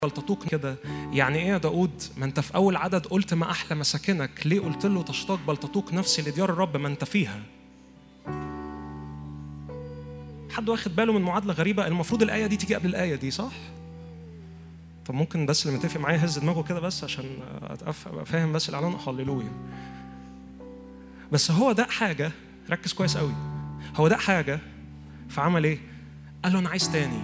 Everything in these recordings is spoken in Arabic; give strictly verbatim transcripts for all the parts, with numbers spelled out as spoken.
بلططوك كده. يعني ايه يا داود؟ ما انت في اول عدد قلت ما احلى مساكنك، ليه قلت له تشتاق بلططوك نفسي لديار الرب؟ ما انت فيها. حد واخد باله من معادله غريبه؟ المفروض الايه دي تيجي قبل الايه دي، صح؟ طب ممكن بس اللي متفق معايا يهز دماغه كده بس عشان ابقى فاهم بس الاعلان. هللويا. بس هو ده حاجه، ركز كويس قوي، هو ده حاجه فعمل ايه؟ قال له انا عايز تاني.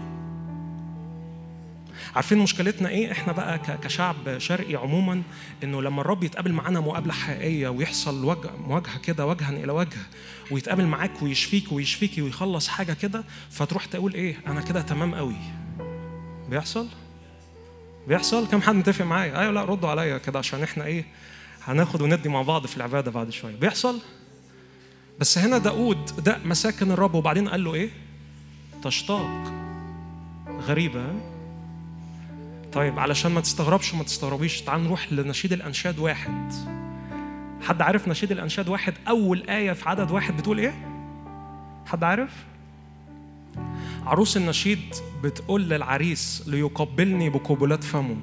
عارفين مشكلتنا ايه احنا بقى كشعب شرقي عموما؟ انه لما الرب يتقابل معانا مقابله حقيقيه ويحصل وجه مواجهه كده وجها الى وجه، ويتقابل معاك ويشفيك ويشفيكي ويخلص حاجه كده، فتروح تقول ايه؟ انا كده تمام قوي. بيحصل بيحصل كم حد متفق معايا؟ ايوه لا ردوا عليا كده عشان احنا ايه هناخد وندي مع بعض في العباده بعد شويه. بيحصل. بس هنا داود ده مساكن الرب، وبعدين قال له ايه؟ تشتاق. غريبه. طيب علشان ما تستغربش وما تستغربيش، تعال نروح لنشيد الأنشاد واحد. حد عارف نشيد الأنشاد واحد أول آية في عدد واحد بتقول إيه؟ حد عارف؟ عروس النشيد بتقول للعريس ليقبلني بقبلات فمه.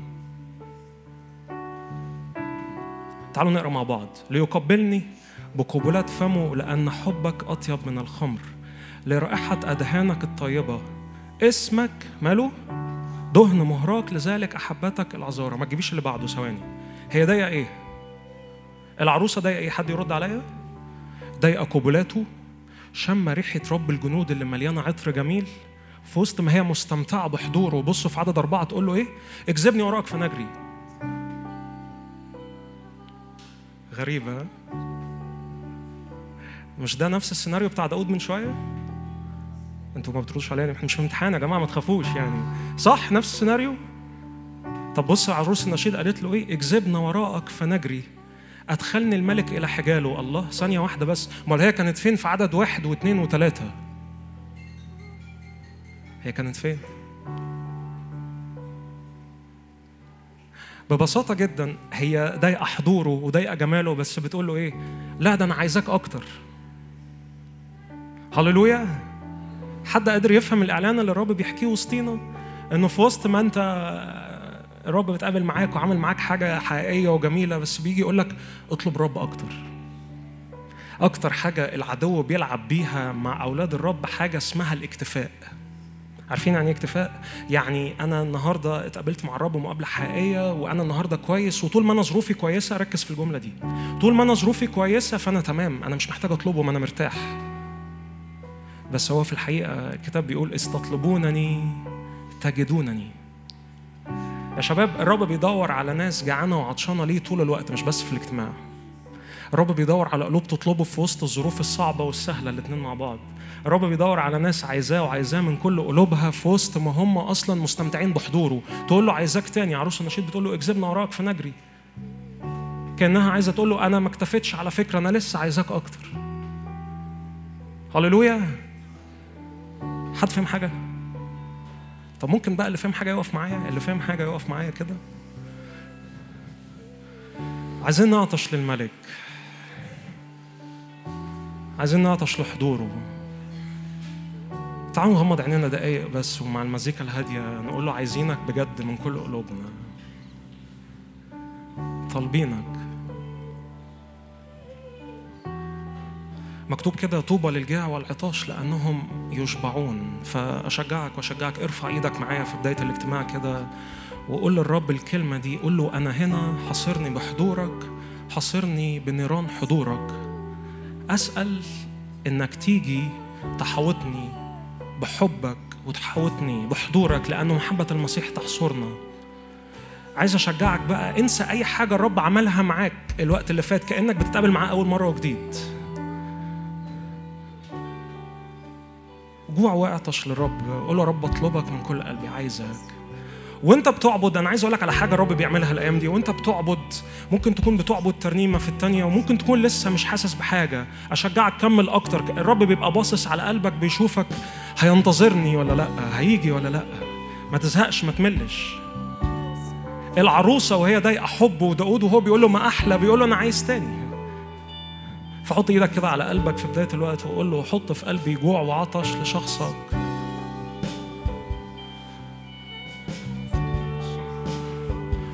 تعالوا نقرأ مع بعض. ليقبلني بقبلات فمه لأن حبك أطيب من الخمر، لرائحة أدهانك الطيبة، اسمك ماله؟ دهن مهراك، لذلك أحبتك العذارى. ما تجيبيش اللي بعده ثواني. هي ضايقة إيه؟ العروسة ضايقة إيه؟ حد يرد عليا؟ ضايقة قبلاته، شم ريحة رب الجنود اللي مليانة عطر جميل في وسط ما هي مستمتعة بحضوره. وبصوا في عدد أربعة تقول له إيه؟ اجذبني وراك فنجري. غريبة. مش ده نفس السيناريو بتاع داود من شوية؟ انتوا ما بتردوش علينا، احنا مش في امتحان يا جماعه، ما تخافوش يعني. صح نفس السيناريو. طب بص عروس النشيد قالت له ايه؟ اجذبنا وراءك فنجري، ادخلني الملك الى حجاله. الله، ثانيه واحده بس، امال هي كانت فين في عدد واحد واثنين وثلاثه؟ هي كانت فين؟ ببساطه جدا هي ضايقه حضوره وضايقه جماله، بس بتقول له ايه؟ لا ده انا عايزاك اكتر. هللويا. حد قادر يفهم الإعلان اللي الرب بيحكيه وسطينا؟ إنه في وسط ما أنت الرب بتقابل معاك وعامل معاك حاجة حقيقية وجميلة، بس بيجي يقولك اطلب رب أكتر. أكتر حاجة العدو بيلعب بيها مع أولاد الرب حاجة اسمها الاكتفاء. عارفين يعني اكتفاء؟ يعني أنا النهاردة اتقابلت مع الرب مقابلة حقيقية وأنا النهاردة كويس، وطول ما أنا ظروفي كويسة، ركز في الجملة دي، طول ما أنا ظروفي كويسة فأنا تمام، أنا مش محتاج أطلبه، ما أنا مرتاح. بس هو في الحقيقة الكتاب بيقول استطلبونني تجدونني. يا شباب الرب بيدور على ناس جعانة وعطشانة ليه طول الوقت، مش بس في الاجتماع. الرب بيدور على قلوب تطلبه في وسط الظروف الصعبة والسهلة الاتنين مع بعض. الرب بيدور على ناس عايزاه وعايزاه من كل قلوبها في وسط ما هم أصلا مستمتعين بحضوره. تقول له عايزاك تاني. عروس النشيد بتقول له اجذبنا وراك فنجري، كأنها عايزة تقول له أنا ما اكتفتش على فكرة، أنا لسه عايزاك أكتر. هللويا. حد فهم حاجة؟ طب ممكن بقى اللي فهم حاجة يقف معايا، اللي فهم حاجة يقف معايا كده. عايزين نعطش للملك، عايزين نعطش لحضوره. تعالوا نغمض عينينا دقايق بس، ومع المزيكا الهادية نقول له عايزينك بجد من كل قلوبنا، طالبينك. مكتوب كده طوبى للجاع والعطاش لأنهم يشبعون. فأشجعك وأشجعك ارفع إيدك معايا في بداية الاجتماع كده وقول للرب الكلمة دي. قول له أنا هنا، حصرني بحضورك، حصرني بنيران حضورك. أسأل إنك تيجي تحوطني بحبك وتحوطني بحضورك، لأنه محبة المسيح تحصرنا. عايز أشجعك بقى، انسى أي حاجة الرب عملها معاك الوقت اللي فات، كأنك بتتقابل معاه أول مرة وجديد. جوع واعطش للرب. قول له رب اطلبك من كل قلبي، عايزك. وانت بتعبد، انا عايز اقول لك على حاجه الرب بيعملها الايام دي. وانت بتعبد ممكن تكون بتعبد ترنيمه في الثانيه، وممكن تكون لسه مش حاسس بحاجه. اشجعك كمل اكتر. الرب بيبقى باصص على قلبك، بيشوفك هينتظرني ولا لا، هيجي ولا لا. ما تزهقش، ما تملش. العروسه وهي ضايقه حب، وداود وهو بيقول له ما احلى، بيقول له انا عايز تاني. فحط ايدك كده على قلبك في بداية الوقت وقول له حط في قلبي جوع وعطش لشخصك.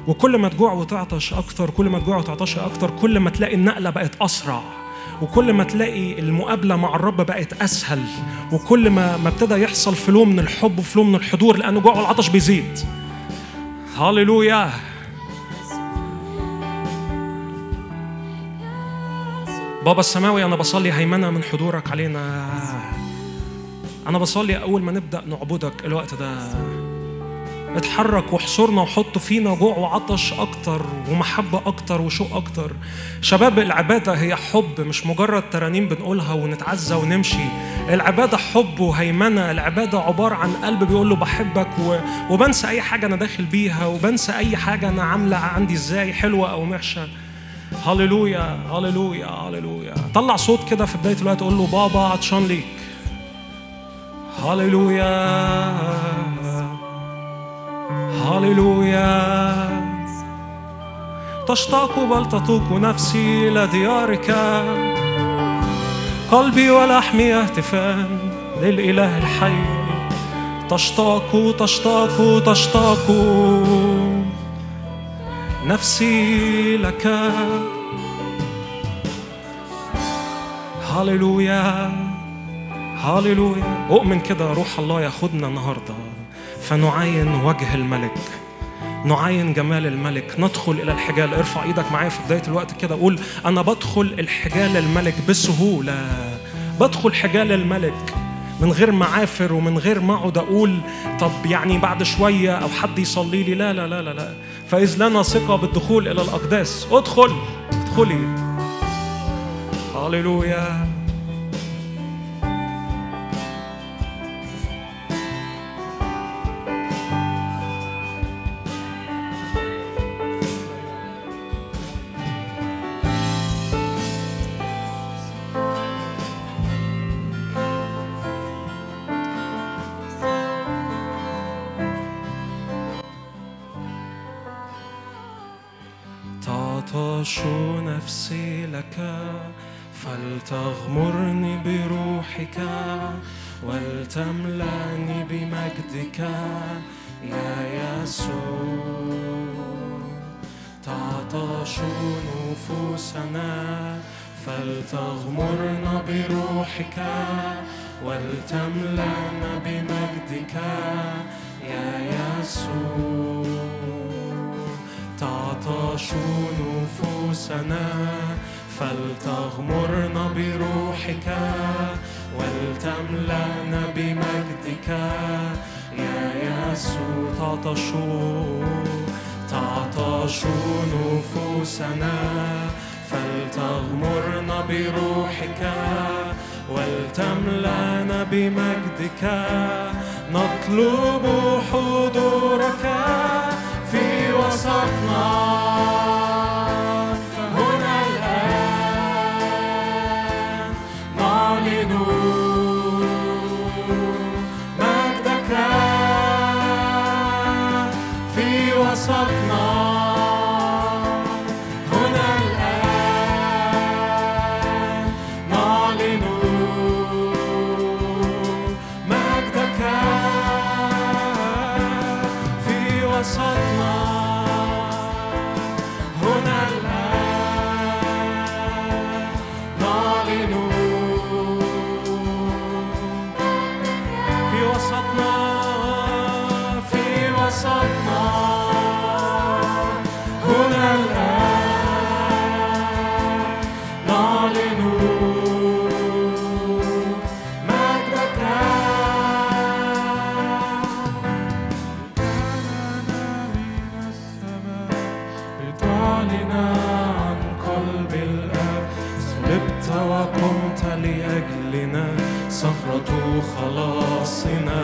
وكل ما تجوع وتعطش أكتر، كل ما تجوع وتعطش أكتر، كل ما تلاقي النقلة بقت أسرع، وكل ما تلاقي المقابلة مع الرب بقت أسهل، وكل ما ما ابتدى يحصل فلو من الحب وفلو من الحضور، لأن الجوع والعطش بيزيد. هاليلويا. بابا السماوي، أنا بصلي هيمنة من حضورك علينا. أنا بصلي أول ما نبدأ نعبدك الوقت ده اتحرك واحصرنا وحط فينا جوع وعطش أكتر ومحبة أكتر وشوق أكتر. شباب، العبادة هي حب، مش مجرد ترانيم بنقولها ونتعزى ونمشي. العبادة حب وهيمنة. العبادة عبارة عن قلب بيقول له بحبك، و... وبنسى أي حاجة أنا داخل بيها، وبنسى أي حاجة أنا عاملة عندي إزاي حلوة أو وحشة. هاليلويا هاليلويا هاليلويا. طلع صوت كده في بداية الوقت، قول له بابا عطشان ليك. هاليلويا هاليلويا. تشتاق بل تطوق نفسي إلى ديارك، قلبي ولحمي يهتفان للإله الحي. تشتاق تشتاق تشتاق نفسي لك. هاليلويا هاليلويا. أؤمن كده روح الله ياخدنا النهارده فنعاين وجه الملك، نعاين جمال الملك، ندخل إلى الحجال. ارفع ايدك معايا في بداية الوقت كده، قول أنا بدخل الحجال الملك بسهولة. بدخل حجال الملك من غير ما عافر ومن غير ما اقعد اقول طب يعني بعد شوية أو حد يصلي لي. لا لا لا لا لا. فإذ لنا ثقة بالدخول إلى الأقداس. ادخل ادخلي. هاليلويا. تعطش نفسي لك، فلتغمرني بروحك ولتملأني بمجدك يا يسوع. تعطش نفوسنا فلتغمرنا بروحك ولتملأنا بمجدك يا يسوع. تعطش نفوسنا فلتغمرنا بروحك ولتملأنا بمجدك يا يسوع. تعطش تعطش نفوسنا فلتغمرنا بروحك ولتملأنا بمجدك. نطلب حضورك في وسطنا هنا الآن، نعلن مجدك في وسطنا هنا الآن، نعلن مجدك في وسطنا هنا الآن، نعلن في وسطنا في وسطنا هنا الآن، نعلن مجدك. لتعلن عن قلب الآب، صلبت وقمت لأجلنا، صخرة خلاصنا.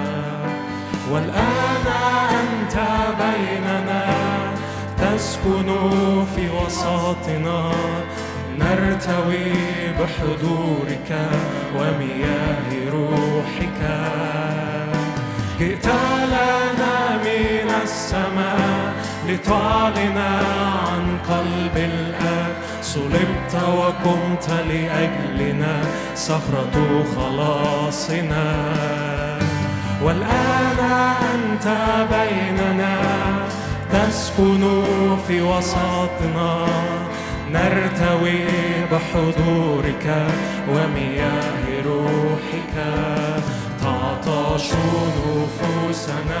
والآن أنت بيننا تسكن في وسطنا، نرتوي بحضورك ومياه روحك. جئت لنا من السماء لتعلن عن قلب الآب، صلبت وقمت لأجلنا، صخرة خلاصنا. والآن أنت بيننا تسكن في وسطنا، نرتوي بحضورك ومياه روحك. تعطش نفوسنا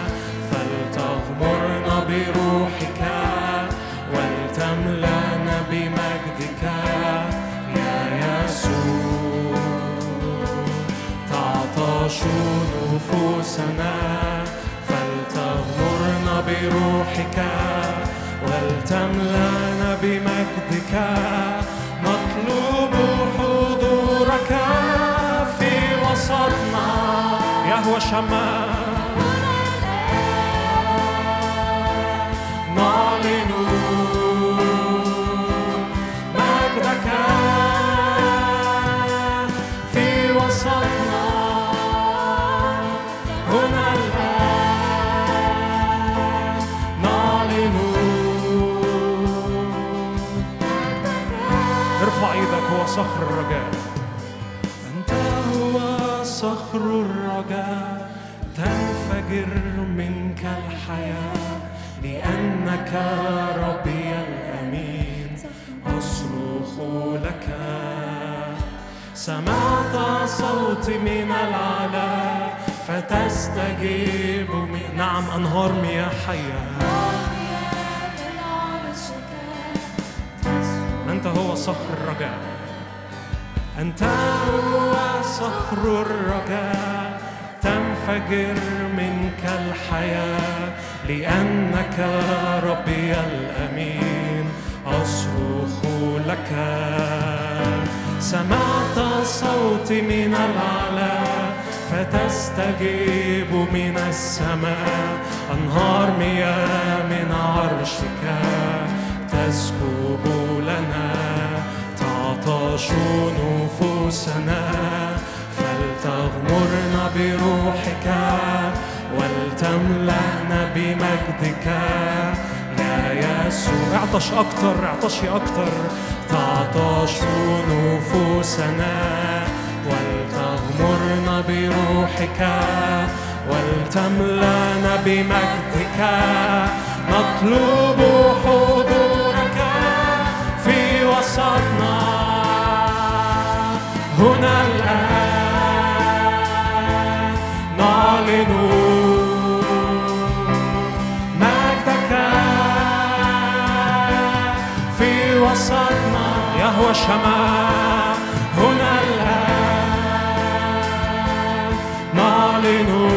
فلتغمرنا بروحك، ولتملأنا بمجدك يا يسوع. تعطش نفوسنا فلتغمرنا بروحك، ولتملأنا بمجدك. نطلب حضورك في وسطنا يهوى شمال. نعلن مجدك في وسطنا هنا الآن. نعلن. ارفع ايدك. هو صخر الرجاء، انت هو صخر الرجاء، تنفجر منك الحياة، لأنك ربي الأمين أصرخ لك. سمعت صوتي من العلا فتستجيب من... نعم أنهار مياه حية. أنت هو صخر الرجاء، أنت هو صخر الرجاء، تنفجر منك الحياة، لأنك ربي الأمين أصرخ لك. سمعت صوتي من العلا فتستجيب من السماء، أنهار مياه من عرشك تسكب لنا. تعطش نفوسنا فلتغمرنا بروحك، ولتملأنا بمجدك يا يسوع. اعطش أكتر، اعطشي أكتر. تعطش نفوسنا ولتغمرنا بروحك، ولتملأنا بمجدك. نطلب حضورك في وسطنا هنا الآن. نعلن مجدك في وسطنا يهوى شمال هنا الآن. نعلن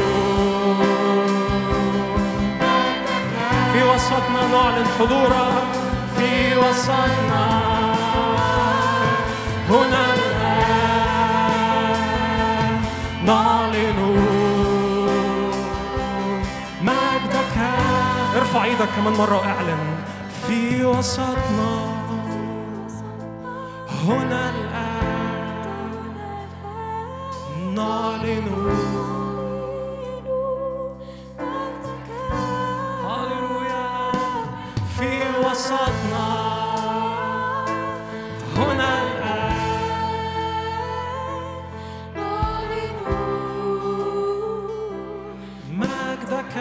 في وسطنا، نعلن حضورك في وسطنا هنا الآن. نعلن مجدك. ارفع ايدك كمان مرة واعلن في وسطنا هنا الآن. نعلن هللويا في وسطنا هنا الآن. مجدك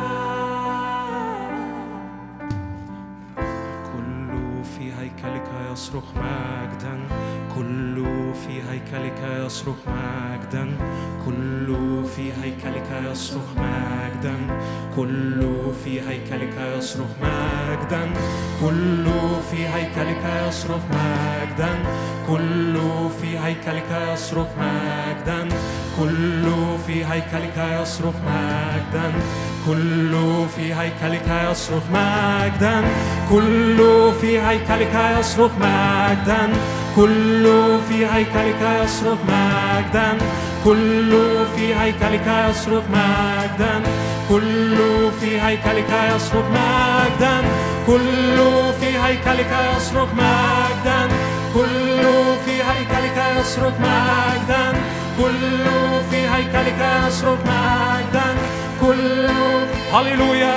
كل في هيكلك يصرخ مجدا، كل في هيكلك يصرخ مجدا، كل في هيكلك يصرخ مجدا، كل في هيكلك يصرخ مجدا، كل في هيكلك يصرخ مجدا، كل في هيكلك يصرخ مجدا، كل في هيكلك يصرخ مجدا، كل في هيكلك يصرخ مجدا، كل في هيكلك يصرخ مجدا، كل في هيكلك يصرخ مجدا، كل في هيكلك يصرخ مجدا، كل في هيكلك يصرخ مجدا، كل في هيكلك يصرخ مجدا، كل في هيكلك يصرخ مجدا، كل في هيكلك يصرخ مجدا، كل هللويا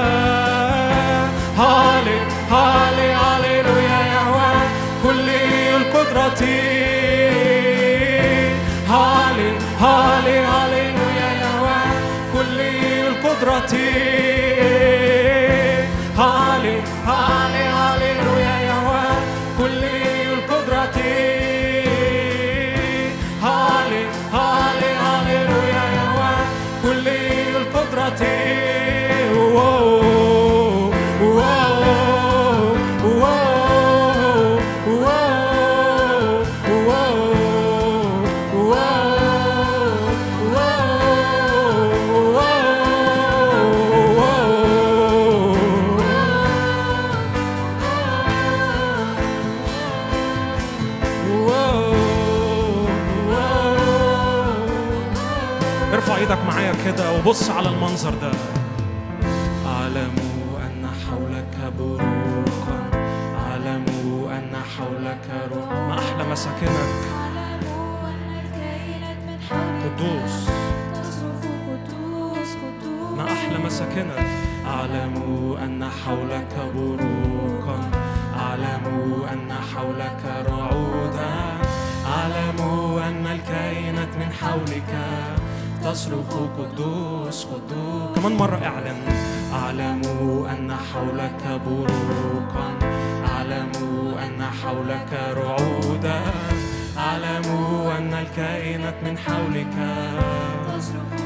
هالي هالي هللويا يهوى كل القدرة. هالي هالي هللويا يهوى كل القدرة. كده وبص على المنظر ده. أعلم أن حولك بروقا، أعلم أن حولك روح. ما أحلى مساكنك قدوس، ما أحلى مساكنك. أعلم أن حولك بروقا، أعلم أن حولك رعودا، أعلم أن الكائنات من حولك تصرخ قدوس قدوس. كمان مرة اعلن. أعلم أن حولك بروقا، أعلم أن حولك رعودا، أعلم أن الكائنات من حولك تصرخ.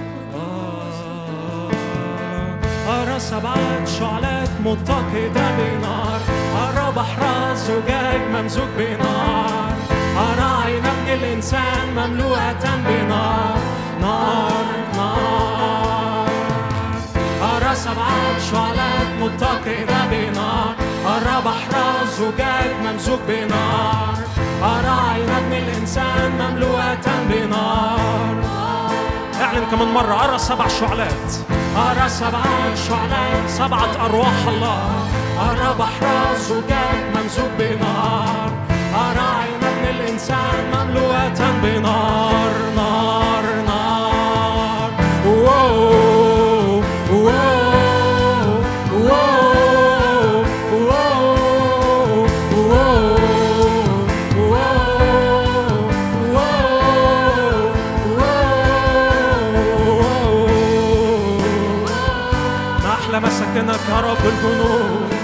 أرى سبعة شعلات متقدة بنار، أرى بحر زجاج ممزوج بنار، أرى عين ابن الإنسان مملوءة بنار نار نار. أرى سبعة شعلات متقدة بنار، أرى بحر زجاج ممزوج بنار، أرى عين ابن الإنسان مملوءة بنار. اعلن كمان مرة. أرى سبع شعلات، أرى سبعة شعلات، سبعة أرواح الله. أرى بحر زجاج ممزوج بنار، أرى عين ابن الإنسان مملوءة بنار نار نار. واو واو واو واو ما أحلى مساكنك يا رب الجنود.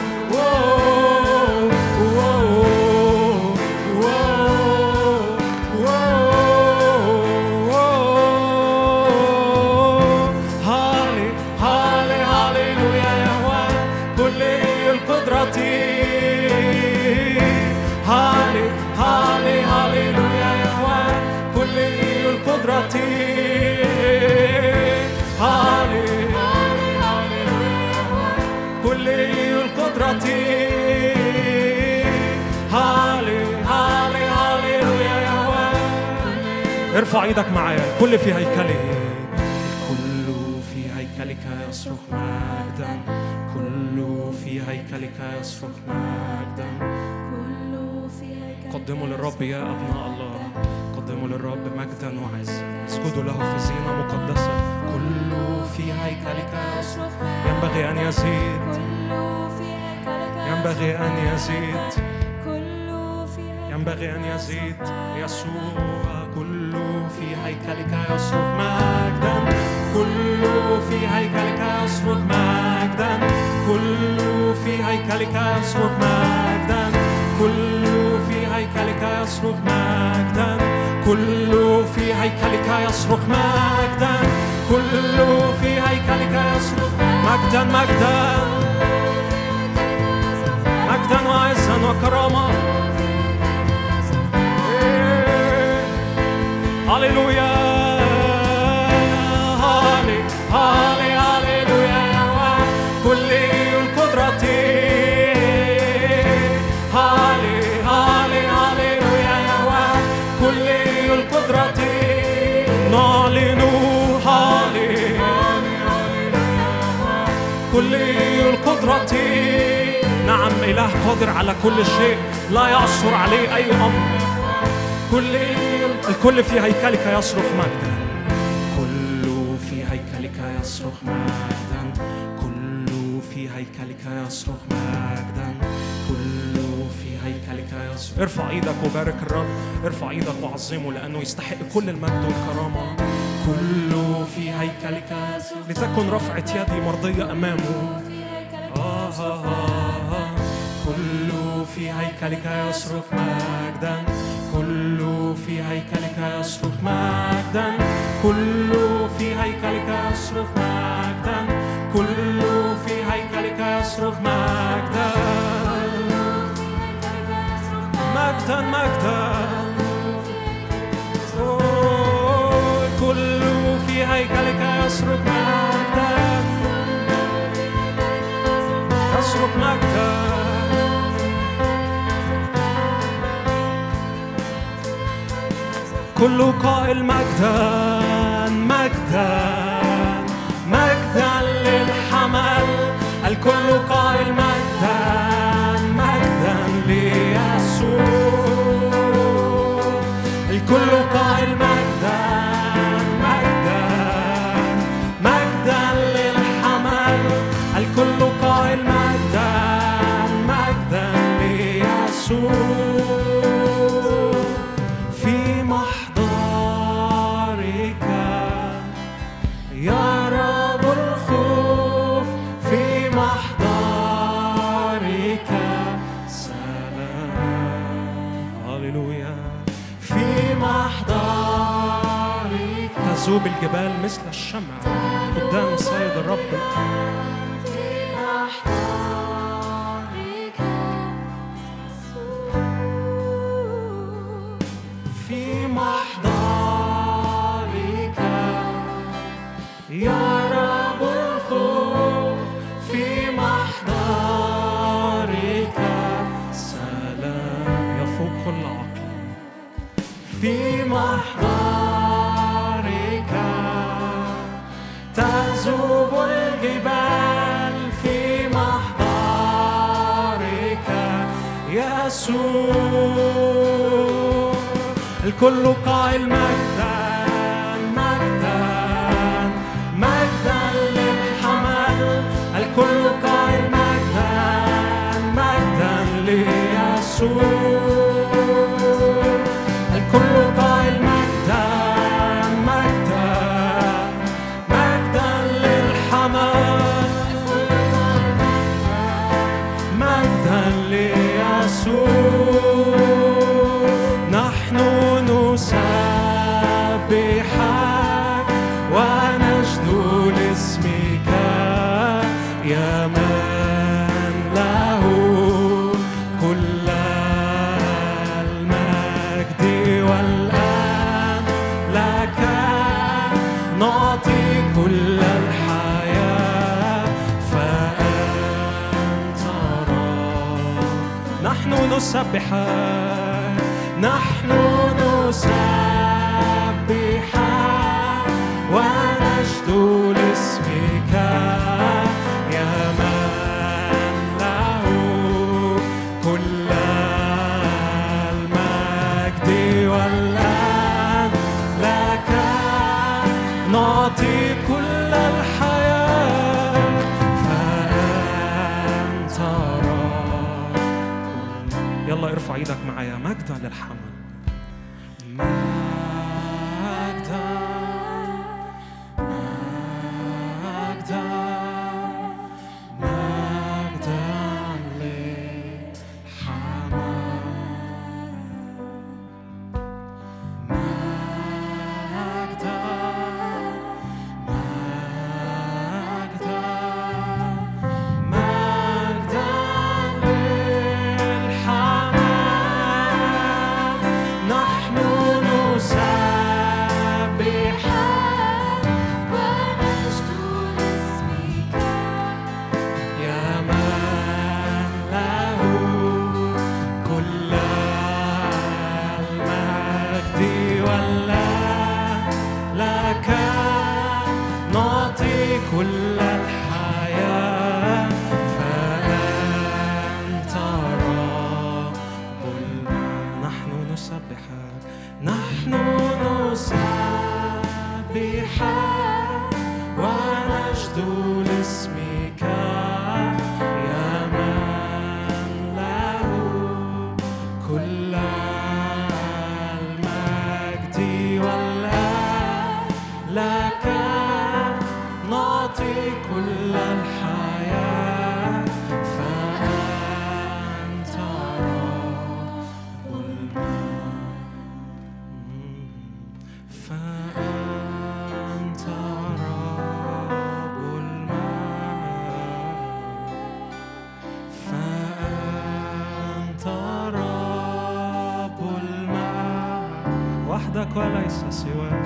ارفع ايدك معايا. الكل في هيكله، الكل في هيكلك يصرخ مجدا، كل في هيكلك يصرخ مجدا. قدموا للرب يا أبناء الله، قدموا للرب مجدا وعزا، اسجدوا له في زينة مقدسة. كل في هيكلك يصرخ، ينبغي أن يزيد، ينبغي أن يزيد، ينبغي أن يزيد يسوع. كل في هيكلك يصرخ مجدا، كل في هيكلك يصرخ مجدا، كل في هيكلك يصرخ مجدا، كل في هيكلك يصرخ مجدا، كل في هيكلك يصرخ مجدا، كل في هيكلك يصرخ مجدا مجدا مجدا وعزا وكرامة. هاليلويا هالي هالي هاليلويا كل القدرة. هالي هالي هاليلويا كل القدرة. نعلن هالي كل القدرة. نعم، إله قادر على كل شيء، لا يعثر عليه أي أمر. كل الكل في هيكلك يصرخ مجدا، كل في هيكلك يصرخ مجدا، كل في هيكلك يصرخ مجدا، كل في هيكلك يصرخ. ارفع ايدك وبارك الرب، ارفع ايدك وعظمه لأنه يستحق كل المجد والكرامة. كل في هيكلك، لتكن رفعة يدي مرضية أمامه. آه آه آه. كل في هيكلك يصرخ مجدا، كل في هيكلك يصرخ مجدا، كل في هيكلك يصرخ مجدا، كل في هيكلك يصرخ مجدا مجدا مجدا. كل في هيكلك يصرخ مجدا يصرخ مجدا. كل قائل مجدا مجدا تذوب الجبال مثل الشمع قدام صيد الرب. في محضرك يا رب الخوف، في محضرك سلام يفوق كل عقل. في محضرك تذوب الجبال، في محضرك يسوع الكل قائل مجدا مجدا مجدا للحمل، الكل قائل مجدا مجدا ليسوع، الكل قائل مجدا مجدا مجدا للحمل، مجدا ليسوع. نحن نسبحك ونجد لاسمك يا من له كل المجد، والآن لك نعطي كل الحياة فأنت رب. نحن نسبحك، نحن نسبحك ونجد لاسمك يا من له كل المجد، والآن لك نعطي كل الحياة فأنت رب. يلا ارفع ايدك معايا. مجدا للحمل، مجدا مجدا مجدا للحمل، مجدا مجدا مجدا للحمل. نحن نسبحك ونجد لاسمك يا من له كل المجد، والآن لك نعطي كل الحياة فأنت رب المجد. نحن نسبحك، نحن نسبحك ونجد لاسمك يا من له كل المجد، والآن لك نعطي كل الحياة فأنت رب المجد، فأنت رب المجد، فأنت رب المجد وحدك وليس سواك،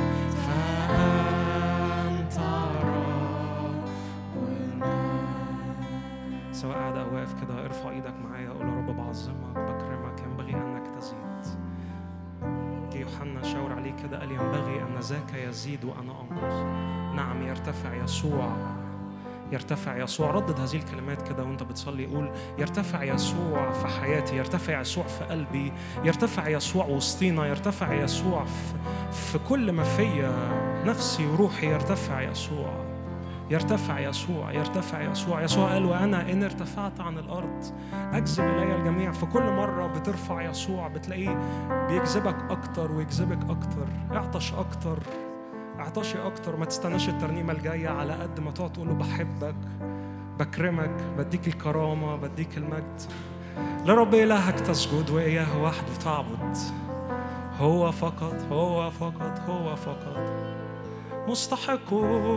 فأنت رب المجد. سواء قاعد أو واقف كده ارفع ايدك معايا، قول يا رب بعظمك بكرمك، ينبغي أنك تزيد. يوحنا شاور عليه كده قال ينبغي أن ذاك يزيد وأنا أنقص. نعم يرتفع يسوع، يرتفع يسوع. ردد هذه الكلمات كده وانت بتصلي، قول يرتفع يسوع في حياتي، يرتفع يسوع في قلبي، يرتفع يسوع وسطينا، يرتفع يسوع في, في كل ما فيا، نفسي وروحي يرتفع يسوع، يرتفع يسوع، يرتفع يسوع. يسوع قال وأنا إن ارتفعت عن الأرض أجذب إلي الجميع. في كل مرة بترفع يسوع بتلاقيه بيجذبك أكتر ويجذبك أكتر. اعطش أكتر، اعطشي أكتر. ما تستناش الترنيمة الجاية، على قد ما تقعد تقول له بحبك، بكرمك، بديك الكرامة، بديك المجد. لرب إلهك تسجد وإياه وحده تعبد، هو فقط، هو فقط، هو فقط. مستحق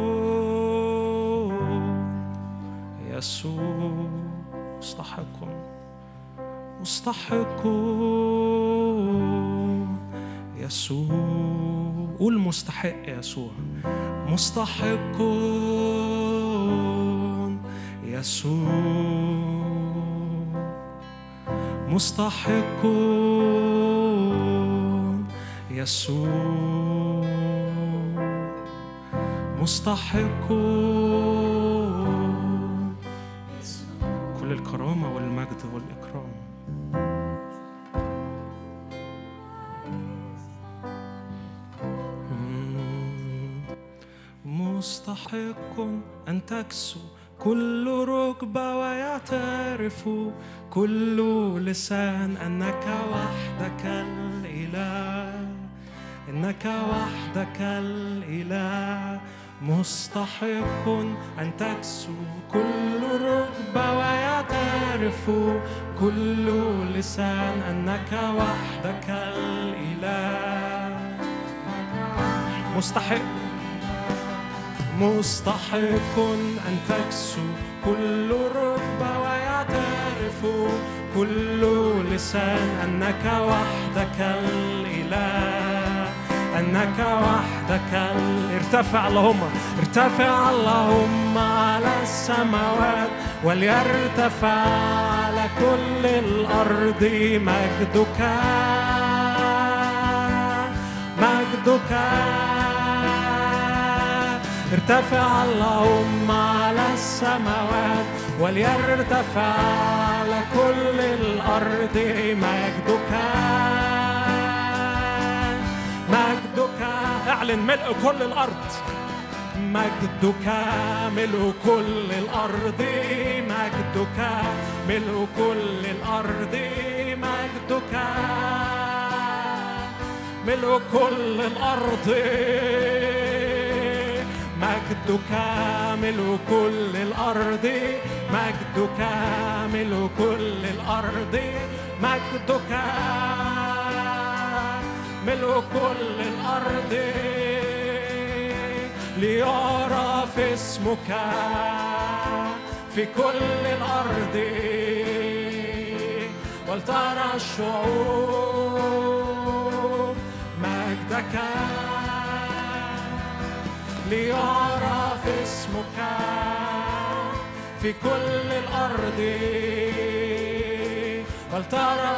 يسوع، مستحق مستحق يسوع. قول مستحق يسوع، مستحق يسوع، مستحق يسوع، مستحق كل الكرامة والمجد والإكرام. مستحق أن تكسو كل ركبة ويعترف كل لسان أنك وحدك الإله، إنك وحدك الإله. مستحق أن تكسو كل ركبة ويعترف كل لسان أنك وحدك الإله. مستحق مستحق أن تكسو كل ركبة ويعترف كل لسان أنك وحدك الإله، أنك وحدك ال... ارتفع اللهم، ارتفع اللهم على السماوات وليرتفع على كل الأرض مجدك مجدك. ارتفع اللهم على السماوات وليرتفع على كل الأرض مجدك مجدك. اعلن ملء كل الأرض، مجدك ملء كل الأرض، مجدك ملء كل الأرض، مجدك ملء كل الأرض، مجدك ملء كل الأرض، مجدك ملء كل الأرض، مجدك ملء كل الأرض. ليرى في اسمك في كل الأرض ولترى الشعوب مجدك. ليرى في اسمك في كل الأرض ولترى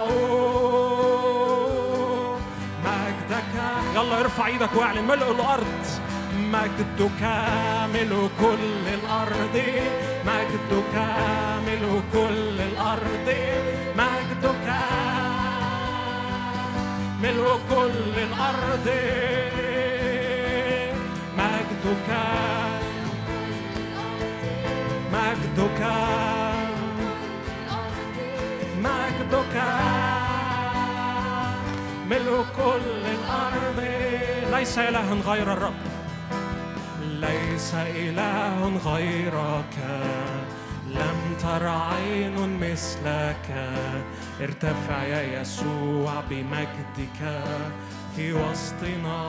الشعوب مجدك. يلا ارفع ايدك واعلن ملء الأرض، مجدك ملء كل الأرض، مجدك ملء كل الأرض، مجدك ملء كل الأرض، مجدك مجدك مجدك ملء كل الأرض. ليس إله غير الرب، ليس إله غيرك، لم تر عين مثلك. ارتفع يا يسوع بمجدك في وسطنا.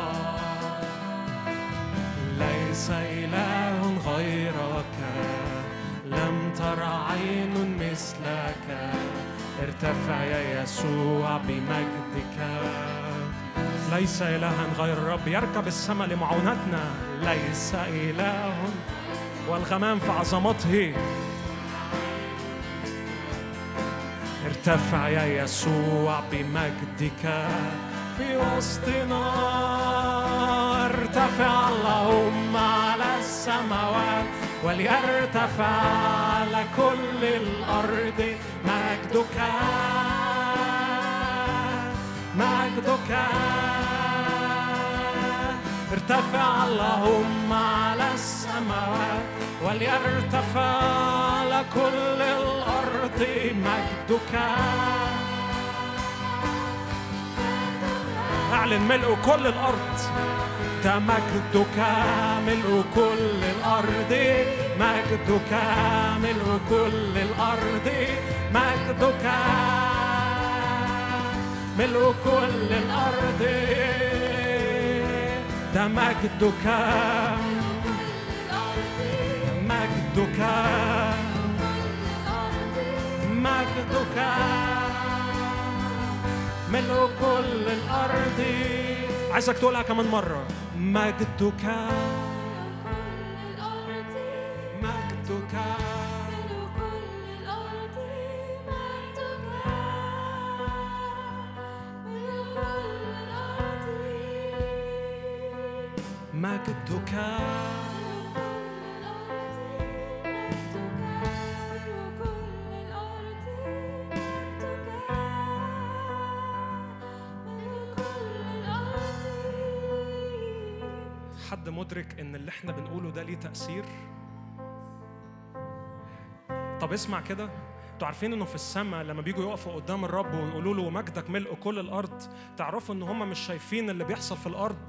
ليس إله غيرك، لم تر عين مثلك. ارتفع يا يسوع بمجدك. ليس إلها غير الرب يركب السماء لمعونتنا. ليس إله والغمام في عظمته. ارتفع يا يسوع بمجدك في وسطنا. ارتفع اللهم على السماوات وليرتفع على كل الأرض مجدك مجدك. ارتفع اللهم على السماوات وليرتفع على كل الأرض مجدك. اعلن ملء كل الأرض، ده مجدك ملء كل الأرض، مجدك ملء كل الأرض، مجدك ملء كل الأرض. ده مجدك مجدك مجدك ملء كل الأرض. عايزك تقولها كمان مرة. مجدك مجدك مجدك حد مدرك ان اللي احنا بنقوله ده ليه تأثير؟ طب اسمع كده، انتوا عارفين انه في السماء لما بيجوا يقفوا قدام الرب ويقولوا له مجدك ملء كل الارض، تعرفوا ان هم مش شايفين اللي بيحصل في الارض.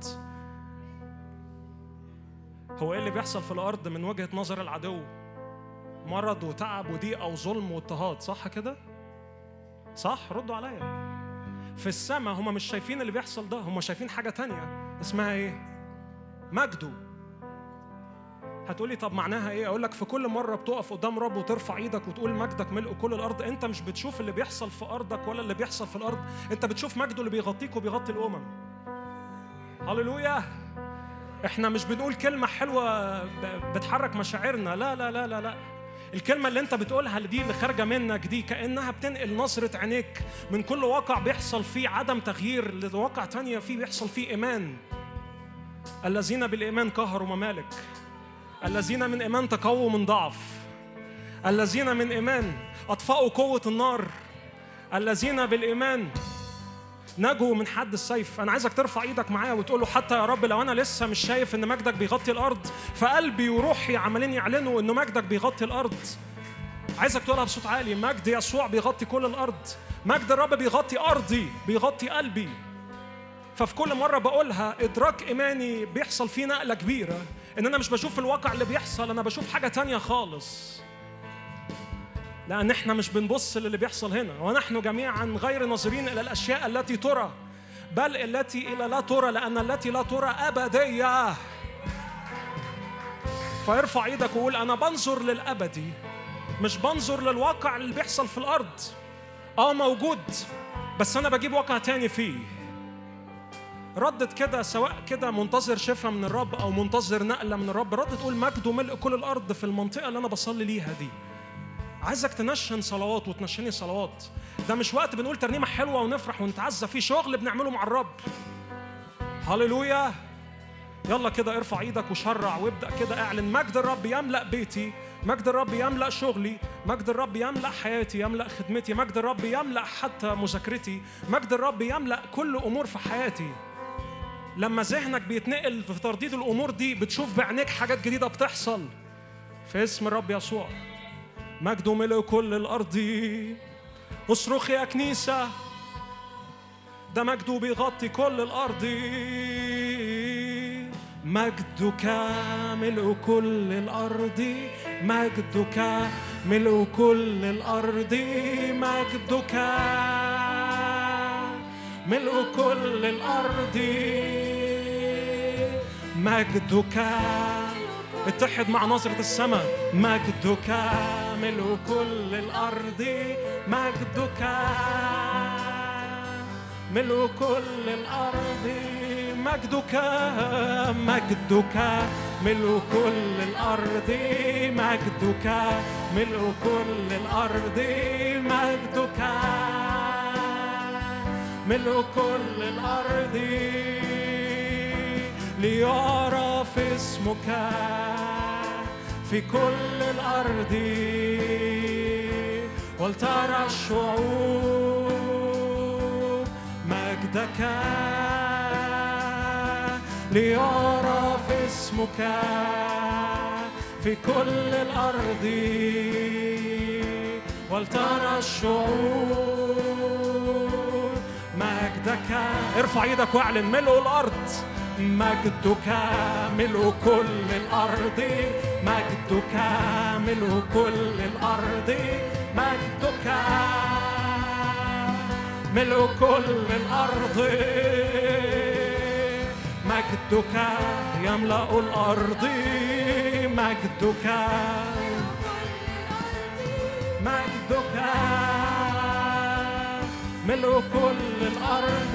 هو ايه اللي بيحصل في الارض من وجهة نظر العدو؟ مرض وتعب وضيقة وظلم واضطهاد، صح كده؟ صح؟ ردوا عليا. في السماء هم مش شايفين اللي بيحصل ده، هم شايفين حاجة تانية اسمها ايه؟ مجده. هتقولي طب معناها ايه؟ اقول لك في كل مره بتقف قدام رب وترفع ايدك وتقول مجدك ملء كل الارض، انت مش بتشوف اللي بيحصل في ارضك ولا اللي بيحصل في الارض، انت بتشوف مجده اللي بيغطيك وبيغطي الامم. هللويا. احنا مش بنقول كلمه حلوه بتحرك مشاعرنا، لا لا لا لا لا. الكلمه اللي انت بتقولها دي اللي خارجه منك دي كانها بتنقل نظره عينيك من كل واقع بيحصل فيه عدم تغيير لواقع تانية فيه بيحصل فيه ايمان. الذين بالإيمان قهروا ممالك، الذين من إيمان تقووا من ضعف، الذين من إيمان أطفأوا قوة النار، الذين بالإيمان نجوا من حد السيف. أنا عايزك ترفع إيدك معايا وتقول له حتى يا رب لو أنا لسه مش شايف إن مجدك بيغطي الأرض، فقلبي وروحي عمالين يعلنوا إنه مجدك بيغطي الأرض. عايزك تقولها بصوت عالي. مجد يسوع بيغطي كل الأرض، مجد الرب بيغطي أرضي، بيغطي قلبي. ففي كل مرة بقولها إدراك إيماني بيحصل فيه نقلة كبيرة، إن أنا مش بشوف الواقع اللي بيحصل، أنا بشوف حاجة تانية خالص. لأن إحنا مش بنبص للي بيحصل هنا، ونحن جميعا غير ناظرين إلى الأشياء التي ترى بل التي إلى لا ترى، لأن التي لا ترى أبدية. فارفع إيدك وقول أنا بنظر للأبدي، مش بنظر للواقع اللي بيحصل في الأرض. آه موجود، بس أنا بجيب واقع تاني فيه. ردت كده، سواء كده منتظر شفاء من الرب أو منتظر نقلة من الرب، ردت تقول مجده ملء كل الأرض في المنطقة اللي أنا بصلي ليها دي. عايزك تنشن صلوات وتنشني صلوات. ده مش وقت بنقول ترنيمة حلوة ونفرح ونتعزى، في شغل بنعمله مع الرب. هللويا. يلا كده ارفع ايدك وشرع وابدأ كده اعلن مجد الرب يملأ بيتي، مجد الرب يملأ شغلي، مجد الرب يملأ حياتي، يملأ خدمتي، مجد الرب يملأ حتى مذاكرتي، مجد الرب يملأ كل أمور في حياتي. لما ذهنك بيتنقل في ترديد الأمور دي بتشوف بعينيك حاجات جديدة بتحصل في اسم الرب يسوع. مجده ملء كل الأرض. اصرخ يا كنيسة، ده مجده بيغطي كل الأرض. مجدك ملء كل الأرض، مجدك ملء كل الأرض، مجدك ملء كل الأرض، مجدك. اتحد مع نظرة السماء. مجدك ملء كل الأرض، مجدك ملء كل الأرض، مجدك مجدك ملء كل الأرض، مجدك ملء كل الأرض، مجدك ملء كل الأرض. ليعرف اسمك في كل الأرض، ولترى الشعوب مجدك. ليعرف اسمك في كل الأرض، ولترى الشعوب مجدك. ارفع ايدك واعلن ملء الأرض. مجدك ملء كل الأرض، مجدك ملء كل الأرض، مجدك ملء كل الأرض، مجدك يملأ الأرض، مجدك مجدك ملء كل الأرض.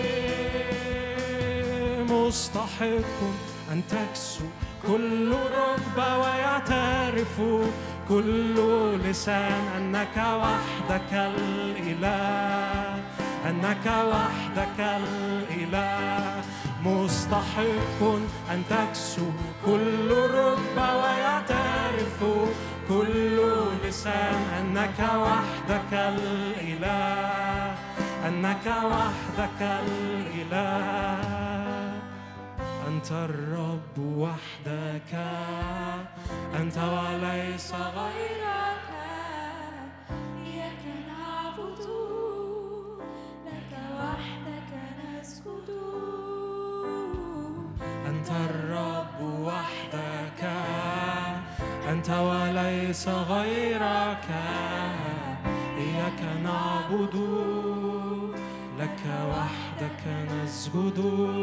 مستحق أن تكسو كل ركبة ويعترف كل لسان أنك وحدك الإله، أنك وحدك الإله. مستحق أن تكسو كل ركبة ويعترف كل لسان أنك وحدك الإله، أنك وحدك الإله. أنت الرب وحدك، أنت وليس غيرك، إياك نعبد لك وحدك نسجد. أنت الرب وحدك، أنت وليس غيرك، إياك نعبد لك وحدك نسجد.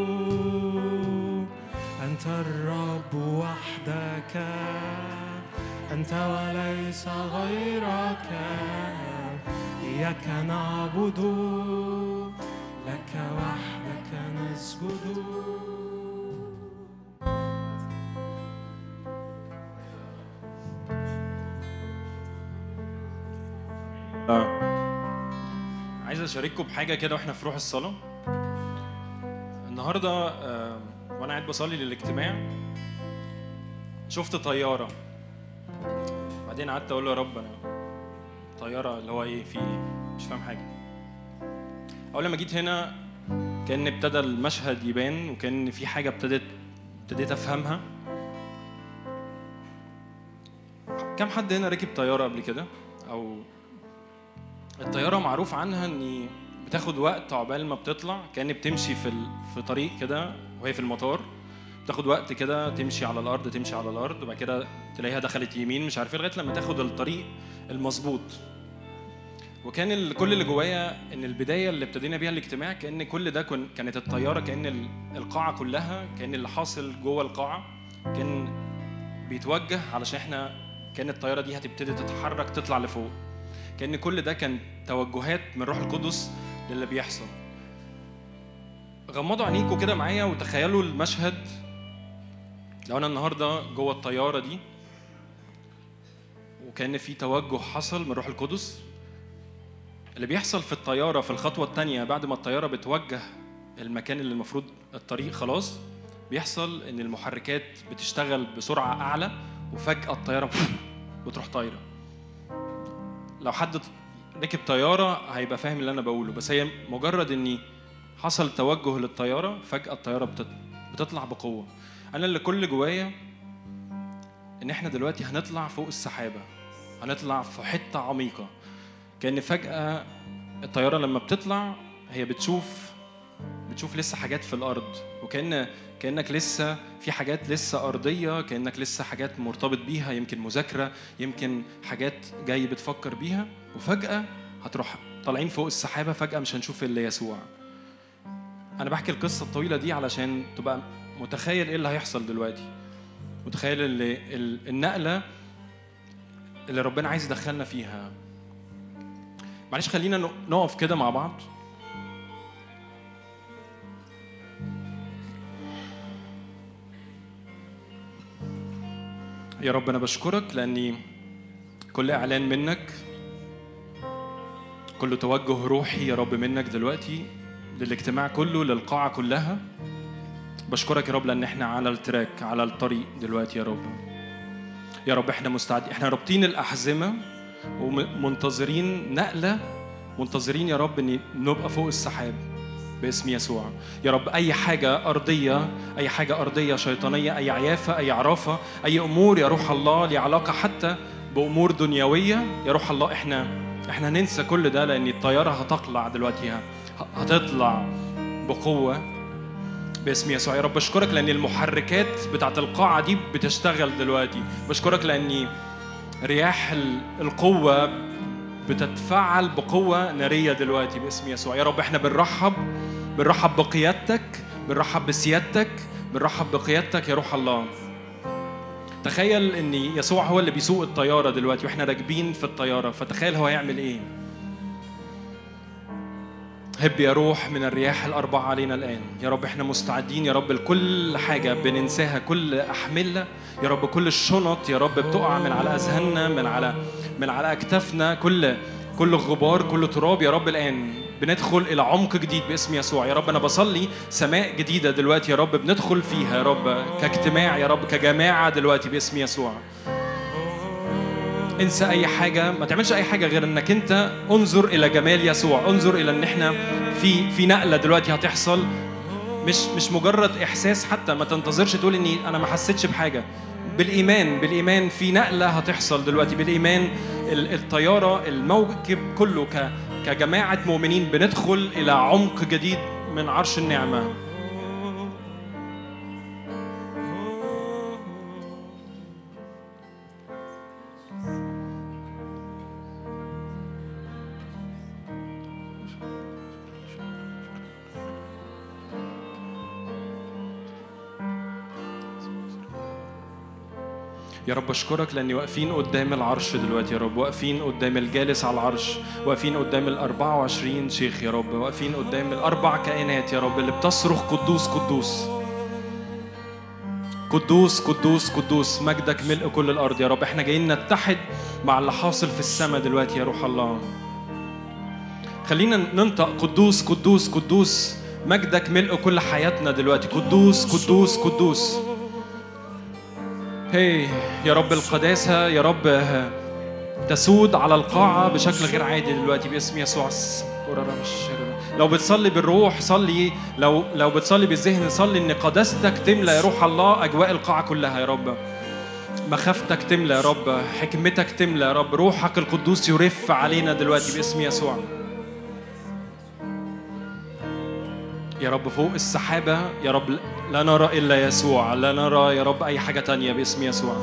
أنت الرب وحدك، أنت وليس غيرك، إياك نعبد لك وحدك نسجد. عايز أشارككم بحاجة كده وإحنا في روح الصلاة النهاردة. آه وأنا قاعد بصلي للاجتماع شفت طيارة، بعدين قعدت أقول له يا رب أنا طيارة اللي هو إيه، في مش فاهم حاجة. أول ما جيت هنا كان ابتدى المشهد يبان، وكان في حاجة ابتدت ابتديت أفهمها. كم حد هنا ركب طيارة قبل كده؟ أو الطيارة معروف عنها إن بتاخد وقت عقبال ما بتطلع، كأن بتمشي في في طريق كده وهي في المطار، بتاخد وقت كده تمشي على الأرض تمشي على الأرض وبعد كده تلاقيها دخلت يمين مش عارف ايه لغاية لما تاخد الطريق المظبوط. وكان كل اللي جوايا إن البداية اللي ابتدينا بيها الاجتماع كأن كل ده كانت الطيارة، كأن القاعة كلها، كأن اللي حاصل جوه القاعة كان بيتوجه علشان احنا كأن الطيارة دي هتبتدي تتحرك تطلع لفوق. كأن كل ده كان توجهات من روح القدس للي بيحصل. غمضوا عينيكم كده معايا وتخيلوا المشهد. لو أنا النهاردة جوه الطيارة دي وكأن في توجه حصل من روح القدس، اللي بيحصل في الطيارة في الخطوة الثانية بعد ما الطيارة بتوجه المكان اللي المفروض الطريق خلاص، بيحصل إن المحركات بتشتغل بسرعة أعلى وفجأة الطيارة بتروح طايرة. لو حد ركب طيارة هيبقى فاهم اللي أنا بقوله، بس هي مجرد إني حصل توجه للطيارة فجأة الطيارة بتطلع بقوة. أنا اللي كل جوايا إن إحنا دلوقتي هنطلع فوق السحابة، هنطلع في حتة عميقة. كأن فجأة الطيارة لما بتطلع هي بتشوف بتشوف لسه حاجات في الأرض، وكأن كأنك لسه في حاجات لسه أرضية، كأنك لسه حاجات مرتبط بيها، يمكن مذاكرة، يمكن حاجات جاي بتفكر بيها، وفجأة هتروح طالعين فوق السحابة. فجأة مش هنشوف إلا يسوع. أنا بحكي القصة الطويلة دي علشان تبقى متخيل إيه اللي هيحصل دلوقتي، متخيل اللي النقلة اللي ربنا عايز يدخلنا فيها. معلش خلينا نقف كده مع بعض. يا رب أنا بشكرك لأني كل إعلان منك، كل توجه روحي يا رب منك دلوقتي للاجتماع كله، للقاعة كلها. بشكرك يا رب لأن احنا على التراك، على الطريق دلوقتي يا رب. يا رب احنا مستعد، احنا رابطين الأحزمة ومنتظرين نقلة، منتظرين يا رب ان نبقى فوق السحاب باسم يسوع. يا رب أي حاجة أرضية، أي حاجة أرضية شيطانية، أي عيافة، أي عرافة، أي أمور يا روح الله لي علاقة حتى بأمور دنيوية، يا روح الله احنا احنا ننسى كل ده، لأن الطيارة هتطلع دلوقتي، هتطلع بقوة باسم يسوع. يا رب بشكرك لأن المحركات بتاعت القاعة دي بتشتغل دلوقتي. بشكرك لأن رياح القوة بتتفعل بقوة نارية دلوقتي باسم يسوع. يا رب احنا بنرحب بنرحب بقيادتك، بنرحب بسيادتك، بنرحب بقيادتك يا روح الله. تخيل ان يسوع هو اللي بيسوق الطيارة دلوقتي واحنا راكبين في الطيارة، فتخيل هو هيعمل ايه. هب يا روح من الرياح الأربعة علينا الآن يا رب. احنا مستعدين يا رب لكل حاجة بننساها، كل أحملة يا رب، كل الشنط يا رب بتقع من على أذهاننا، من على من على أكتافنا، كل كل غبار، كل تراب يا رب. الآن بندخل إلى عمق جديد باسم يسوع يا رب. أنا بصلي سماء جديدة دلوقتي يا رب بندخل فيها يا رب كاجتماع يا رب، كجماعة دلوقتي باسم يسوع. انسى اي حاجه، ما تعملش اي حاجه غير انك انت انظر الى جمال يسوع، انظر الى ان احنا في في نقله دلوقتي هتحصل. مش مش مجرد احساس، حتى ما تنتظرش تقول اني انا ما حسيتش بحاجه. بالايمان بالايمان في نقله هتحصل دلوقتي. بالايمان الطياره الموكب كله ك كجماعه مؤمنين بندخل الى عمق جديد من عرش النعمه. يا رب أشكرك لأني واقفين قدام العرش دلوقتي يا رب، واقفين قدام الجالس على العرش، واقفين قدام الأربعة وعشرين شيخ يا رب، واقفين قدام الأربع كائنات يا رب اللي بتصرخ قدوس قدوس قدوس قدوس قدوس، مجدك ملء كل الأرض يا رب. احنا جايين نتحد مع اللي حاصل في السماء دلوقتي يا روح الله. خلينا ننطق قدوس قدوس قدوس، مجدك ملء كل حياتنا دلوقتي. قدوس قدوس قدوس. هي يا رب القداسة يا رب تسود على القاعة بشكل غير عادي دلوقتي باسم يسوع. لو بتصلي بالروح صلي، لو لو بتصلي بالذهن صلي ان قداستك تملى يا روح الله اجواء القاعة كلها يا رب. مخافتك تملى يا رب، حكمتك تملى يا رب، روحك القدوس يرف علينا دلوقتي باسم يسوع. يا رب فوق السحابة يا رب لا نرى إلا يسوع، لا نرى يا رب أي حاجة تانية باسم يسوع.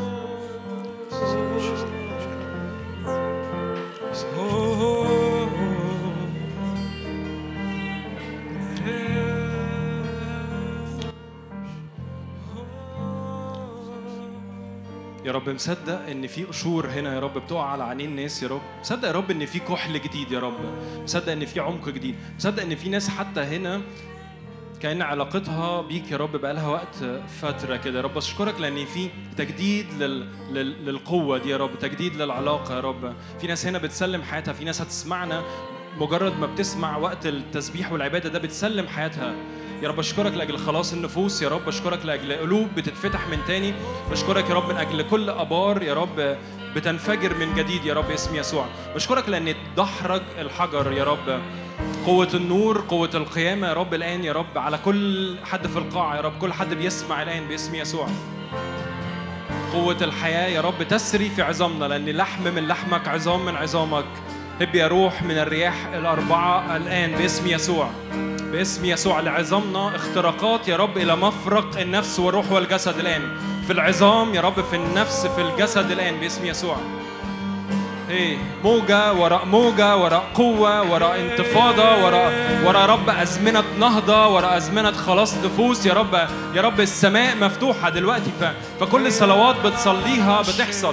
يا رب مصدق ان في قشور هنا يا رب بتقع على عينين الناس يا رب. مصدق يا رب ان في كحل جديد يا رب. مصدق ان في عمق جديد. مصدق ان في ناس حتى هنا كأن علاقتها بيك يا رب بقى لها وقت فترة كده يا رب. أشكرك لأن في تجديد لل... لل... للقوة دي يا رب، تجديد للعلاقة يا رب. في ناس هنا بتسلم حياتها، في ناس هتسمعنا مجرد ما بتسمع وقت التسبيح والعبادة ده بتسلم حياتها يا رب. أشكرك لأجل خلاص النفوس يا رب. أشكرك لأجل قلوب بتتفتح من تاني. بشكرك يا رب من أجل كل أبار يا رب بتنفجر من جديد يا رب اسم يسوع. بشكرك لأن دحرج الحجر يا رب، قوة النور، قوة القيامة يا رب الآن يا رب على كل حد في القاعة يا رب، كل حد بيسمع الآن باسم يسوع. قوة الحياة يا رب تسري في عظامنا، لأن لحم من لحمك، عظام من عظامك. هب يا روح من الرياح الأربعة الآن باسم يسوع، باسم يسوع لعظامنا اختراقات يا رب إلى مفرق النفس والروح والجسد الآن، في العظام يا رب، في النفس، في الجسد الآن باسم يسوع. إيه موجة وراء موجة، وراء قوة، وراء انتفاضة، وراء وراء رب أزمنة نهضة، وراء أزمنة خلاص نفوس يا رب. يا رب السماء مفتوحة دلوقتي، ف... فكل صلوات بتصليها بتحصل.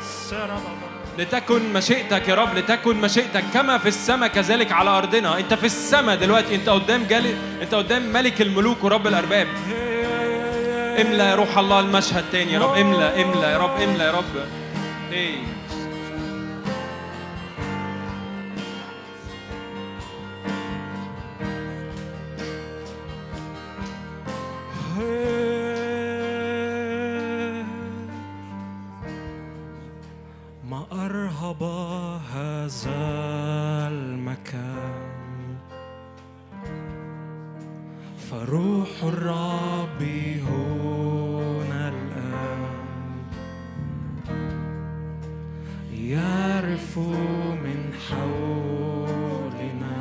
لتكن مشيئتك يا رب، لتكن مشيئتك كما في السماء كذلك على أرضنا. أنت في السماء دلوقتي، أنت قدام جالي، أنت قدام ملك الملوك ورب الأرباب. املى يا روح الله المشهد تاني يا رب، املى املى يا رب، املى يا رب. إيه ما أرهب هذا المكان، فروح الرب هنا الآن يعرف من حولنا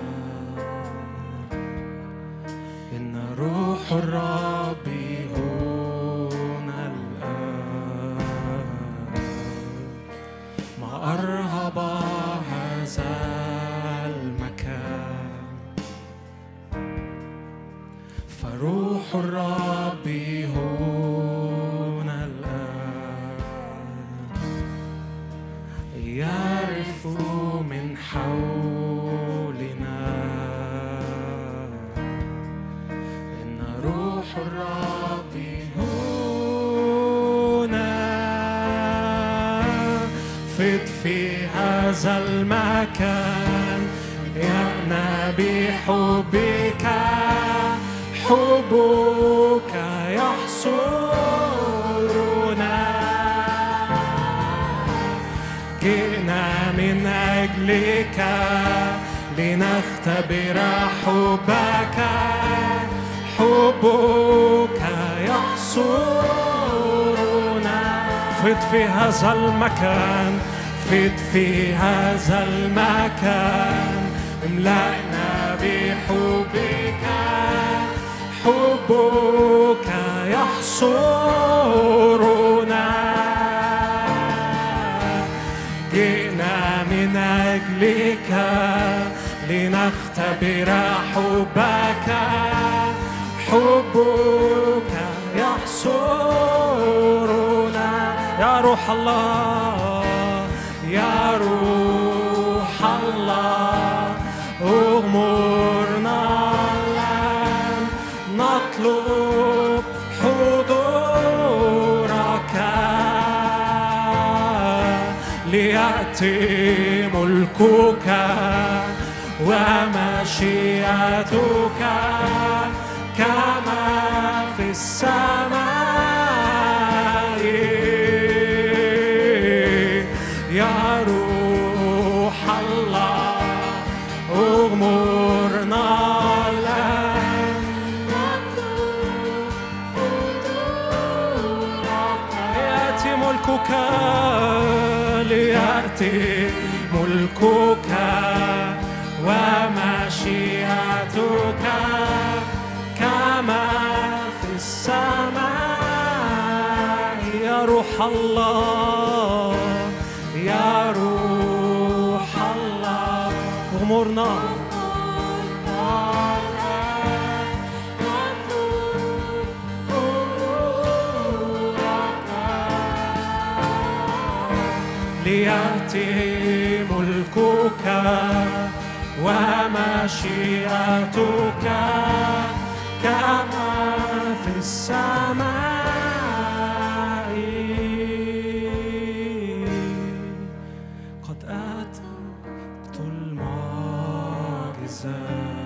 إن روح الرب هنا الآن. ما أرهب هذا المكان، فروح الرب ربي هنا الآن يعرف من حولنا إن روح الرب هنا فت في هذا المكان يأنا بحبك حبك يحصرنا جئنا من أجلك لنختبر حبك حبك يحصرنا فت في هذا المكان فت في هذا المكان املأنا بحبك حبك يحصرنا جئنا من أجلك لنختبر حبك حبك يحصرنا يا روح الله يا روح الله أغمرنا الآن نطلب حضورك ليأتي ملكك ومشيئتك كما في السماء يا روح الله أغمرنا الآن ليأتي ملكك ليأتي ملكك ومشيئتك كما في السماء يا روح الله يا روح الله أغمرنا ليأتي ملكك ومشيئتك كما في السماء قد أتت المعجزة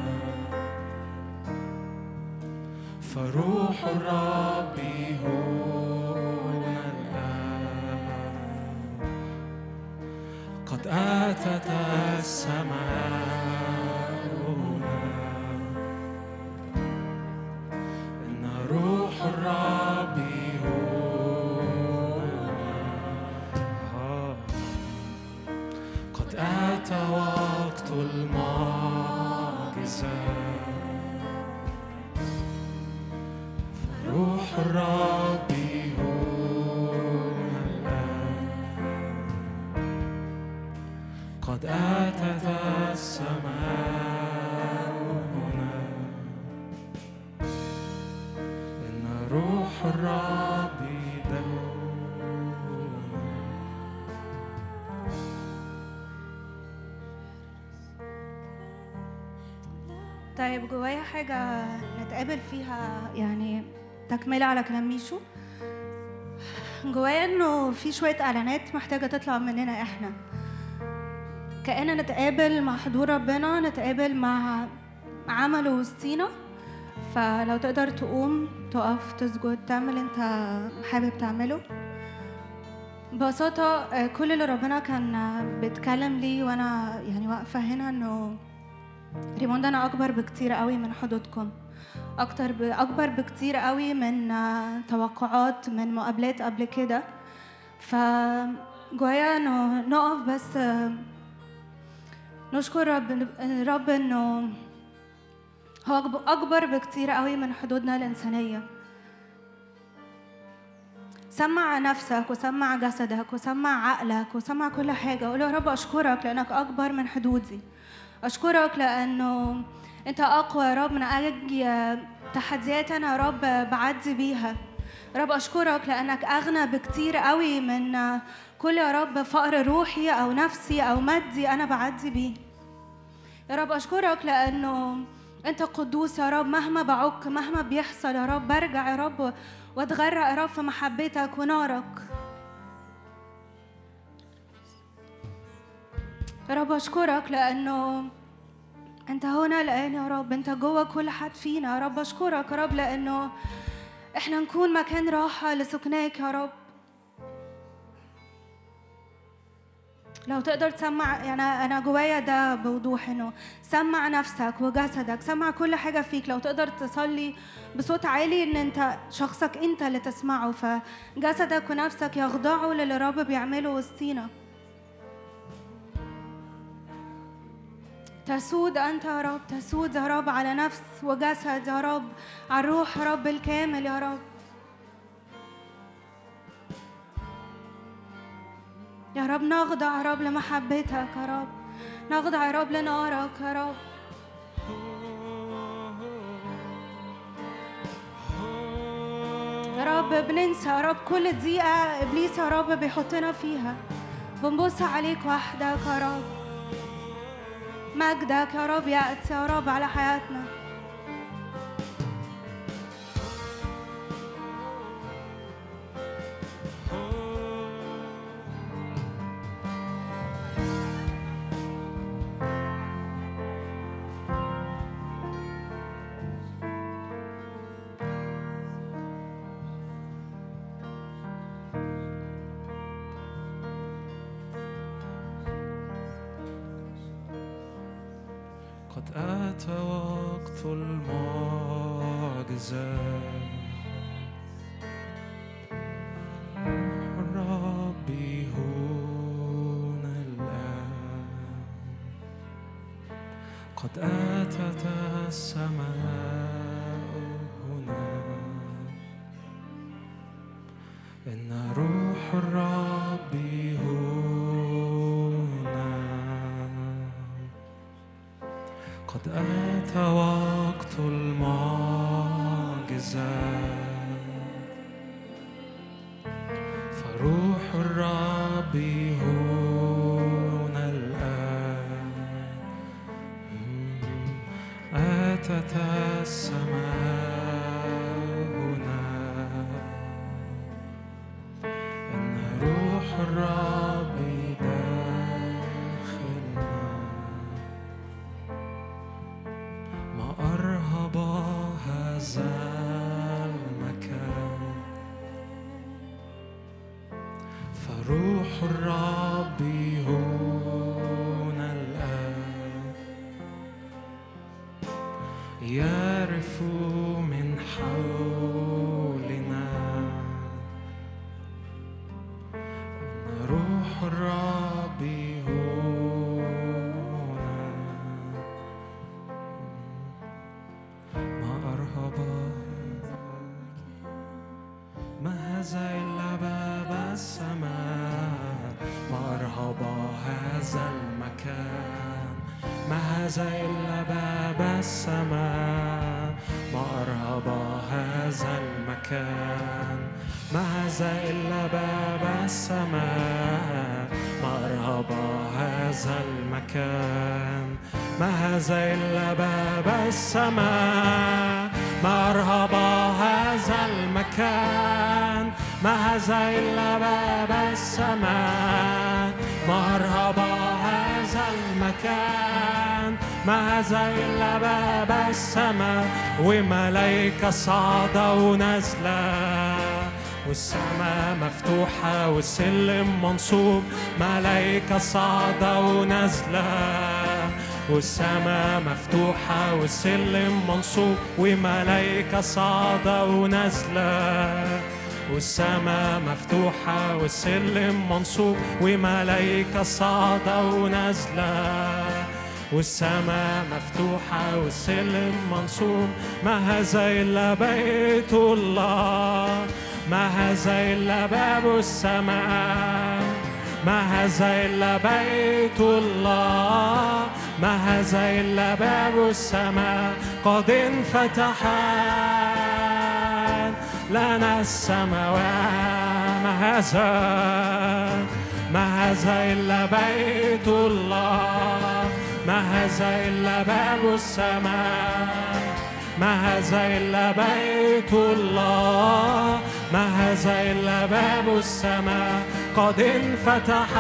فروح الرب هنا الآن قد أتت السماء هنا إن روح الرب هنا قد أتى وقت المعجزة فروح الرب هنا الآن قد أتت السماء هنا إن روح الرب دعونا طيب جوايا حاجة نتقابل فيها، يعني تكملة على كلام ميشو. جوايا إنه في شوية إعلانات محتاجة تطلع مننا إحنا كأننا نتقابل مع حضور ربنا، نتقابل مع عمله وسطينا. فلو تقدر تقوم تقف تسجد تعمل انت حابب تعمله ببساطة. كل اللي ربنا كان بيتكلم لي وانا يعني واقفة هنا انه ريموند انا اكبر بكتير قوي من حدودكم، اكتر ب... اكبر بكتير قوي من توقعات من مقابلات قبل كده. فجوايا انه نقف بس نشكر رب رب انه هو اكبر بكتير قوي من حدودنا الانسانيه. سمع نفسك وسمع جسدك وسمع عقلك وسمع كل حاجه، قول يا رب اشكرك لانك اكبر من حدودي، اشكرك لانه أنت أقوى يا رب من أي تحديات أنا يا رب بعدي بيها. يا رب أشكرك لأنك أغنى بكتير قوي من كل يا رب فقر روحي أو نفسي أو مادي أنا بعدي بيه. يا رب أشكرك لأنه أنت قدوس يا رب، مهما بعك مهما بيحصل يا رب برجع يا رب واتغرق يا رب في محبتك ونارك. يا رب أشكرك لأنه أنت هنا الآن يا رب، أنت جوه كل حد فينا. يا رب أشكرك يا رب لأنه إحنا نكون مكان راحة لسكناك يا رب. لو تقدر تسمع، يعني أنا جوايا ده بوضوح إنه سمع نفسك وجسدك، سمع كل حاجة فيك. لو تقدر تصلي بصوت عالي إن أنت شخصك أنت اللي تسمعه، فجسدك ونفسك يخضعوا للي الرب بيعمله وسطينا. تسود أنت يا رب، تسود يا رب على نفس وجسد يا رب، على الروح يا رب الكامل يا رب. يا رب نخضع يا رب لمحبتك يا رب، نخضع يا رب لنارك يا رب. يا رب بننسى يا رب كل دقيقة إبليس يا رب بيحطنا فيها، بنبص عليك وحدك يا رب. مجدك يا رب يأتي يا رب على حياتنا. قد أتى وقت المعجزة، روح الرب هنا الآن. قد أتت السماء هنا، إن روح الرب هنا. قد أتى وقت المعجزة، فروح الرب هنا الآن. أتت السماء هنا، إن روح الرب داخلنا. ما أرهب هذا المكان، فروح الرب هنا الآن. يعرف من حولنا أن روح الرب هنا. ما أرهب، ما هذا إلا باب السماء. ما أرهب هذا المكان، ما هذا إلا باب السماء. ما أرهب هذا المكان، ما هذا إلا باب السماء. ما أرهب هذا المكان، ما هذا إلا باب السماء. ما أرهب هذا المكان، ما هذا إلا باب السماء. ما أرهب هذا المكان، ما هذا إلا باب السماء. وملايكة صاعدة ونازلة، والسماء مفتوحة والسلم منصوب. ملايكة صاعدة ونازلة، والسماء مفتوحة والسلم منصوب. وملايكة صاعدة ونازلة، والسماء مفتوحة والسلم منصوب. وملايكة صاعدة ونازلة، والسماء مفتوحة والسلم منصوب. ما هذا إلا بيت الله، ما هذا إلا باب السماء. ما هذا إلا بيت الله، ما هذا إلا باب السماء قد انفتحت لنا السماوات. ما هذا ما هذا إلا بيت الله، ما هذا إلا باب السماء، ما هذا إلا بيت الله، ما هذا إلا باب السماء قد انفتحت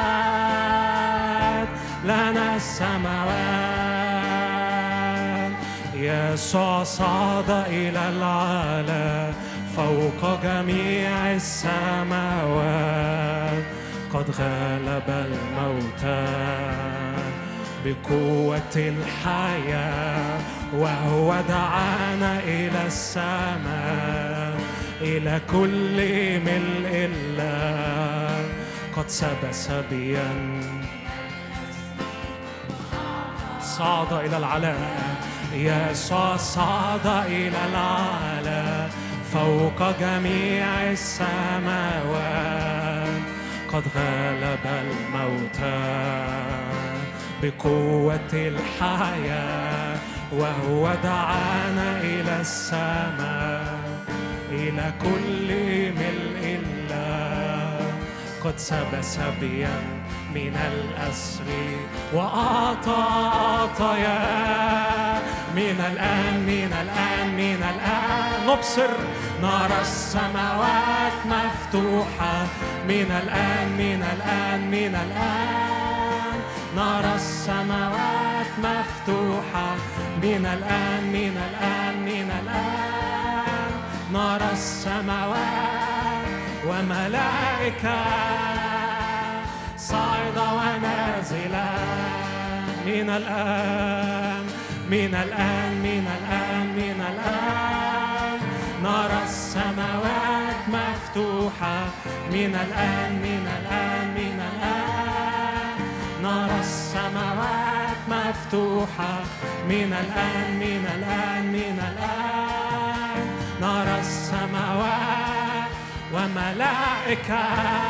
لنا السماوات. يسوع صعد إلى العلا فوق جميع السماوات، قد غلب الموتى بقوة الحياة، وهو دعانا إلى السماء إلى كل ملء الله. قد سبى سبيا صعد إلى العلاء، يسوع صعد إلى العلا فوق جميع السماوات، قد غلب الموتى بقوة الحياة، وهو دعانا إلى السماء إلى كل ملء الله. قد سبى سبيا من الأسر وأعطى عطايا، من الآن من الآن من الآن نبصر نرى السماوات مفتوحة، من الآن من الآن من الآن نرى السماوات مفتوحة، من الآن من الآن من الآن نرى السماوات وملائكة صاعدة ونازلة، من الآن من الآن من الآن من الآن نرى السماوات مفتوحة، من الآن من الآن من الآن نرى السماوات مفتوحة، من الآن من الآن من الآن نرى السماوات وملائكة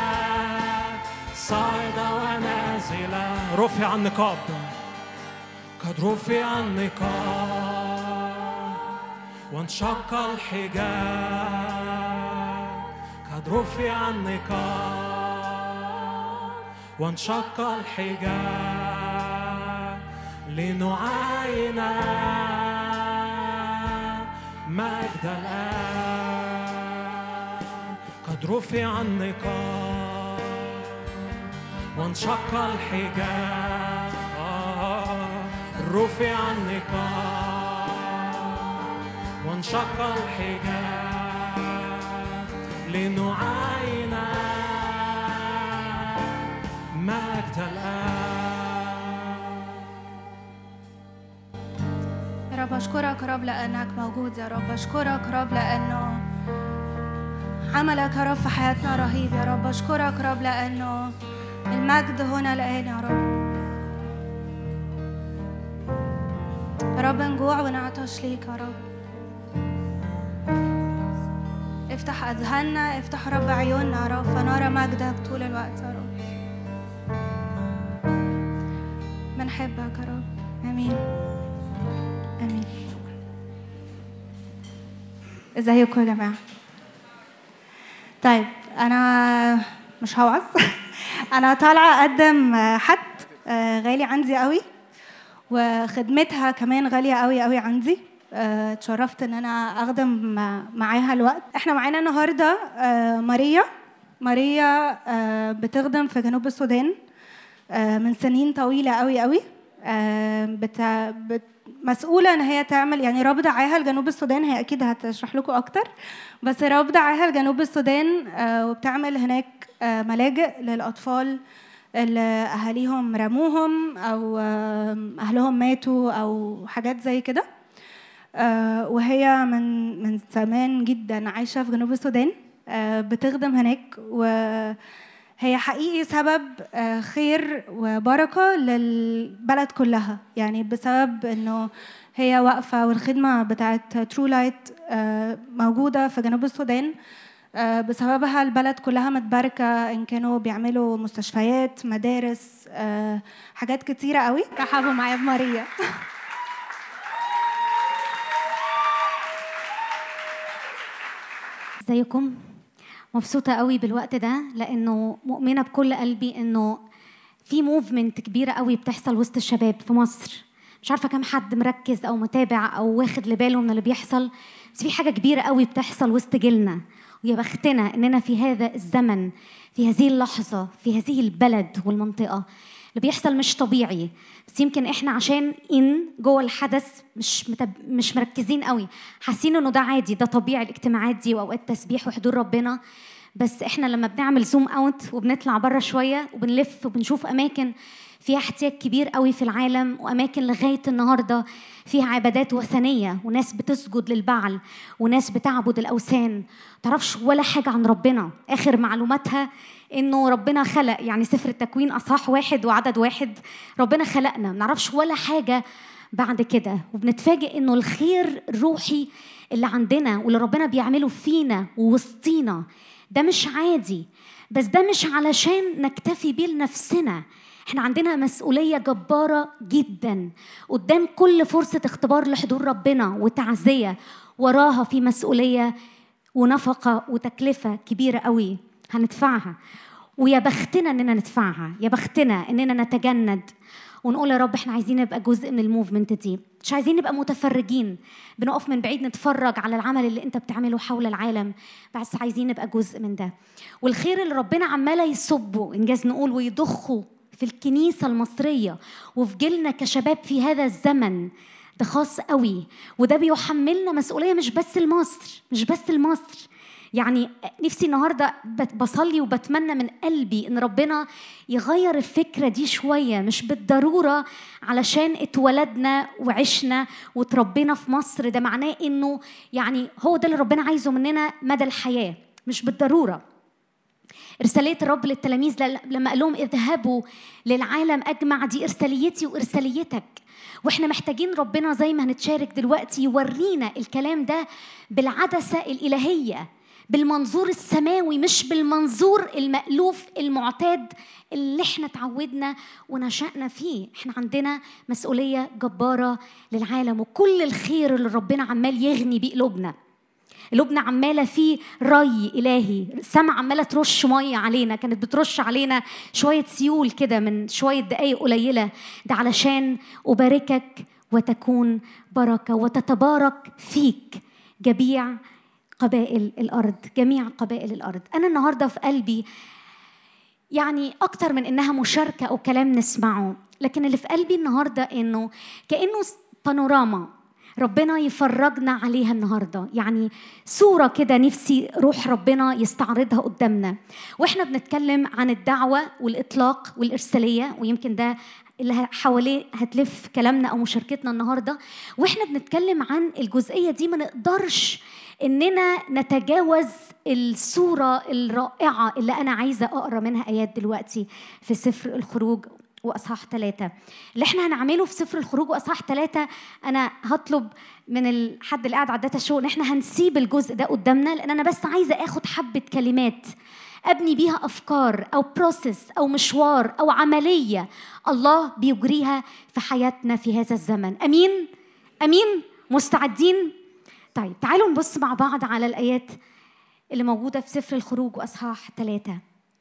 صاعدة ونازلة. رفع النقاب، قد رفع النقاب وانشق الحجاب، قد رفع النقاب وانشق الحجاب لنعاين مجد الآب. قد رفع النقاب وانشق الحجاب، رفع النقاب وانشق الحجاب لنعاين مجد الآب. يا رب أشكرك يا رب لأنك موجود، يا رب أشكرك يا رب لأنه عملك يا رب في حياتنا رهيب، يا رب أشكرك يا رب لأنه المجد هنا الآن يا رب. يا رب نجوع ونعطش ليك يا رب. افتح أذهاننا، افتح رب عيوننا يا رب فنرى مجدك طول الوقت يا رب. بنحبك يا رب. آمين آمين. ازيكم يا جماعة؟ طيب أنا مش هوعظ أنا طالعة أقدم حد غالي عندي قوي، وخدمتها كمان غالية قوي قوي عندي. اتشرفت ان انا اخدم معاها الوقت. احنا معانا النهارده ماريا. ماريا بتخدم في جنوب السودان من سنين طويلة قوي قوي. مسؤولة ان هي تعمل يعني رب دعاها لجنوب السودان، هي اكيد هتشرح لكم اكتر، بس رب دعاها لجنوب السودان وبتعمل هناك ملاجئ للاطفال اللي أهاليهم رموهم أو أهلهم ماتوا أو حاجات زي كده. وهي من من زمان جدا عايشة في جنوب السودان بتخدم هناك، وهي حقيقي سبب خير وبركة للبلد كلها، يعني بسبب إنه هي واقفة والخدمة بتاعت ترو لايت موجودة في جنوب السودان. آه، بسببها البلد كلها متباركة، إن كانوا بيعملوا مستشفيات، مدارس، آه، حاجات كتيرة قوي. رحبوا معايا بماريا. ازيكم؟ مبسوطة قوي بالوقت ده، لأنه مؤمنة بكل قلبي إنه في موفمنت كبيرة قوي بتحصل وسط الشباب في مصر. مش عارفة كم حد مركز أو متابع أو واخد لباله من اللي بيحصل، بس في حاجة كبيرة قوي بتحصل وسط جيلنا، ويا بختنا إننا في هذا الزمن، في هذه اللحظة، في هذه البلد والمنطقة. اللي بيحصل مش طبيعي، بس يمكن إحنا عشان إن جوه الحدث مش متب... مش مركزين قوي، حاسين إنه ده عادي، ده طبيعي، الاجتماعات دي وأوقات تسبيح وحضور ربنا. بس إحنا لما بنعمل زوم أوت وبنطلع بره شوية وبنلف وبنشوف أماكن فيها احتياج كبير قوي في العالم، وأماكن لغاية النهاردة فيها عبادات وثنية، وناس بتسجد للبعل، وناس بتعبد الأوثان، تعرفش ولا حاجة عن ربنا. آخر معلوماتها إنه ربنا خلق، يعني سفر التكوين أصحاح واحد وعدد واحد، ربنا خلقنا، منعرفش ولا حاجة بعد كده. وبنتفاجئ إنه الخير الروحي اللي عندنا واللي ربنا بيعمله فينا ووسطينا ده مش عادي. بس ده مش علشان نكتفي بيه لنفسنا، احنا عندنا مسؤولية جبارة جدا قدام كل فرصة اختبار لحضور ربنا وتعزية، وراها في مسؤولية ونفقة وتكلفة كبيرة قوي هندفعها، ويا بختنا اننا ندفعها، يا بختنا اننا نتجند ونقول يا رب احنا عايزين نبقى جزء من الموفمنت دي، مش عايزين نبقى متفرجين بنقف من بعيد نتفرج على العمل اللي انت بتعمله حول العالم، بس عايزين نبقى جزء من ده. والخير اللي ربنا عماله يصبه، انجاز نقول ويضخه في الكنيسة المصرية وفي جيلنا كشباب في هذا الزمن ده خاص قوي، وده بيحملنا مسؤولية مش بس لمصر، مش بس لمصر. يعني نفسي النهاردة بصلي وبتمنى من قلبي إن ربنا يغير الفكرة دي شوية، مش بالضرورة علشان اتولدنا وعشنا وتربينا في مصر ده معناه إنه يعني هو ده اللي ربنا عايزه مننا مدى الحياة، مش بالضرورة. إرسالية الرب للتلاميذ لما قال لهم اذهبوا للعالم أجمع، دي إرساليتي وإرساليتك، وإحنا محتاجين ربنا زي ما هنتشارك دلوقتي يورينا الكلام ده بالعدسة الإلهية، بالمنظور السماوي، مش بالمنظور المألوف المعتاد اللي احنا تعودنا ونشأنا فيه. احنا عندنا مسؤولية جبارة للعالم، وكل الخير اللي ربنا عمال يغني بيه قلوبنا، قلوبنا عمالة فيه ري إلهي، السماء عمالة ترش مية علينا، كانت بترش علينا شوية سيول كده من شوية دقايق قليلة، ده علشان أباركك وتكون بركة وتتبارك فيك جميع قبائل الأرض، جميع قبائل الأرض. أنا النهاردة في قلبي يعني أكتر من إنها مشاركة أو كلام نسمعه، لكن اللي في قلبي النهاردة إنه كأنه بانوراما ربنا يفرجنا عليها النهاردة، يعني صورة كده نفسي روح ربنا يستعرضها قدامنا وإحنا بنتكلم عن الدعوة والإطلاق والإرسالية، ويمكن ده اللي حواليه هتلف كلامنا أو مشاركتنا النهاردة. وإحنا بنتكلم عن الجزئية دي ما نقدرش إننا نتجاوز الصورة الرائعة اللي أنا عايزة أقرأ منها آيات دلوقتي في سفر الخروج وأصحاح ثلاثة. اللي احنا هنعمله في سفر الخروج وأصحاح ثلاثة، أنا هطلب من الحد اللي قاعد على الداتا شو إن احنا هنسيب الجزء ده قدامنا، لأن أنا بس عايزة أخد حبة كلمات أبني بيها أفكار أو بروسيس أو مشوار أو عملية الله بيجريها في حياتنا في هذا الزمن. أمين؟ أمين؟ مستعدين؟ طيب تعالوا نبص مع بعض على الآيات اللي موجودة في سفر الخروج وأصحاح ثلاثة.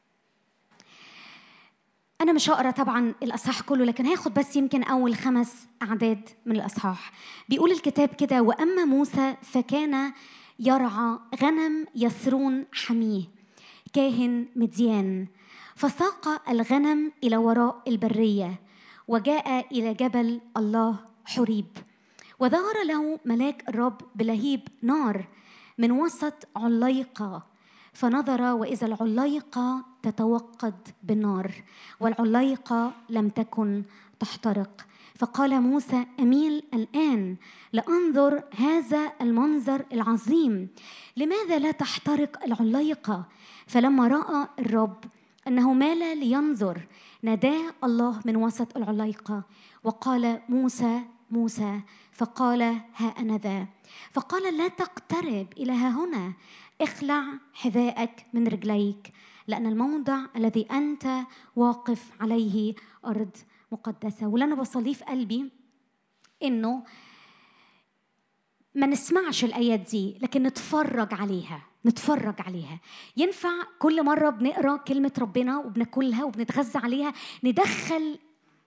أنا مش هقرأ طبعاً الأصحاح كله، لكن هاخد بس يمكن أول خمس أعداد من الأصحاح. بيقول الكتاب كده: وأما موسى فكان يرعى غنم يثرون حميه كاهن مديان، فساق الغنم إلى وراء البرية وجاء إلى جبل الله حريب، وظهر له ملاك الرب بلهيب نار من وسط عليقة، فنظر وإذا العليقة تتوقد بالنار والعليقة لم تكن تحترق، فقال موسى: أميل الآن لأنظر هذا المنظر العظيم، لماذا لا تحترق العليقة؟ فلما رأى الرب أنه مال لينظر ناداه الله من وسط العليقة وقال: موسى موسى، فقال: ها أنا ذا. فقال: لا تقترب إلى ها هنا، اخلع حذائك من رجليك، لأن الموضع الذي أنت واقف عليه أرض مقدسة. واللي أنا بصليه في قلبي إنه ما نسمعش الآيات دي، لكن نتفرج عليها، نتفرج عليها. ينفع كل مرة بنقرأ كلمة ربنا وبناكلها وبنتغذى عليها ندخل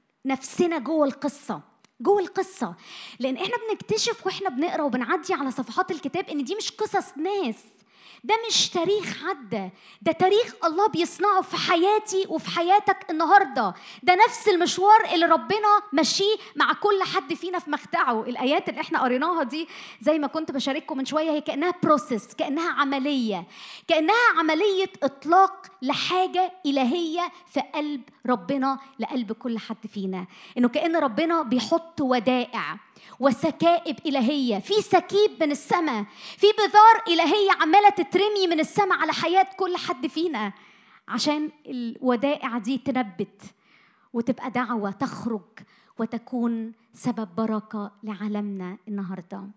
نفسنا جوه القصة، جوه القصة، لأن إحنا بنكتشف وإحنا بنقرأ وبنعدي على صفحات الكتاب إن دي مش قصص ناس، ده مش تاريخ حد، ده تاريخ الله بيصنعه في حياتي وفي حياتك النهاردة. ده نفس المشوار اللي ربنا ماشيه مع كل حد فينا في مخدعه. الآيات اللي احنا قريناها دي زي ما كنت بشارككم من شوية هي كأنها بروسيس، كأنها عملية، كأنها عملية إطلاق لحاجة إلهية في قلب ربنا لقلب كل حد فينا. إنه كأن ربنا بيحط ودائع وسكائب إلهية، في سكيب من السماء، في بذار إلهية عمالة تترمي من السماء على حياة كل حد فينا، عشان الودائع دي تنبت وتبقى دعوة تخرج وتكون سبب بركة لعالمنا النهاردة.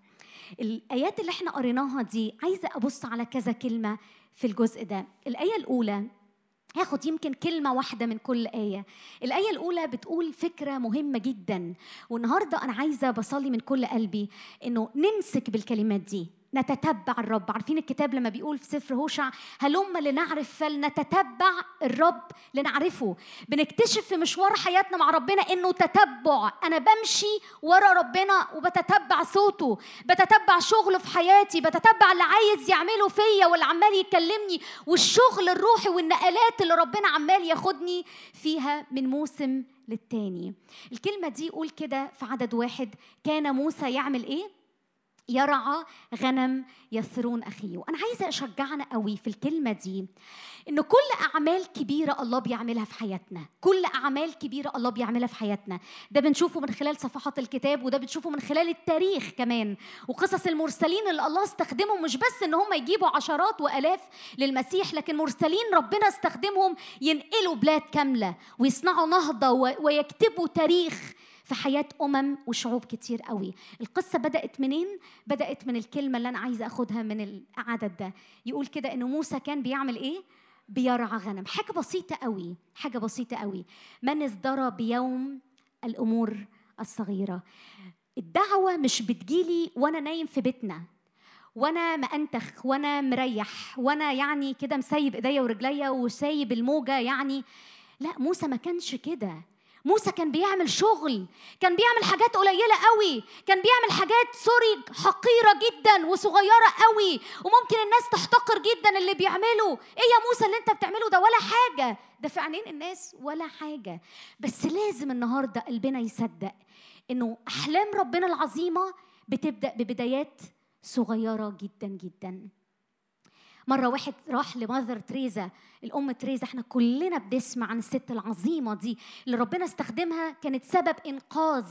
الآيات اللي احنا قريناها دي عايزة أبص على كذا كلمة في الجزء ده. الآية الأولى هاخد يمكن كلمة واحدة من كل آية. الآية الأولى بتقول فكرة مهمة جدا، والنهاردة أنا عايزة بصلي من كل قلبي إنه نمسك بالكلمات دي، نتتبع الرب. عارفين الكتاب لما بيقول في سفر هوشع هلم لنعرف فلنتتبع الرب لنعرفه. بنكتشف في مشوار حياتنا مع ربنا إنه تتبع، أنا بمشي ورا ربنا وبتتبع صوته، بتتبع شغله في حياتي، بتتبع اللي عايز يعمله فيا واللي عمال يكلمني، والشغل الروحي والنقلات اللي ربنا عمال ياخدني فيها من موسم للتاني. الكلمة دي يقول كده في عدد واحد، كان موسى يعمل إيه؟ يرعى غنم يسرون أخيه. وأنا عايزة أشجعنا قوي في الكلمة دي إنه كل أعمال كبيرة الله بيعملها في حياتنا، كل أعمال كبيرة الله بيعملها في حياتنا، ده بنشوفه من خلال صفحات الكتاب، وده بنشوفه من خلال التاريخ كمان، وقصص المرسلين اللي الله استخدمهم مش بس إن هم يجيبوا عشرات وآلاف للمسيح، لكن مرسلين ربنا استخدمهم ينقلوا بلاد كاملة ويصنعوا نهضة ويكتبوا تاريخ في حياة أمم وشعوب كتير قوي. القصة بدأت منين؟ بدأت من الكلمة اللي أنا عايزة أخدها من العدد ده. يقول كده إنه موسى كان بيعمل إيه؟ بيرعى غنم. حاجة بسيطة قوي، حاجة بسيطة قوي. من ازدرى بيوم الأمور الصغيرة. الدعوة مش بتجيلي وأنا نايم في بيتنا، وأنا مأنتخ، وأنا مريح، وأنا يعني كده مسيب إيديا ورجليا وسايب الموجة يعني. لا، موسى ما كانش كده. موسى كان بيعمل شغل، كان بيعمل حاجات قليلة قوي، كان بيعمل حاجات سوري حقيرة جدا وصغيرة قوي، وممكن الناس تحتقر جدا اللي بيعمله. ايه يا موسى اللي انت بتعمله ده؟ ولا حاجة، ده في عينين الناس ولا حاجة. بس لازم النهاردة قلبنا يصدق انه احلام ربنا العظيمة بتبدأ ببدايات صغيرة جدا جدا. مرة واحد راح لماذر تريزا، الأم تريزا، احنا كلنا بنسمع عن الست العظيمة دي اللي ربنا استخدمها، كانت سبب إنقاذ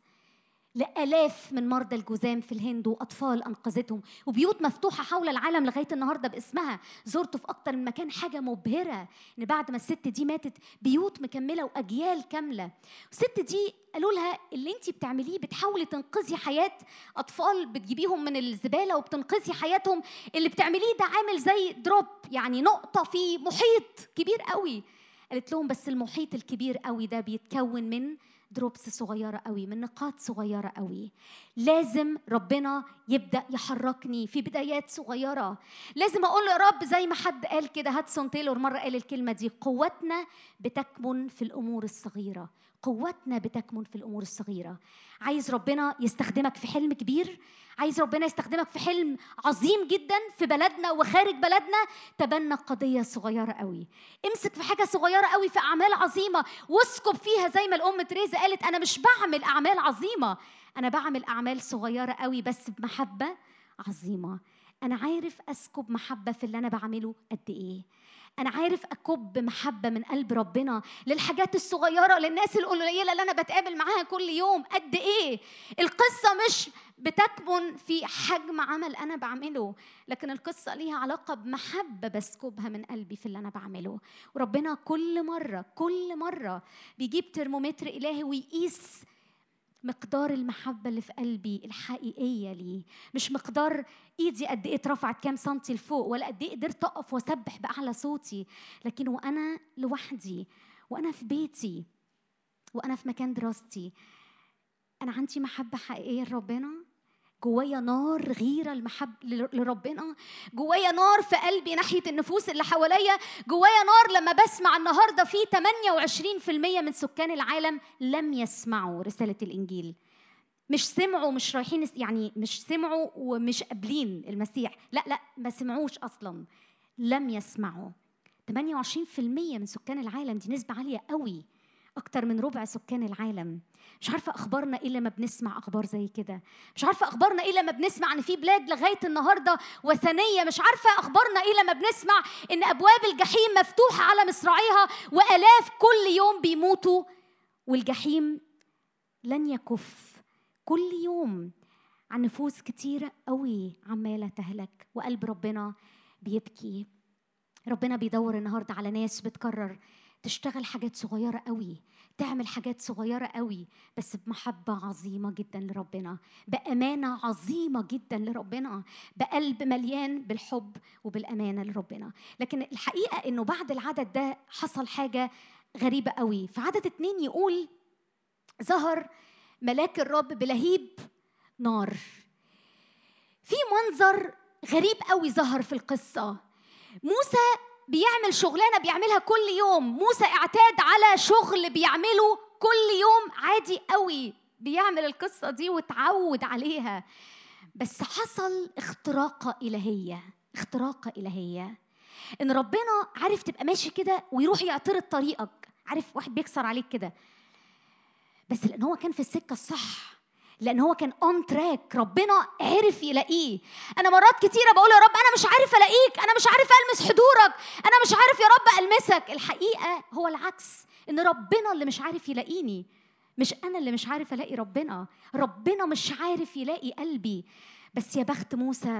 لآلاف من مرضى الجذام في الهند، وأطفال أنقذتهم، وبيوت مفتوحة حول العالم لغاية النهاردة باسمها. زرته في أكتر من مكان. حاجة مبهرة إن بعد ما الست دي ماتت بيوت مكملة وأجيال كاملة. الست دي قالوا لها اللي انتي بتعمليه بتحاولي تنقذي حياة أطفال، بتجيبيهم من الزبالة وبتنقذي حياتهم، اللي بتعمليه ده عامل زي دروب، يعني نقطة في محيط كبير قوي. قالت لهم بس المحيط الكبير قوي ده بيتكون من دروبس صغيرة قوي، من نقاط صغيرة قوي. لازم ربنا يبدأ يحركني في بدايات صغيرة. لازم أقول يا رب زي ما حد قال كده، هاتسون تايلور مرة قال الكلمة دي، قوتنا بتكمن في الأمور الصغيرة. قوتنا بتكمن في الأمور الصغيرة. عايز ربنا يستخدمك في حلم كبير، عايز ربنا يستخدمك في حلم عظيم جدا في بلدنا وخارج بلدنا، تبنى قضية صغيرة قوي، امسك في حاجة صغيرة قوي في أعمال عظيمة واسكب فيها. زي ما الأم تريزا قالت، أنا مش بعمل أعمال عظيمة، أنا بعمل أعمال صغيرة قوي بس بمحبة عظيمة. أنا عارف أسكب محبة في اللي أنا بعمله قد إيه. أنا عارف أكب محبة من قلب ربنا للحاجات الصغيرة، للناس القليلة اللي أنا بتقابل معاها كل يوم قد إيه. القصة مش بتكمن في حجم عمل أنا بعمله، لكن القصة ليها علاقة بمحبة بسكبها من قلبي في اللي أنا بعمله. وربنا كل مرة كل مرة بيجيب ترمومتر إلهي ويقيس مقدار المحبة اللي في قلبي الحقيقية ليه، مش مقدار إيدي قد إيه اترفعت كام سنتي لفوق، ولا قد إيه قدرت أقف وأسبح بأعلى صوتي، لكن وأنا لوحدي، وأنا في بيتي، وأنا في مكان دراستي، أنا عندي محبة حقيقية لربنا. جوايا نار غيرة المحب لربنا، جوايا نار في قلبي ناحية النفوس اللي حواليا، جوايا نار لما بسمع النهاردة في ثمانية وعشرين بالمئة من سكان العالم لم يسمعوا رسالة الإنجيل. مش سمعوا، مش رايحين، يعني مش سمعوا ومش قابلين المسيح، لا لا ما سمعوش أصلا، لم يسمعوا. ثمانية وعشرين بالمئة من سكان العالم، دي نسبة عالية قوي، أكتر من ربع سكان العالم. مش عارفة أخبارنا إيه لما بنسمع أخبار زي كده، مش عارفة أخبارنا إيه لما بنسمع إن في بلاد لغاية النهاردة وثنية، مش عارفة أخبارنا إيه لما بنسمع إن أبواب الجحيم مفتوحة على مصراعيها وآلاف كل يوم بيموتوا والجحيم لن يكف. كل يوم عن نفوس كتيرة قوي عمالة تهلك وقلب ربنا بيبكي. ربنا بيدور النهاردة على ناس بتكرر تشتغل حاجات صغيرة قوي، تعمل حاجات صغيرة قوي، بس بمحبة عظيمة جدا لربنا، بأمانة عظيمة جدا لربنا، بقلب مليان بالحب وبالأمانة لربنا. لكن الحقيقة إنه بعد العدد ده حصل حاجة غريبة قوي. في عدد اتنين يقول ظهر ملاك الرب بلهيب نار. في منظر غريب قوي ظهر في القصة. موسى بيعمل شغلانة بيعملها كل يوم، موسى اعتاد على شغل بيعمله كل يوم عادي قوي، بيعمل القصة دي وتعود عليها. بس حصل اختراقة إلهية، اختراقة إلهية، إن ربنا عارف تبقى ماشي كده ويروح يعترض طريقك، عارف واحد بيكسر عليك كده، بس لأن هو كان في السكة الصح، لأن هو كان on track، ربنا عرف يلاقيه. أنا مرات كتيرة بقول يا رب أنا مش عارف ألاقيك، أنا مش عارف ألمس حضورك، أنا مش عارف يا رب ألمسك. الحقيقة هو العكس، إن ربنا اللي مش عارف يلاقيني، مش أنا اللي مش عارف ألاقي ربنا. ربنا مش عارف يلاقي قلبي. بس يا بخت موسى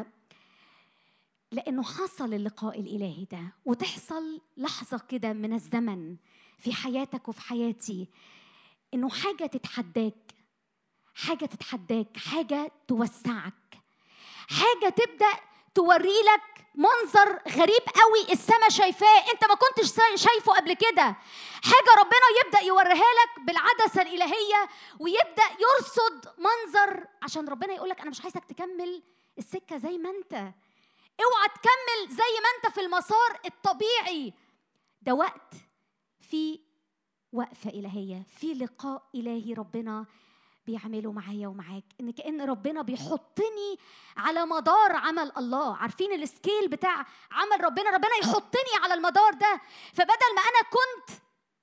لأنه حصل اللقاء الإلهي ده، وتحصل لحظة كده من الزمن في حياتك وفي حياتي، إنه حاجة تتحداك، حاجة تتحداك، حاجة توسعك، حاجة تبدأ توري لك منظر غريب قوي السماء شايفاه انت ما كنتش شايفه قبل كده. حاجة ربنا يبدأ يوريها لك بالعدسة الإلهية، ويبدأ يرصد منظر عشان ربنا يقولك أنا مش عايزك تكمل السكة زي ما انت، اوعى تكمل زي ما انت في المسار الطبيعي ده. وقت في وقفة إلهية، في لقاء إلهي ربنا بيعملوا معايا ومعاك، إن كأن ربنا بيحطني على مدار عمل الله. عارفين السكيل بتاع عمل ربنا، ربنا يحطني على المدار ده. فبدل ما أنا كنت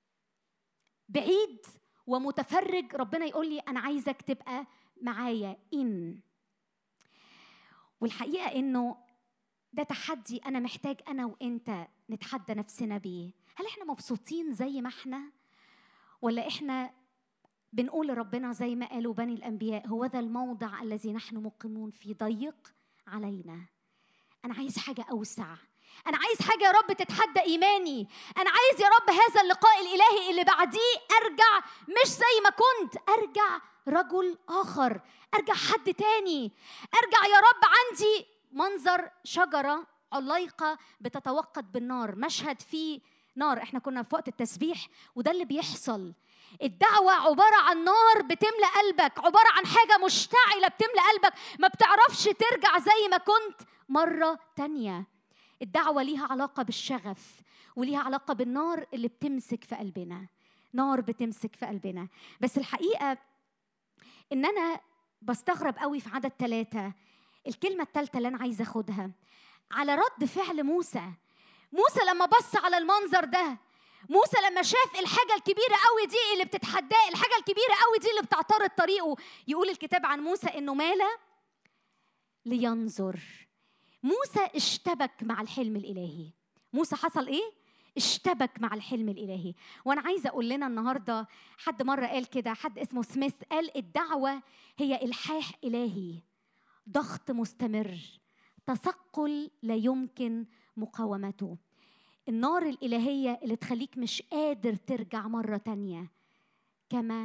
بعيد ومتفرج، ربنا يقول لي أنا عايزك تبقى معايا إن. والحقيقة إنه ده تحدي أنا محتاج أنا وإنت نتحدى نفسنا بيه. هل إحنا مبسوطين زي ما إحنا، ولا إحنا بنقول لربنا زي ما قالوا بني الأنبياء هو ذا الموضع الذي نحن مقيمون فيه ضيق علينا؟ أنا عايز حاجة أوسع، أنا عايز حاجة يا رب تتحدى إيماني، أنا عايز يا رب هذا اللقاء الإلهي اللي بعديه أرجع مش زي ما كنت، أرجع رجل آخر، أرجع حد تاني، أرجع يا رب عندي منظر شجرة عليقة بتتوقد بالنار، مشهد فيه نار. احنا كنا في وقت التسبيح وده اللي بيحصل. الدعوة عبارة عن نار بتملأ قلبك، عبارة عن حاجة مشتعلة بتملأ قلبك، ما بتعرفش ترجع زي ما كنت مرة تانية. الدعوة ليها علاقة بالشغف، وليها علاقة بالنار اللي بتمسك في قلبنا، نار بتمسك في قلبنا. بس الحقيقة إن أنا بستغرب قوي في عدد ثلاثة، الكلمة الثالثة اللي أنا عايزة أخدها على رد فعل موسى. موسى لما بص على المنظر ده، موسى لما شاف الحاجة الكبيرة قوي دي اللي بتتحداه، الحاجة الكبيرة قوي دي اللي بتعترض طريقه، يقول الكتاب عن موسى إنه مال لينظر. موسى اشتبك مع الحلم الإلهي. موسى حصل إيه؟ اشتبك مع الحلم الإلهي. وأنا عايزة أقول لنا النهاردة، حد مرة قال كده، حد اسمه سميث قال الدعوة هي إلحاح إلهي، ضغط مستمر، تثقل لا يمكن مقاومته. النار الإلهية اللي تخليك مش قادر ترجع مرة تانية كما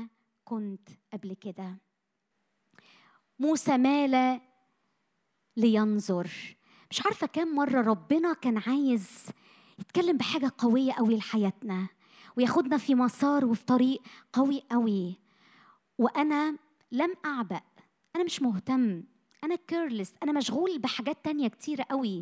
كنت قبل كده. موسى مال لينظر. مش عارفة كم مرة ربنا كان عايز يتكلم بحاجة قوية قوي لحياتنا وياخدنا في مسار وفي طريق قوي قوي، وأنا لم أعبأ، أنا مش مهتم، أنا كيرلس، أنا مشغول بحاجات تانية كتيرة قوي.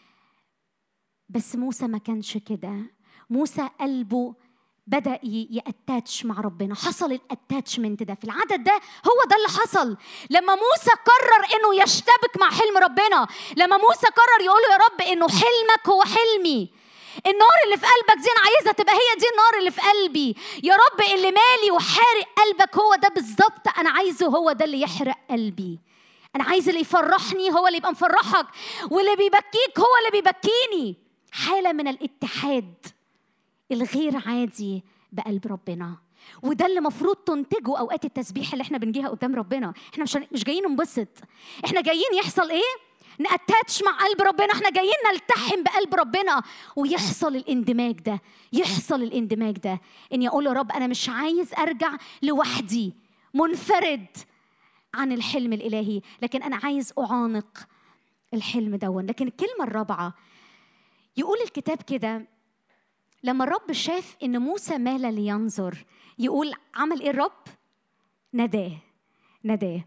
بس موسى ما كانش كده. موسى قلبه بدأ يأتاتش مع ربنا. حصل الأتاتشمنت ده في العدد ده، هو ده اللي حصل لما موسى قرر إنه يشتبك مع حلم ربنا. لما موسى قرر يقول له يا رب إنه حلمك هو حلمي، النار اللي في قلبك دي أنا عايزة تبقى هي دي النار اللي في قلبي يا رب، اللي مالي وحارق قلبك هو ده بالظبط أنا عايزه، هو ده اللي يحرق قلبي. أنا عايز اللي يفرحني هو اللي يبقى مفرحك، واللي بيبكيك هو اللي بيبكيني. حالة من الاتحاد الغير عادي بقلب ربنا، وده اللي مفروض تنتجه أوقات التسبيح اللي احنا بنجيها قدام ربنا. احنا مش مش جايين ننبسط، احنا جايين يحصل ايه؟ نأتاتش مع قلب ربنا، احنا جايين نلتحم بقلب ربنا ويحصل الاندماج ده. يحصل الاندماج ده اني اقول يا رب انا مش عايز ارجع لوحدي منفرد عن الحلم الالهي، لكن انا عايز اعانق الحلم دون. لكن الكلمه الرابعه يقول الكتاب كده، لما الرب شاف ان موسى مال لينظر، يقول عمل ايه الرب؟ نداه نداه.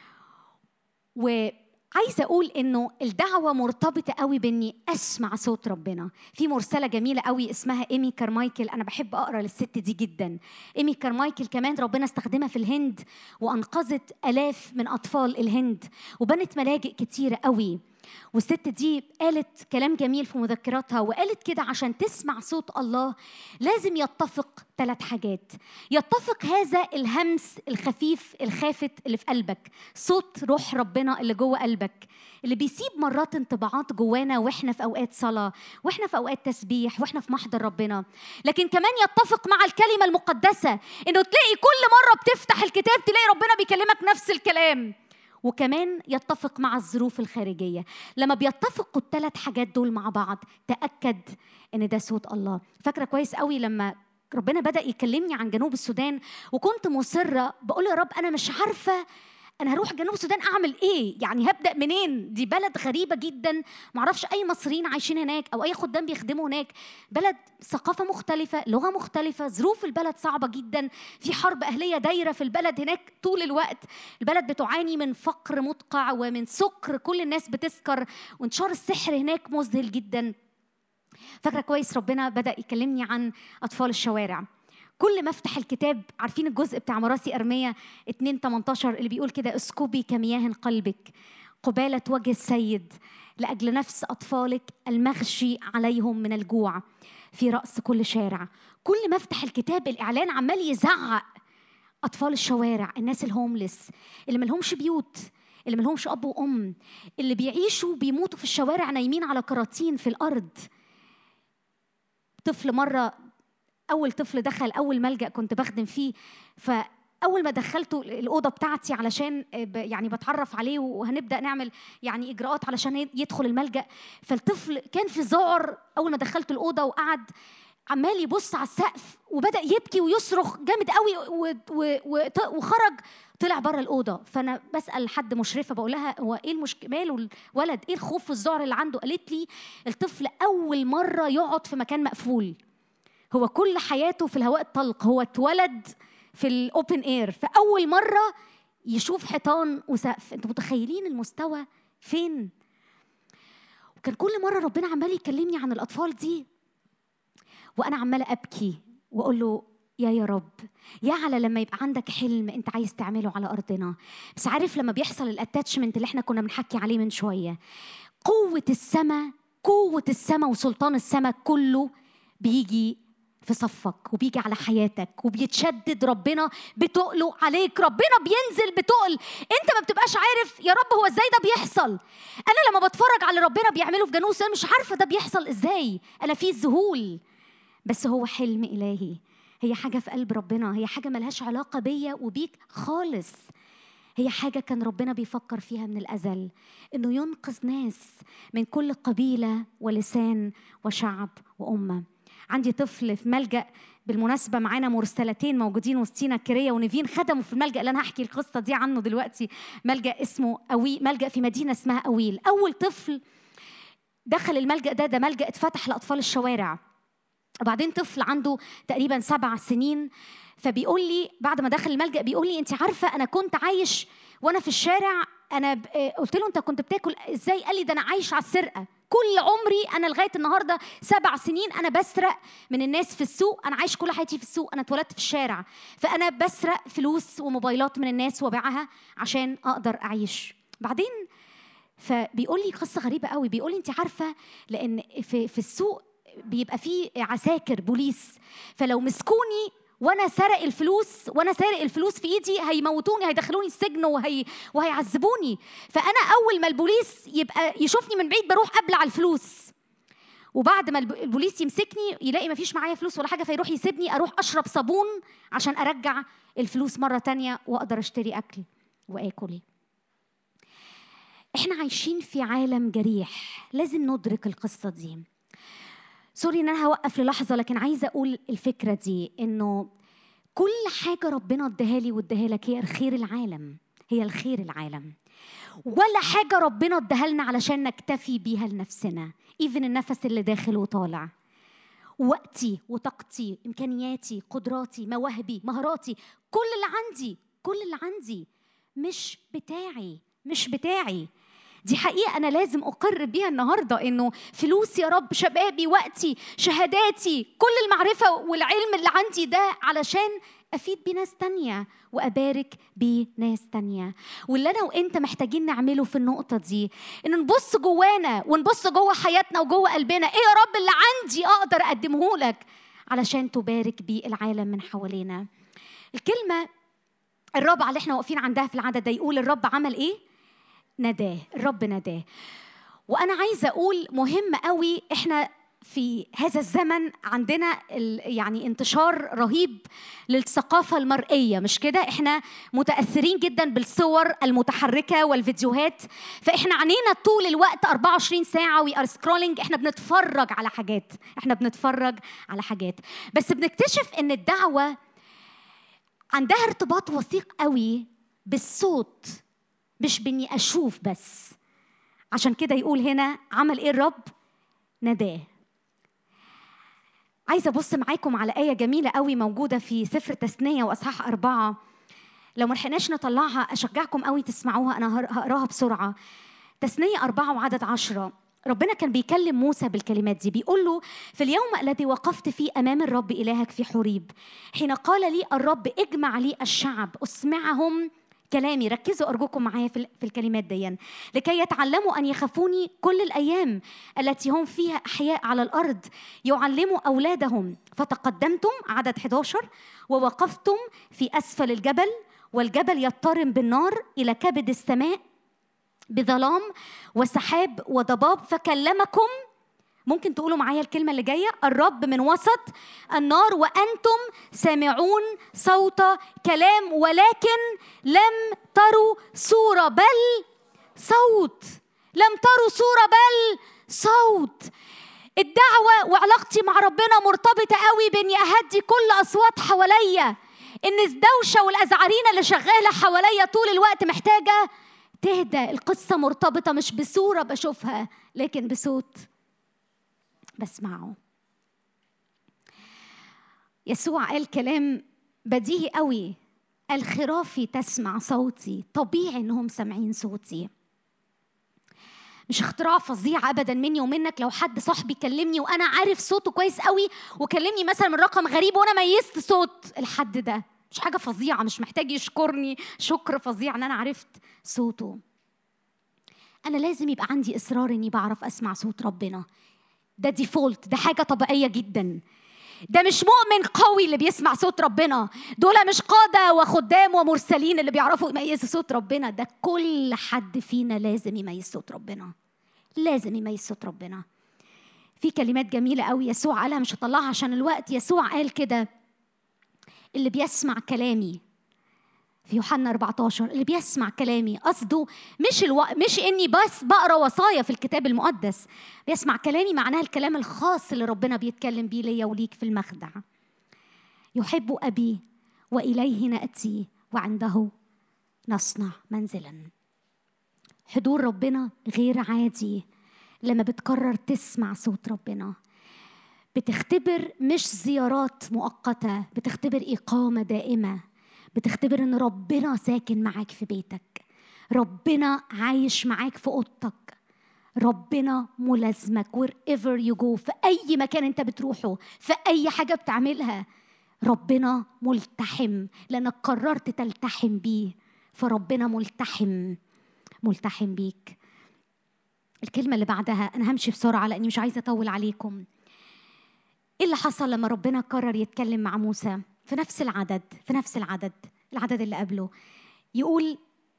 وعايزه اقول انه الدعوه مرتبطه قوي باني اسمع صوت ربنا. في مرسله جميله قوي اسمها إيمي كارمايكل، انا بحب اقرا للست دي جدا. إيمي كارمايكل كمان ربنا استخدمها في الهند وانقذت الاف من اطفال الهند وبنت ملاجئ كتيره قوي. والست دي قالت كلام جميل في مذكراتها، وقالت كده عشان تسمع صوت الله لازم يتفق ثلاث حاجات. يتفق هذا الهمس الخفيف الخافت اللي في قلبك، صوت روح ربنا اللي جوه قلبك اللي بيسيب مرات انطباعات جوانا واحنا في اوقات صلاة واحنا في اوقات تسبيح واحنا في محضر ربنا. لكن كمان يتفق مع الكلمة المقدسة، انه تلاقي كل مرة بتفتح الكتاب تلاقي ربنا بيكلمك نفس الكلام. وكمان يتفق مع الظروف الخارجية. لما بيتفقوا الثلاث حاجات دول مع بعض تأكد ان ده صوت الله. فاكرة كويس قوي لما ربنا بدأ يكلمني عن جنوب السودان وكنت مصرة بقول يا رب أنا مش عارفة أنا هروح جنوب السودان أعمل إيه، يعني هبدأ منين؟ دي بلد غريبة جدا، معرفش أي مصريين عايشين هناك أو أي خدام بيخدموا هناك. بلد ثقافة مختلفة، لغة مختلفة، ظروف البلد صعبة جدا، في حرب أهلية دايرة في البلد هناك طول الوقت. البلد بتعاني من فقر مدقع ومن سكر، كل الناس بتسكر، وانتشار السحر هناك مذهل جدا. فاكرة كويس ربنا بدأ يكلمني عن أطفال الشوارع. كل ما افتح الكتاب، عارفين الجزء بتاع مراسي أرمية اتنين تمنتاشر اللي بيقول كده اسكبي كمياه قلبك قبالة وجه السيد لأجل نفس أطفالك المغشي عليهم من الجوع في رأس كل شارع. كل ما افتح الكتاب الإعلان عمال يزعق أطفال الشوارع، الناس الهوملس اللي ملهمش بيوت، اللي ملهمش أب وأم، اللي بيعيشوا بيموتوا في الشوارع نايمين على كراتين في الأرض. طفل مرة، أول طفل دخل أول ملجأ كنت بخدم فيه، فأول ما دخلته الأوضة بتاعتي علشان يعني بتعرف عليه وهنبدأ نعمل يعني إجراءات علشان يدخل الملجأ، فالطفل كان في ذعر. أول ما دخلته الأوضة وقعد عمال يبص على السقف وبدأ يبكي ويصرخ جامد قوي وخرج طلع بره الأوضة. فأنا بسأل حد مشرفة بقول لها هو إيه المشكلة، ماله الولد، إيه الخوف والذعر اللي عنده؟ قالت لي الطفل أول مرة يقعد في مكان مقفول، هو كل حياته في الهواء الطلق، هو اتولد في الأوبن إير، فأول مرة يشوف حيطان وسقف. أنتوا متخيلين المستوى فين؟ وكان كل مرة ربنا عمال يكلمني عن الأطفال دي وأنا عمالة أبكي وأقول له يا يا رب، يا على لما يبقى عندك حلم أنت عايز تعمله على أرضنا. بس عارف لما بيحصل الاتاتشمنت اللي احنا كنا بنحكي عليه من شوية، قوة السماء، قوة السماء وسلطان السماء كله بيجي في صفك وبيجي على حياتك وبيتشدد ربنا بتقله عليك. ربنا بينزل بتقل، انت ما بتبقاش عارف يا رب هو ازاي ده بيحصل. انا لما بتفرج على ربنا بيعمله في جنوب السودان مش عارفه ده بيحصل ازاي، انا في ذهول. بس هو حلم الهي، هي حاجه في قلب ربنا، هي حاجه ملهاش علاقه بيا وبيك خالص. هي حاجه كان ربنا بيفكر فيها من الازل، انه ينقذ ناس من كل قبيله ولسان وشعب وامه. عندي طفل في ملجأ، بالمناسبة معانا مرسلتين موجودين وسطينا، كيريا ونيفين، خدموا في الملجأ اللي أنا هحكي القصة دي عنه دلوقتي. ملجأ اسمه أوي، ملجأ في مدينة اسمها أويل. أول طفل دخل الملجأ ده، ده ملجأ اتفتح لأطفال الشوارع. وبعدين طفل عنده تقريبا سبع سنين، فبيقول لي بعد ما دخل الملجأ، بيقول لي أنت عارفة أنا كنت عايش وأنا في الشارع. أنا قلت له أنت كنت بتاكل إزاي؟ قال لي ده أنا عايش على السرقة. كل عمري أنا لغاية النهاردة سبع سنين أنا بسرق من الناس في السوق. أنا عايش كل حياتي في السوق، أنا اتولدت في الشارع، فأنا بسرق فلوس وموبايلات من الناس وبيعها عشان أقدر أعيش. بعدين فبيقول لي قصة غريبة قوي، بيقول لي أنت عارفة لأن في, في السوق بيبقى فيه عساكر بوليس، فلو مسكوني وانا سارق الفلوس وانا سارق الفلوس في ايدي هيموتوني، هيدخلوني السجن وهي وهيعذبوني. فانا اول ما البوليس يبقى يشوفني من بعيد بروح ابلع الفلوس، وبعد ما البوليس يمسكني يلاقي ما فيش معايا فلوس ولا حاجه فيروح يسيبني، اروح اشرب صابون عشان ارجع الفلوس مره تانية واقدر اشتري اكل واكل. احنا عايشين في عالم جريح، لازم ندرك القصه دي. سوري ان انا هوقف للحظه، لكن عايزه اقول الفكره دي، انه كل حاجه ربنا اداها لي واداها لك هي الخير العالم، هي الخير العالم، ولا حاجه ربنا اداها لنا علشان نكتفي بيها لنفسنا. ايفن النفس اللي داخل وطالع، وقتي وطاقتي، امكانياتي، قدراتي، مواهبي، مهاراتي، كل اللي عندي كل اللي عندي مش بتاعي مش بتاعي دي حقيقة أنا لازم أقر بيها النهاردة، إنه فلوسي يا رب، شبابي، وقتي، شهاداتي، كل المعرفة والعلم اللي عندي ده علشان أفيد بيه ناس تانية وأبارك بيه ناس تانية. واللي أنا وإنت محتاجين نعمله في النقطة دي إن نبص جوانا ونبص جوا حياتنا وجوا قلبنا، إيه يا رب اللي عندي أقدر أقدمه لك علشان تبارك بيه العالم من حوالينا. الكلمة الرابعة اللي احنا واقفين عندها في العدد ده يقول الرب عمل إيه؟ نداه. الرب نداه. وأنا عايزة أقول مهم قوي، إحنا في هذا الزمن عندنا يعني انتشار رهيب للثقافة المرئية، مش كده؟ إحنا متأثرين جدا بالصور المتحركة والفيديوهات، فإحنا عنينا طول الوقت أربعة وعشرين ساعة وي ار سكرولينج، إحنا بنتفرج على حاجات إحنا بنتفرج على حاجات بس بنكتشف إن الدعوة عندها ارتباط وثيق قوي بالصوت، مش بني أشوف بس. عشان كده يقول هنا عمل إيه الرب؟ نداه. عايزة أبص معاكم على آية جميلة قوي موجودة في سفر تثنية وأصحاح أربعة. لو مرحناش نطلعها أشجعكم قوي تسمعوها، أنا هقراها بسرعة. تثنية أربعة وعدد عشرة. ربنا كان بيكلم موسى بالكلمات دي، بيقول له في اليوم الذي وقفت فيه أمام الرب إلهك في حوريب، حين قال لي الرب اجمع لي الشعب أسمعهم كلامي. ركزوا أرجوكم معايا في الكلمات دي، لكي يتعلموا أن يخافوني كل الأيام التي هم فيها أحياء على الأرض، يعلموا أولادهم. فتقدمتم عدد إحدى عشر ووقفتم في أسفل الجبل، والجبل يضطرم بالنار إلى كبد السماء بظلام وسحاب وضباب، فكلمكم. ممكن تقولوا معايا الكلمة اللي جاية، الرب من وسط النار وأنتم سامعون صوت كلام، ولكن لم تروا صورة بل صوت. لم تروا صورة بل صوت. الدعوة وعلاقتي مع ربنا مرتبطة قوي بإني أهدي كل أصوات حواليا. إن الدوشة والأزعارين اللي شغالة حواليا طول الوقت محتاجة تهدى. القصة مرتبطة مش بصورة بشوفها، لكن بصوت بسمعه. يسوع قال كلام بديهي قوي، قال خرافي تسمع صوتي. طبيعي انهم سامعين صوتي، مش اختراع فظيع ابدا مني ومنك. لو حد صاحبي كلمني وانا عارف صوته كويس قوي وكلمني مثلا من رقم غريب وانا ميزت صوت الحد ده، مش حاجه فظيعه، مش محتاج يشكرني شكر فظيع ان انا عرفت صوته. انا لازم يبقى عندي اصرار اني بعرف اسمع صوت ربنا. ده ديفولت، ده حاجة طبيعية جدا. ده مش مؤمن قوي اللي بيسمع صوت ربنا، دول مش قادة وخدام ومرسلين اللي بيعرفوا يميزوا صوت ربنا. ده كل حد فينا لازم يميز صوت ربنا، لازم يميز صوت ربنا. في كلمات جميلة قوي يسوع قالها، مش هطلعها عشان الوقت. يسوع قال كده، اللي بيسمع كلامي في يوحنا أربعتاشر، اللي بيسمع كلامي قصده مش الو... مش اني بس بقرا وصايا في الكتاب المقدس، بيسمع كلامي معناها الكلام الخاص اللي ربنا بيتكلم بيه ليا وليك في المخدع. يحب أبي وإليه نأتي وعنده نصنع منزلا. حضور ربنا غير عادي لما بتقرر تسمع صوت ربنا. بتختبر مش زيارات مؤقتة، بتختبر إقامة دائمة، بتختبر إن ربنا ساكن معاك في بيتك، ربنا عايش معاك في أوضتك، ربنا ملازمك wherever you go، في أي مكان أنت بتروحه، في أي حاجة بتعملها ربنا ملتحم لأنك قررت تلتحم بيه، فربنا ملتحم ملتحم بيك. الكلمة اللي بعدها أنا همشي بسرعة لأني مش عايزة أطول عليكم. إيه اللي حصل لما ربنا قرر يتكلم مع موسى؟ في نفس العدد في نفس العدد العدد اللي قبله يقول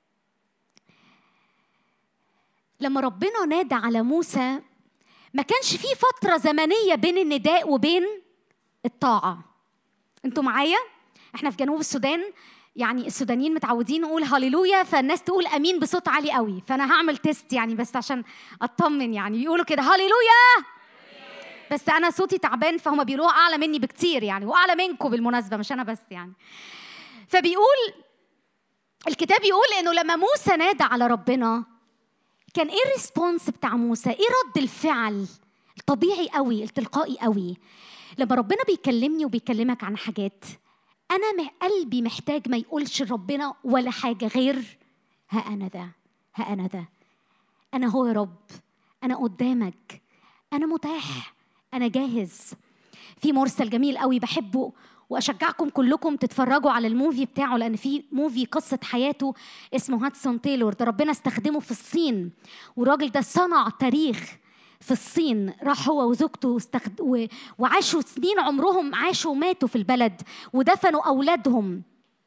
لما ربنا نادى على موسى ما كانش فيه فترة زمنية بين النداء وبين الطاعة. انتوا معايا؟ احنا في جنوب السودان، يعني السودانيين متعودين نقول هاليلويا، فالناس تقول امين بصوت عالي قوي، فانا هعمل تيست يعني بس عشان اطمن، يعني بيقولوا كده هاليلويا، بس انا صوتي تعبان فهم بيقولوها اعلى مني بكتير يعني، واعلى منكم بالمناسبه مش انا بس يعني. فبيقول الكتاب يقول انه لما موسى نادى على ربنا كان ايه الريسبونس بتاع موسى؟ ايه رد الفعل الطبيعي قوي التلقائي قوي لما ربنا بيكلمني وبيكلمك عن حاجات انا قلبي محتاج ما يقولش ربنا ولا حاجه غير ها انا ذا ها انا ذا انا هو يا رب، انا قدامك، انا متاح، أنا جاهز. في مرسل جميل قوي بحبه وأشجعكم كلكم تتفرجوا على الموفي بتاعه، لأن في موفي قصة حياته اسمه هاتسون تايلور، ده ربنا استخدمه في الصين، والراجل ده صنع تاريخ في الصين. راح هو وزوجته استخد... و... وعاشوا سنين عمرهم، عاشوا وماتوا في البلد ودفنوا أولادهم.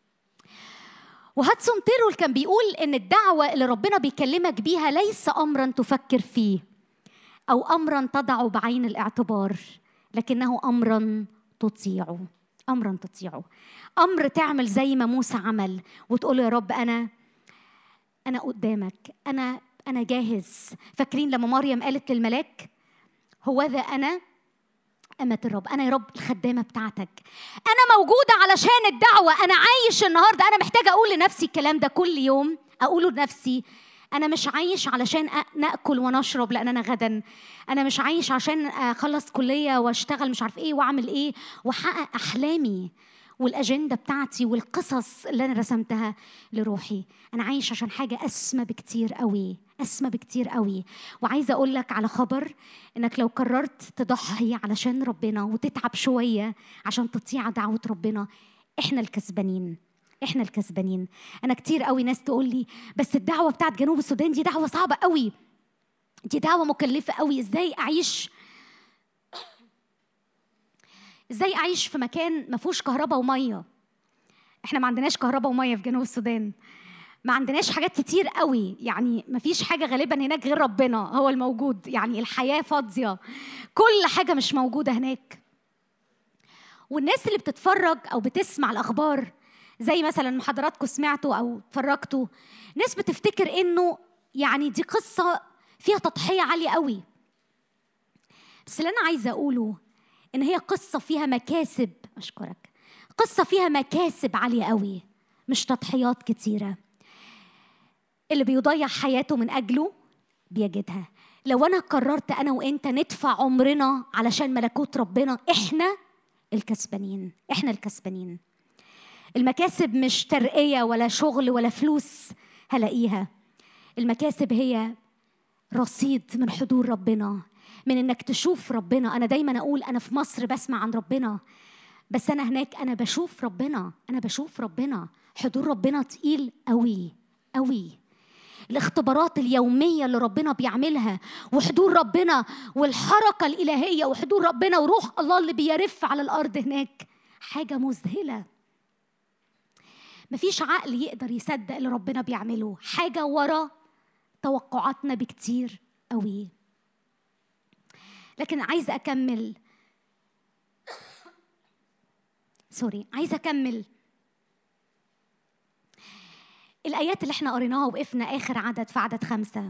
وهاتسون تايلور كان بيقول إن الدعوة اللي ربنا بيكلمك بيها ليس أمرا تفكر فيه أو أمراً تضع بعين الاعتبار، لكنه أمراً تطيعه، أمراً تطيعه، أمر تعمل زي ما موسى عمل وتقول يا رب أنا أنا قدامك، أنا أنا جاهز. فاكرين لما مريم قالت للملاك هوذا أنا أمة الرب، أنا يا رب الخدامة بتاعتك، أنا موجودة علشان الدعوة، أنا عايش النهاردة. أنا محتاجة أقول لنفسي الكلام ده كل يوم، أقوله لنفسي، أنا مش عايش علشان نأكل ونشرب لأننا غدا، أنا مش عايش عشان أخلص كلية واشتغل مش عارف إيه وأعمل إيه وحقق أحلامي والأجندة بتاعتي والقصص اللي أنا رسمتها لروحي. أنا عايش عشان حاجة أسمى بكتير قوي، أسمى بكتير قوي. وعايزة أقول لك على خبر، إنك لو قررت تضحي علشان ربنا وتتعب شوية عشان تطيع دعوة ربنا، إحنا الكسبانين، إحنا الكسبانين. أنا كتير قوي ناس تقول لي بس الدعوة بتاعت جنوب السودان دي دعوة صعبة قوي، دي دعوة مكلفة قوي، إزاي أعيش إزاي أعيش في مكان ما فيهوش كهرباء ومية؟ إحنا ما عندناش كهرباء ومية في جنوب السودان، ما عندناش حاجات كتير قوي، يعني ما فيش حاجة غالبا هناك غير ربنا هو الموجود، يعني الحياة فاضية، كل حاجة مش موجودة هناك. والناس اللي بتتفرج أو بتسمع الأخبار زي مثلا ما حضراتكم سمعتوا أو اتفرجتوا، ناس بتفتكر إنه يعني دي قصة فيها تضحية عالية قوي، بس اللي أنا عايزة أقوله إن هي قصة فيها مكاسب، أشكرك، قصة فيها مكاسب عالية قوي مش تضحيات كتيرة. اللي بيضيع حياته من أجله بيجدها. لو أنا قررت أنا وإنت ندفع عمرنا علشان ملكوت ربنا، إحنا الكسبانين، إحنا الكسبانين. المكاسب مش ترقية ولا شغل ولا فلوس هلاقيها، المكاسب هي رصيد من حضور ربنا، من إنك تشوف ربنا. أنا دايما أقول أنا في مصر بسمع عن ربنا، بس أنا هناك أنا بشوف ربنا، أنا بشوف ربنا، حضور ربنا تقيل قوي قوي. الاختبارات اليومية اللي ربنا بيعملها وحضور ربنا والحركة الإلهية وحضور ربنا وروح الله اللي بيرف على الأرض هناك حاجة مذهلة. مفيش عقل يقدر يصدق اللي ربنا بيعمله، حاجة ورا توقعاتنا بكتير قوي. لكن عايزة أكمل سوري عايزة أكمل الآيات اللي احنا قريناها وقفنا آخر عدد في عدد خمسة.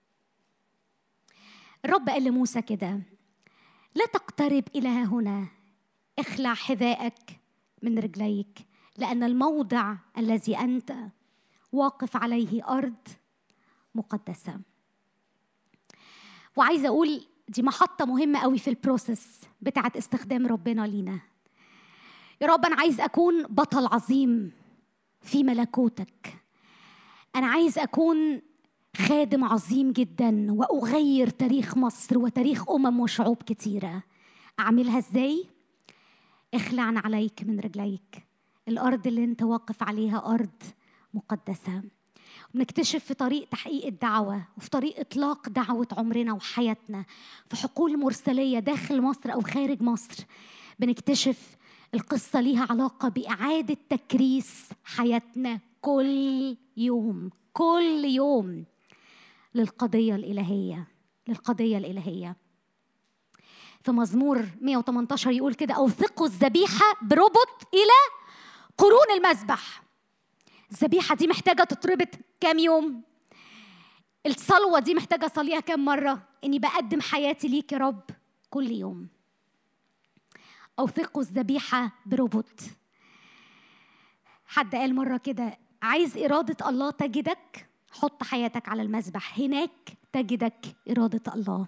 الرب قال لموسى كده: لا تقترب إلى هنا، اخلع حذائك من رجليك، لأن الموضع الذي أنت واقف عليه أرض مقدسة. وعايزة أقول دي محطة مهمة قوي في البروسيس بتاعت استخدام ربنا لينا. يا رب أنا عايز أكون بطل عظيم في ملكوتك، أنا عايز أكون خادم عظيم جدا وأغير تاريخ مصر وتاريخ أمم وشعوب كتيرة. أعملها إزاي؟ اخلعن عليك من رجليك، الأرض اللي أنت واقف عليها أرض مقدسة. بنكتشف في طريق تحقيق الدعوة وفي طريق إطلاق دعوة عمرنا وحياتنا في حقول مرسلية داخل مصر أو خارج مصر، بنكتشف القصة ليها علاقة بإعادة تكريس حياتنا كل يوم كل يوم للقضية الإلهية للقضية الإلهية. في مزمور مئة وثمانية عشر يقول كده: أوثقوا الذبيحة بربط إلى قرون المذبح. الذبيحة دي محتاجة تتربط كام يوم؟ الصلوة دي محتاجة أصليها كام مرة؟ إني بقدم حياتي ليك يا رب كل يوم. أوثقوا الذبيحة بربط. حد قال مرة كده: عايز إرادة الله تجدك، حط حياتك على المذبح، هناك تجدك إرادة الله.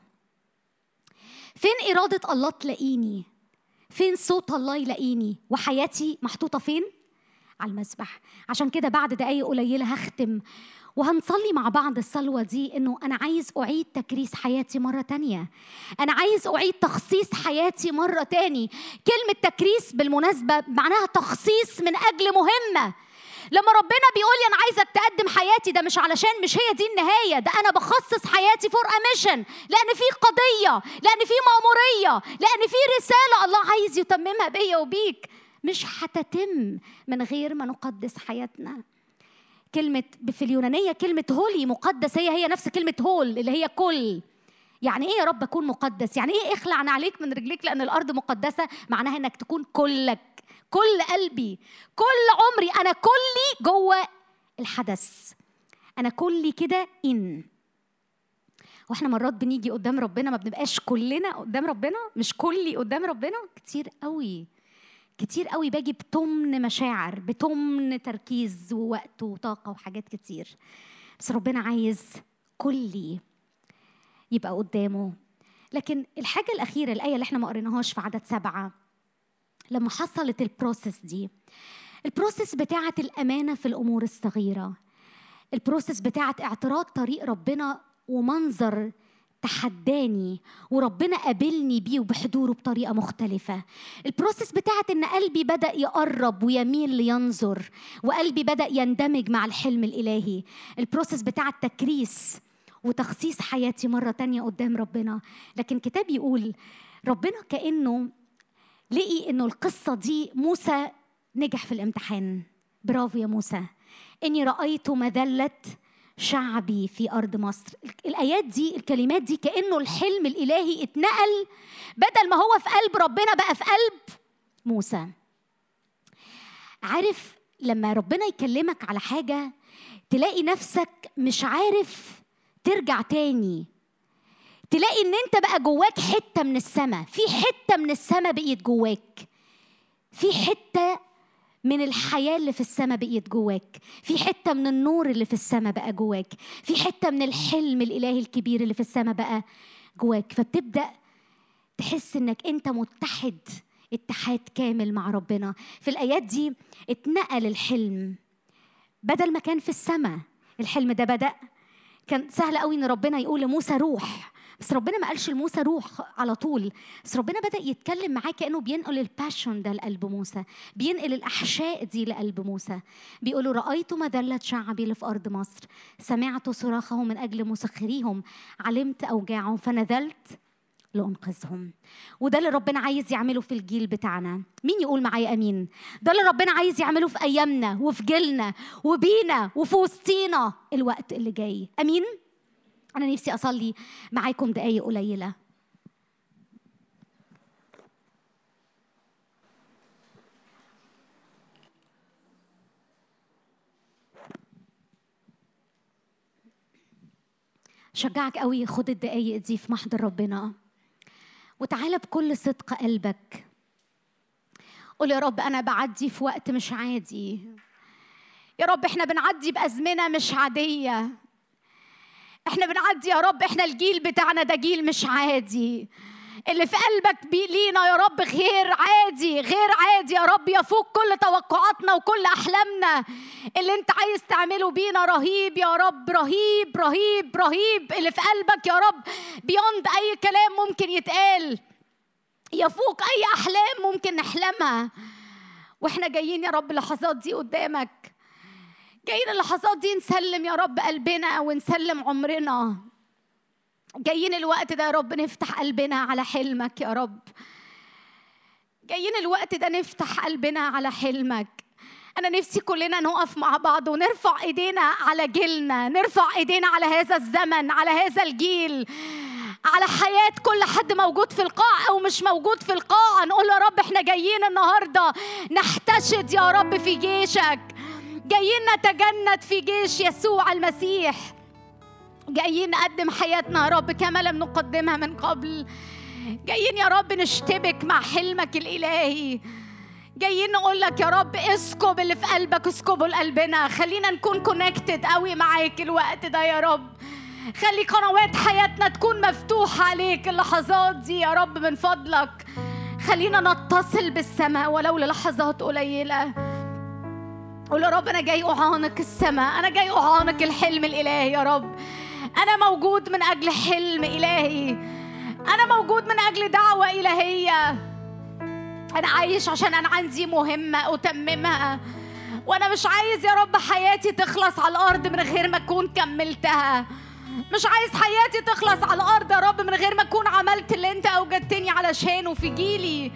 فين إرادة الله تلاقيني؟ فين صوت الله يلاقيني؟ وحياتي محطوطة فين؟ على المذبح. عشان كده بعد دقايق قليلة هختم وهنصلي مع بعض الصلوة دي، إنه أنا عايز أعيد تكريس حياتي مرة تانية، أنا عايز أعيد تخصيص حياتي مرة تاني. كلمة تكريس بالمناسبة معناها تخصيص من أجل مهمة. لما ربنا بيقول لي أنا عايزك تقدم حياتي، ده مش علشان مش هي دي النهاية، ده أنا بخصص حياتي فور أميشن، لأن في قضية، لأن في مأمورية، لأن في رسالة الله عايز يتممها بيا وبيك، مش هتتم من غير ما نقدس حياتنا. كلمة في اليونانية كلمة هولي مقدس هي هي نفس كلمة هول اللي هي كل. يعني إيه يا رب أكون مقدس؟ يعني إيه اخلع عليك من رجليك لأن الأرض مقدسة؟ معناها إنك تكون كلك، كل قلبي، كل عمري، أنا كلي جوه الحدث، أنا كلي كده إن. وإحنا مرات بنيجي قدام ربنا ما بنبقاش كلنا قدام ربنا، مش كلي قدام ربنا. كتير قوي كتير قوي باجي بتمن مشاعر، بتمن تركيز ووقت وطاقة وحاجات كتير، بس ربنا عايز كلي يبقى قدامه. لكن الحاجة الأخيرة، الآية اللي احنا ما قريناهاش في عدد سبعة، لما حصلت البروسيس دي، البروسيس بتاعة الأمانة في الأمور الصغيرة، البروسيس بتاعة اعتراض طريق ربنا ومنظر تحداني وربنا قابلني بيه وبحضوره بطريقة مختلفة، البروسيس بتاعة إن قلبي بدأ يقرب ويميل لينظر وقلبي بدأ يندمج مع الحلم الإلهي، البروسيس بتاعة تكريس وتخصيص حياتي مرة تانية قدام ربنا. لكن كتاب يقول ربنا كأنه لقي إنه القصة دي موسى نجح في الامتحان. برافو يا موسى، إني رأيت مذلة شعبي في أرض مصر. الآيات دي، الكلمات دي، كأنه الحلم الإلهي اتنقل، بدل ما هو في قلب ربنا بقى في قلب موسى. عارف لما ربنا يكلمك على حاجة تلاقي نفسك مش عارف ترجع تاني، تلاقي ان انت بقى جواك حتة من السماء، في حتة من السماء بقيت جواك، في حتة من الحياة اللي في السماء بقيت جواك، في حتة من النور اللي في السماء بقى جواك، في حتة من الحلم الإلهي الكبير اللي في السماء بقى جواك. فبتبدأ تحس انك انت متحد اتحاد كامل مع ربنا. في الآيات دي اتنقل الحلم، بدل ما كان في السماء الحلم ده بدأ، كان سهل قوي ان ربنا يقول لموسى روح، بس ربنا ما قالش لموسى روح على طول، بس ربنا بدأ يتكلم معاه كأنه بينقل الباشون ده لقلب موسى، بينقل الأحشاء دي لقلب موسى. بيقولوا رأيت مذلة شعبي اللي في أرض مصر، سمعت صراخهم من أجل مسخريهم، علمت أوجاعهم فنزلت لأنقذهم. وده اللي ربنا عايز يعمله في الجيل بتاعنا. مين يقول معايا أمين؟ ده اللي ربنا عايز يعمله في أيامنا وفي جيلنا وبينا وفي وسطينا الوقت اللي جاي. أمين؟ أنا نفسي أصلي معاكم دقايق قليلة. شجعك قوي خد الدقايق دي في محضر ربنا وتعالى بكل صدق قلبك. قول يا رب أنا بعدي في وقت مش عادي. يا رب إحنا بنعدي بأزمنة مش عادية. إحنا بنعدي يا رب، إحنا الجيل بتاعنا ده جيل مش عادي. اللي في قلبك لينا يا رب غير عادي، غير عادي يا رب، يفوق كل توقعاتنا وكل أحلامنا. اللي انت عايز تعمله بينا رهيب يا رب، رهيب رهيب رهيب. اللي في قلبك يا رب بيوند أي كلام ممكن يتقال، يفوق أي أحلام ممكن نحلمها. واحنا جايين يا رب اللحظات دي قدامك، جايين اللحظات دي نسلم يا رب قلبنا ونسلم عمرنا. جايين الوقت ده يا رب نفتح قلبنا على حلمك يا رب. جايين الوقت ده نفتح قلبنا على حلمك. أنا نفسي كلنا نقف مع بعض ونرفع إيدينا على جيلنا، نرفع إيدينا على هذا الزمن، على هذا الجيل، على حياة كل حد موجود في القاعة أو مش موجود في القاعة. نقول يا رب إحنا جايين النهاردة نحتشد يا رب في جيشك، جايين نتجند في جيش يسوع المسيح، جايين نقدم حياتنا يا رب كما لم نقدمها من قبل. جايين يا رب نشتبك مع حلمك الإلهي. جايين نقول لك يا رب اسكب اللي في قلبك، اسكبه لقلبنا. خلينا نكون كونكتد قوي معاك الوقت ده يا رب. خلي قنوات حياتنا تكون مفتوحة عليك اللحظات دي يا رب من فضلك. خلينا نتصل بالسماء ولو للحظات قليلة. قول يا رب أنا جاي أعانق السماء، أنا جاي أعانق الحلم الإلهي يا رب. أنا موجود من أجل حلم إلهي، أنا موجود من أجل دعوة إلهية. أنا عايش عشان أنا عندي مهمة أتممها، وأنا مش عايز يا رب حياتي تخلص على الأرض من غير ما أكون كملتها. مش عايز حياتي تخلص على الأرض يا رب من غير ما أكون عملت اللي أنت أوجدتني علشانه في جيلي.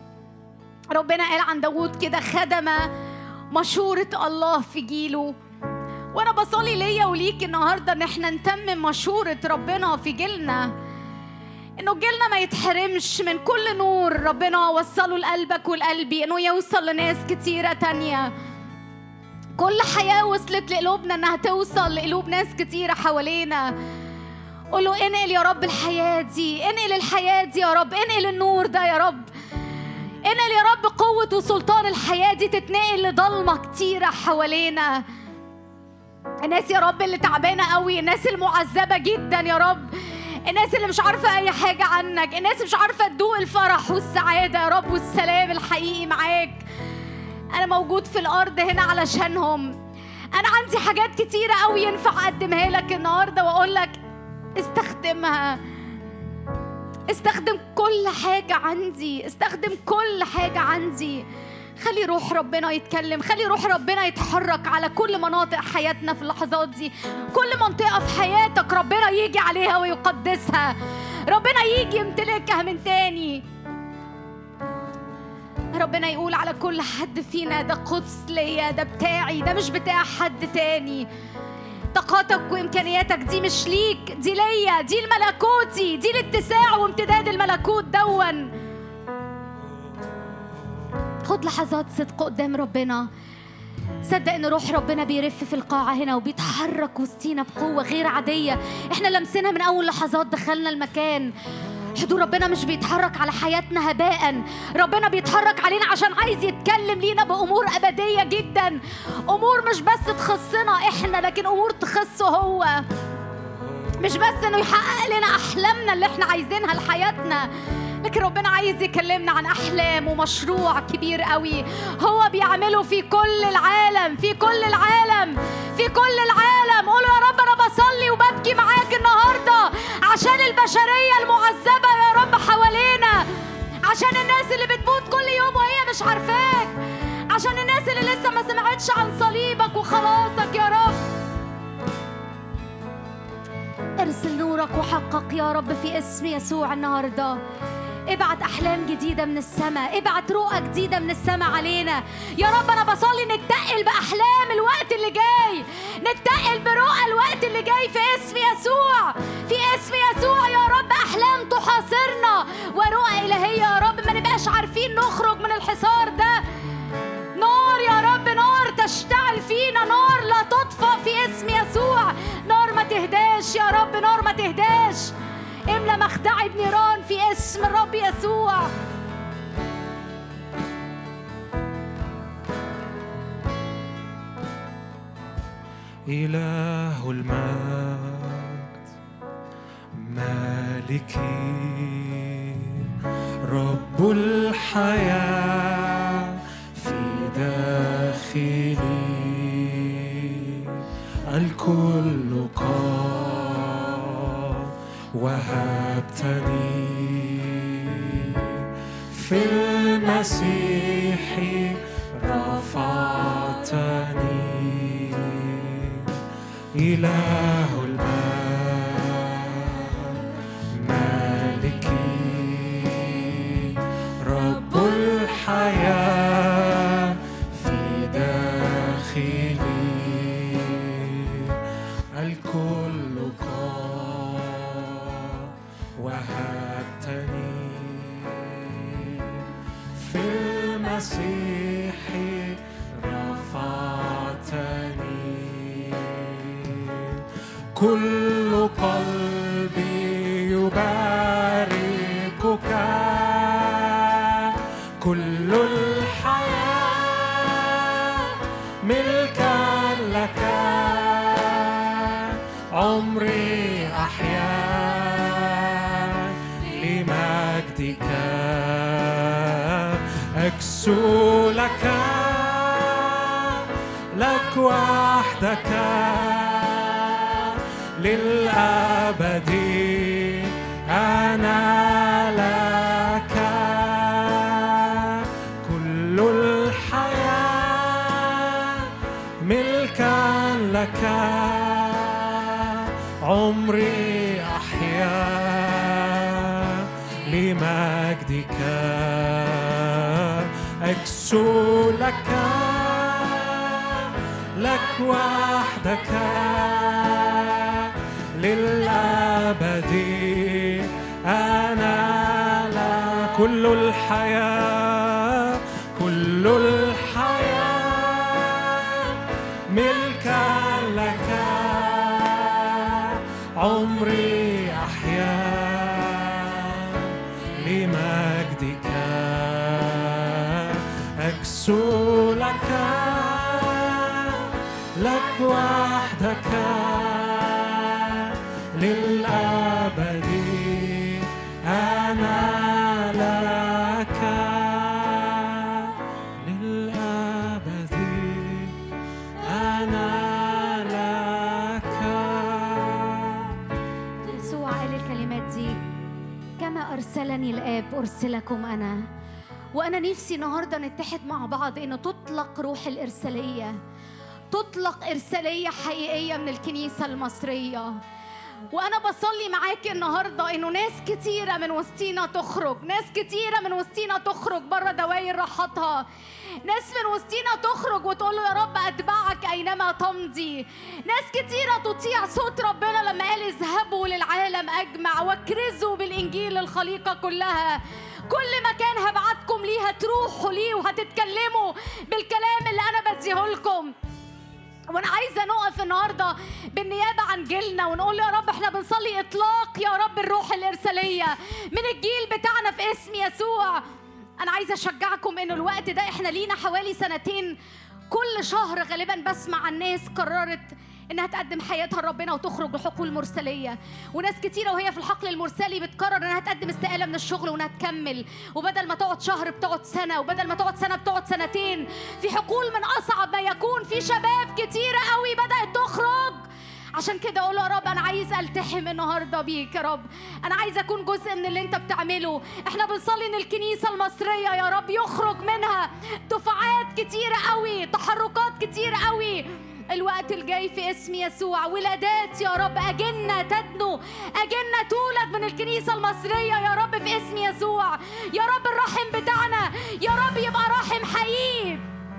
ربنا قال عن داود كده خدم مشورة الله في جيله. وأنا بصلي ليا وليك النهاردة إن احنا نتمم مشورة ربنا في جيلنا، إنه جيلنا ما يتحرمش من كل نور ربنا وصله لقلبك ولقلبي، إنه يوصل لناس كتيرة تانية. كل حياة وصلت لقلوبنا إنها توصل لقلوب ناس كتيرة حوالينا. قولوا انقل يا رب الحياة دي، انقل الحياة دي يا رب، انقل النور ده يا رب، انقل يا رب قوة وسلطان الحياة دي تتنقل لضلمة كتيرة حوالينا. الناس يا رب اللي تعبانة قوي، الناس المعذبة جدا يا رب، الناس اللي مش عارفة أي حاجة عنك، الناس اللي مش عارفة تدوق الفرح والسعادة يا رب والسلام الحقيقي معاك. أنا موجود في الأرض هنا علشانهم. أنا عندي حاجات كتيرة قوي ينفع أقدمها لك النهاردة وأقول لك استخدمها. استخدم كل حاجة عندي، استخدم كل حاجة عندي. خلي روح ربنا يتكلم، خلي روح ربنا يتحرك على كل مناطق حياتنا في اللحظات دي. كل منطقة في حياتك ربنا يجي عليها ويقدسها، ربنا يجي يمتلكها من تاني. ربنا يقول على كل حد فينا ده قدس ليا، ده بتاعي، ده مش بتاع حد تاني. طاقاتك وإمكانياتك دي مش ليك، دي ليا، دي الملكوتي، دي الاتساع وامتداد الملكوت دون. خد لحظات صدق قدام ربنا. صدق ان روح ربنا بيرف في القاعة هنا وبيتحرك وسطينا بقوة غير عادية. احنا لمسنا من اول لحظات دخلنا المكان. حضور ربنا مش بيتحرك على حياتنا هباء، ربنا بيتحرك علينا عشان عايز يتكلم لينا بأمور أبدية جدا، أمور مش بس تخصنا احنا لكن أمور تخصه هو. مش بس انه يحقق لنا أحلامنا اللي احنا عايزينها لحياتنا، لكن ربنا عايز يكلمنا عن أحلام ومشروع كبير قوي هو بيعمله في كل العالم، في كل العالم، في كل العالم. قولوا يا رب أنا بصلي وببكي معاك النهاردة عشان البشرية المعذبة يا رب حوالينا، عشان الناس اللي بتموت كل يوم وهي مش عارفاك، عشان الناس اللي لسه ما سمعتش عن صليبك وخلاصك يا رب. ارسل نورك وحقق يا رب في اسم يسوع النهارده. ابعت أحلام جديدة من السماء، ابعت رؤى جديدة من السماء علينا يا رب. أنا بصلي نتقل بأحلام الوقت اللي جاي، نتقل برؤى الوقت اللي جاي في اسم يسوع، في اسم يسوع يا رب. أحلام تحاصرنا ورؤى إلهية يا رب، ما نبقاش عارفين نخرج من الحصار ده. نار يا رب، نار تشتعل فينا، نار لا تطفأ في اسم يسوع، نار ما تهداش يا رب، نار ما ما تهداش. املى مخدعي بنيران في اسم الرب يسوع. إله المجد مالكي رب الحياة في داخلي، الكل قام وهبتني في المسيح رفعتني. إله المجد مالكي رب الحياة في داخلي، الكل قام وهبتني في المسيح رفعتني. كل قلبي يباركك، كل الحياة ملكا لك، عمري أحيا لمجدك، أكسو لك لك وحدك للأبد، أنا لك. كل الحياة ملكا لك، عمري أحيا لمجدك، أكسو لك لك وحدك للأبد، أنا لا. كل الحياة كل الحياة ملكا لك، عمري أحيا لمجدك، أكسو لك لك وحدك للأبد، أنا لك للأبد، أنا لك. يسوع قال الكلمات دي: كما أرسلني الآب أرسلكم أنا. وأنا نفسي النهاردة نتحد مع بعض إن تطلق روح الإرسالية، تطلق إرسالية حقيقية من الكنيسة المصرية. وأنا بصلي معاك النهاردة إنه ناس كتيرة من وسطينا تخرج، ناس كتيرة من وسطينا تخرج برا دواير راحتها، ناس من وسطينا تخرج وتقول له يا رب أتبعك أينما تمضي. ناس كتيرة تطيع صوت ربنا لما قال اذهبوا للعالم أجمع واكرزوا بالإنجيل للخليقة كلها. كل مكان هبعتكم ليه هتروحوا ليه وهتتكلموا بالكلام اللي أنا بديه لكم. وانا عايزه نقف النهارده بالنيابه عن جيلنا ونقول يا رب احنا بنصلي اطلاق يا رب الروح الارساليه من الجيل بتاعنا في اسم يسوع. انا عايزه اشجعكم انه الوقت ده احنا لينا حوالي سنتين كل شهر غالبا بسمع عن ناس قررت انها تقدم حياتها لربنا وتخرج لحقول مرسليه، وناس كتيره وهي في الحقل المرسلي بتقرر انها تقدم استقاله من الشغل وانها تكمل، وبدل ما تقعد شهر بتقعد سنه، وبدل ما تقعد سنه بتقعد سنتين. في حقول من اصعب ما يكون، في شباب كتيره قوي بدات تخرج. عشان كده اقول يا رب انا عايز التحم النهارده بيك يا رب، انا عايز اكون جزء من اللي انت بتعمله. احنا بنصلي ان الكنيسه المصريه يا رب يخرج منها دفعات كتيره قوي، تحركات كتيره قوي الوقت الجاي في اسم يسوع. ولادات يا رب أجنة تدنو، أجنة تولد من الكنيسة المصرية يا رب في اسم يسوع. يا رب الرحم بتاعنا يا رب يبقى رحم حقيقي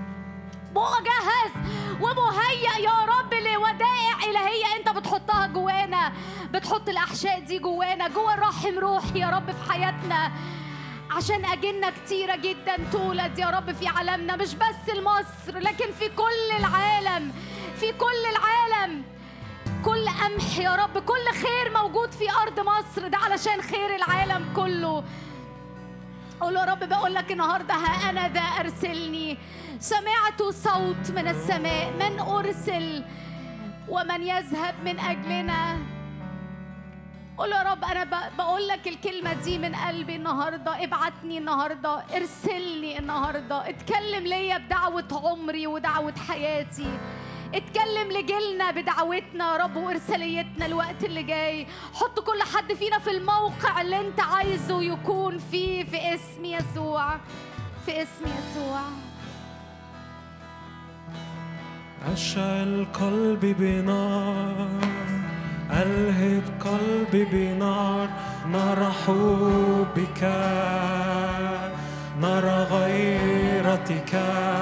مجهز ومهيأ يا رب لودائع إلهية أنت بتحطها جوانا، بتحط الأحشاء دي جوانا جوا الرحم روحي يا رب في حياتنا، عشان أجنة كتيرة جدا تولد يا رب في عالمنا، مش بس لمصر لكن في كل العالم، في كل العالم. كل قمح يا رب، كل خير موجود في أرض مصر ده علشان خير العالم كله. قول يا رب بقول لك النهاردة ها أنا ذا أرسلني. سمعت صوت من السماء، من أرسل ومن يذهب من أجلنا. قول يا رب أنا بقول لك الكلمة دي من قلبي النهاردة. ابعتني النهاردة، ارسلني النهاردة، اتكلم ليا بدعوة عمري ودعوة حياتي. اتكلم لجيلنا بدعوتنا يا رب وإرساليتنا الوقت اللي جاي. حط كل حد فينا في الموقع اللي انت عايزه يكون فيه في اسم يسوع، في اسم يسوع. أشعل قلبي بنار، ألهب قلبي بنار، نرى حبك، نرى غيرتك.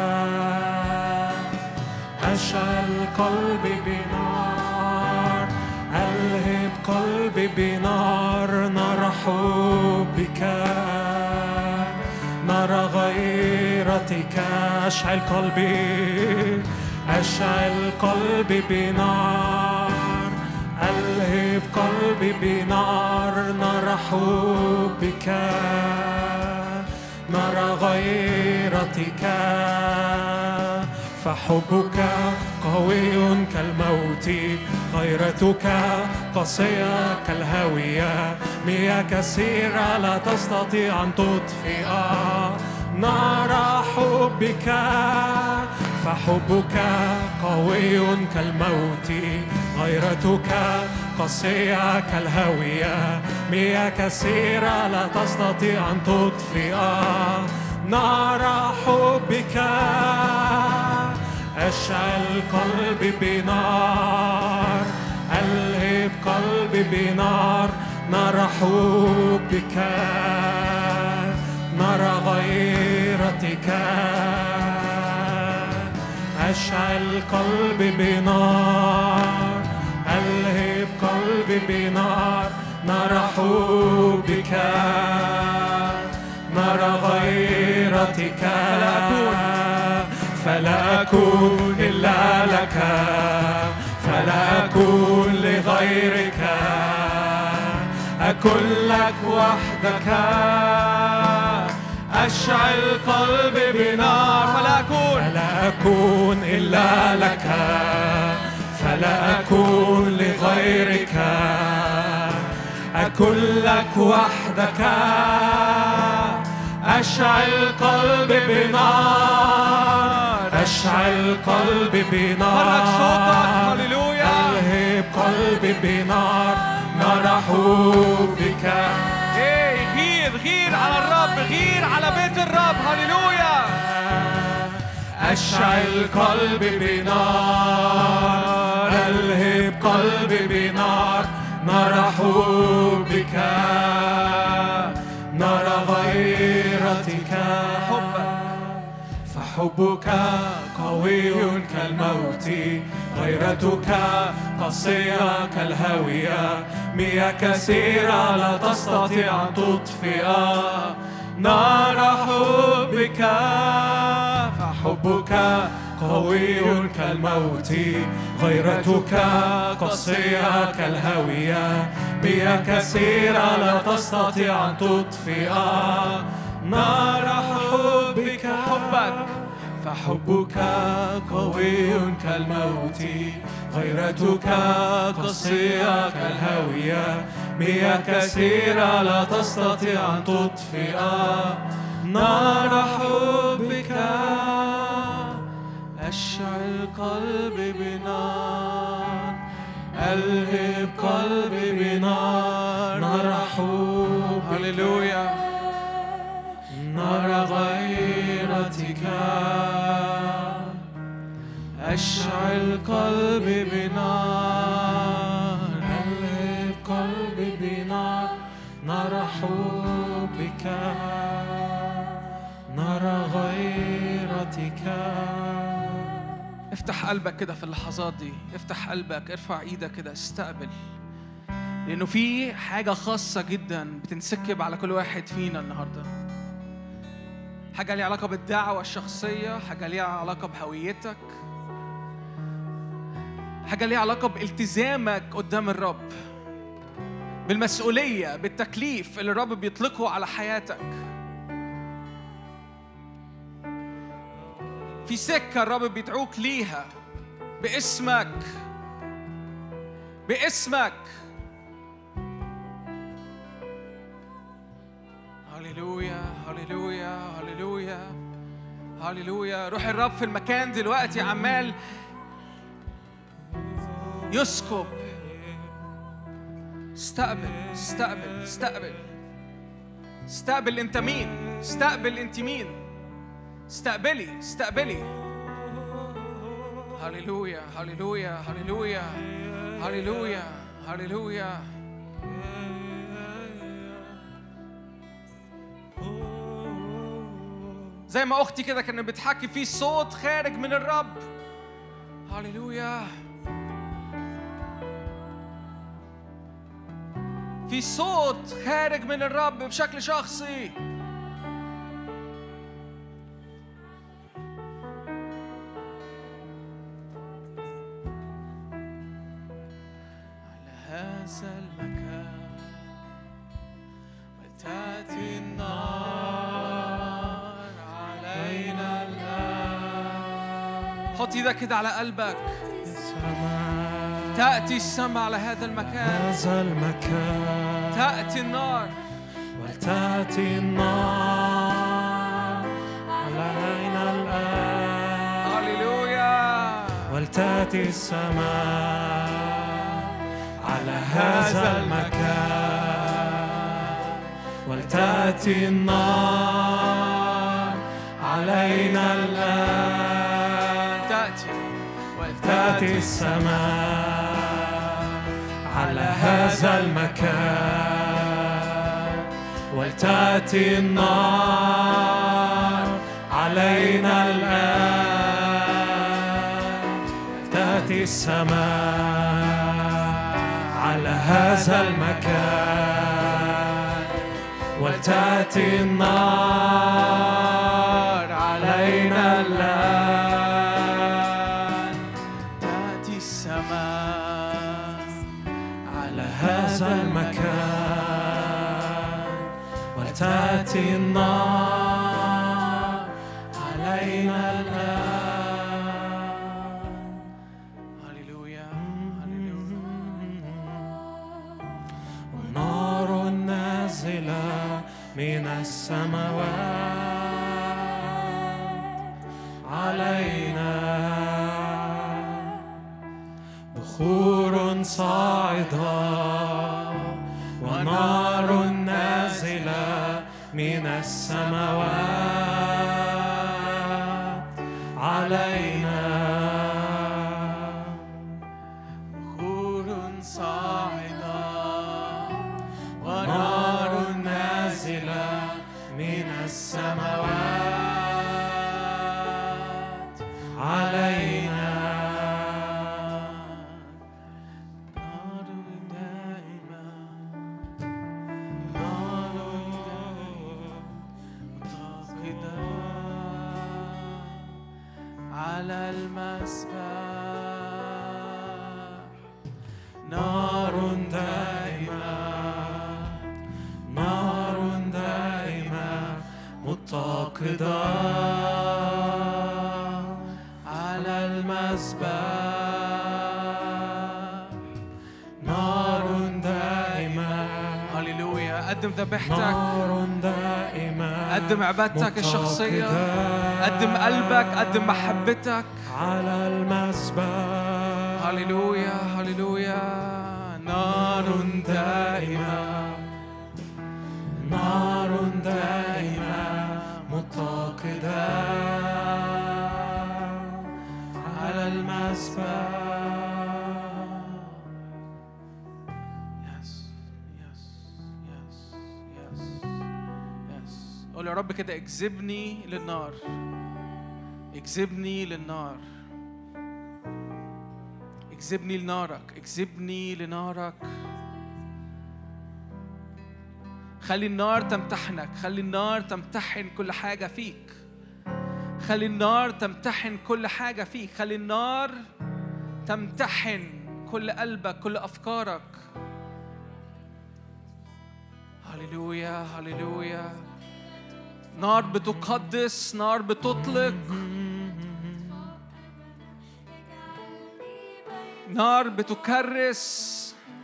أشعل قلبي بنار، ألهب قلبي بنار، نرى حبك، نرى غيرتك. أشعل قلبي، أشعل قلبي بنار، ألهب قلبي بنار، نرى حبك، نرى غيرتك. فحبك قوي كالموت، غيرتك قاسية كالهاوية، مياه كثيرة لا تستطيع أن تطفئ نار حبك. فحبك قوي كالموت، غيرتك قاسية كالهاوية، مياه كثيرة لا تستطيع أن تطفئ نار حبك. أشعل قلبي بنار، ألهب قلبي بنار، نرى حبك، نرى غيرتك. أشعل قلبي بنار، ألهب قلبي بنار، نرى حبك، نرى غيرتك. فلا أكون إلا لك، فلا أكون لغيرك، أكون لك وحدك. أشعل قلبي بنار، فلا أكون فلا أكون إلا لك، فلا أكون لغيرك، أكون لك وحدك. أشعل قلبي بنار، أشعل قلبي بنار، حرك صوتك، هللويا. ألهب قلبي بنار، نرى حبك. غير غير على الرب، غير على بيت الرب، هللويا. أشعل قلبي بنار، ألهب قلبي بنار، نرى حبك، نرى غيرتك. فحبك قوي كالموت، غيرتك قاسية كالهاوية، مياه كثيرة لا تستطيع أن تطفئ نار حبك. فحبك قوي كالموت، غيرتك قاسية كالهاوية، مياه كثيرة لا تستطيع أن تطفئ نار حبك. حبك فحبك قوي كالموت، غيرتك قاسية كالهاوية، مياه كثيرة لا تستطيع أن تطفئ نار حبك. أشعل قلبي بنار، ألهب قلبي بنار، نرى حبك، هللويا. نرى غيرتك. أشعل قلبي بنار، ألهب قلبي بنار، نرى حبك، نرى غيرتك. افتح قلبك كده في اللحظات دي، افتح قلبك، ارفع ايدك كده، استقبل، لأنه في حاجة خاصة جدا بتنسكب على كل واحد فينا النهاردة. حاجة ليها علاقة بالدعوة الشخصية، حاجة ليها علاقة بهويتك، حاجة ليها علاقة بالتزامك قدام الرب، بالمسؤولية، بالتكليف اللي الرب بيطلقه على حياتك. في سكة الرب بيدعوك ليها باسمك، باسمك. هللويا هللويا هللويا هللويا. روح الرب في المكان دلوقتي عمال يسكب. استقبل استقبل استقبل استقبل. انت مين؟ استقبل انت مين؟ استقبلي استقبلي. هللويا هللويا هللويا هللويا هللويا. زي ما اختي كده كانت بتحكي، في صوت خارج من الرب. هللويا. في صوت خارج من الرب بشكل شخصي. على هذا المكان ولتأتي النار علينا الآن. حط ايدك كده على قلبك. تأتي السماء على هذا المكان. هذا المكان تأتي النار. ولتأتي النار علينا الآن. هللويا. ولتأتي السماء على هذا المكان. ولتأتي النار علينا الآن. تأتي تأتي السماء على هذا المكان. ولتأتي النار علينا الآن. تأتي السماء على هذا المكان. ولتأتي النار علينا الآن. هذا المكان. ولتأتي النار علينا الآن. هللويا هللويا. والنار نازلة من السماوات علينا. بخور صاعدة ونار نازلة من السماوات علينا. بخور صاعدة ونار نازلة من السماوات علينا. على المسبح نار دائمة، نار دائمة متقدة على المسبح. نار دائمة. هللويا. قدم ذبيحتك، نار دائمة، قدم عبادتك الشخصية، قدم قلبك، قدم محبتك على المسبح. هللويا هللويا. نار دائمة، نار دائمة متقدة على المسبح. قول يا رب كده اجذبني للنار، اجذبني للنار، اجذبني لنارك، اجذبني لنارك. خلي النار تمتحنك، خلي النار تمتحن كل حاجة فيك، خلي النار تمتحن كل حاجة فيك، خلي النار تمتحن كل قلبك، كل أفكارك. هللويا هللويا. نار بتقدس، نار بتطلق، نار بتكرس.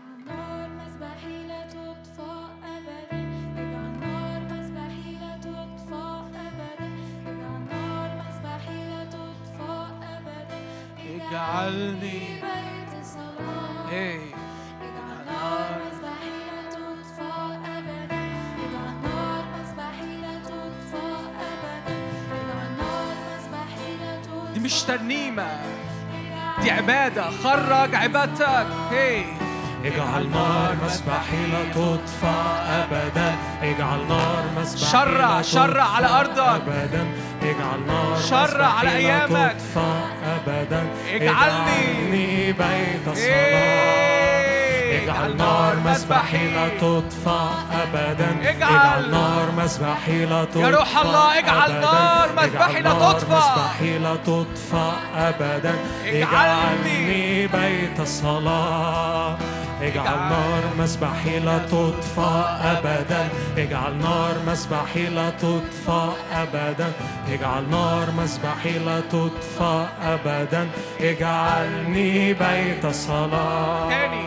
اجعلني بيت صلاة، اجعل نار مذبحي لا تطفأ أبدا، اجعل نار مذبحي لا تطفأ أبدا، اجعل نار مذبحي لا تطفأ. دي مش ترنيمة، دي عبادة. خرج عبادتك. هي اجعل نار مذبحي لا تطفأ أبدا، اجعل نار مذبحي شرع شرع على أرضك أبدا، اجعل نار شرع على أيامك أبدا، اجعلني بيت صلاة، اجعل نار مذبحي لا تطفأ أبدا، اجعل نار مذبحي لا تطفأ يا روح الله. اجعل نار مذبحي لا تطفأ لا تطفأ أبدا، اجعلني بيت صلاة، اجعل نار مذبحي لا تطفأ أبدا، اجعل نار مذبحي لا تطفأ أبدا، اجعل نار مذبحي لا تطفأ أبدا، اجعلني بيت صلاة. تاني.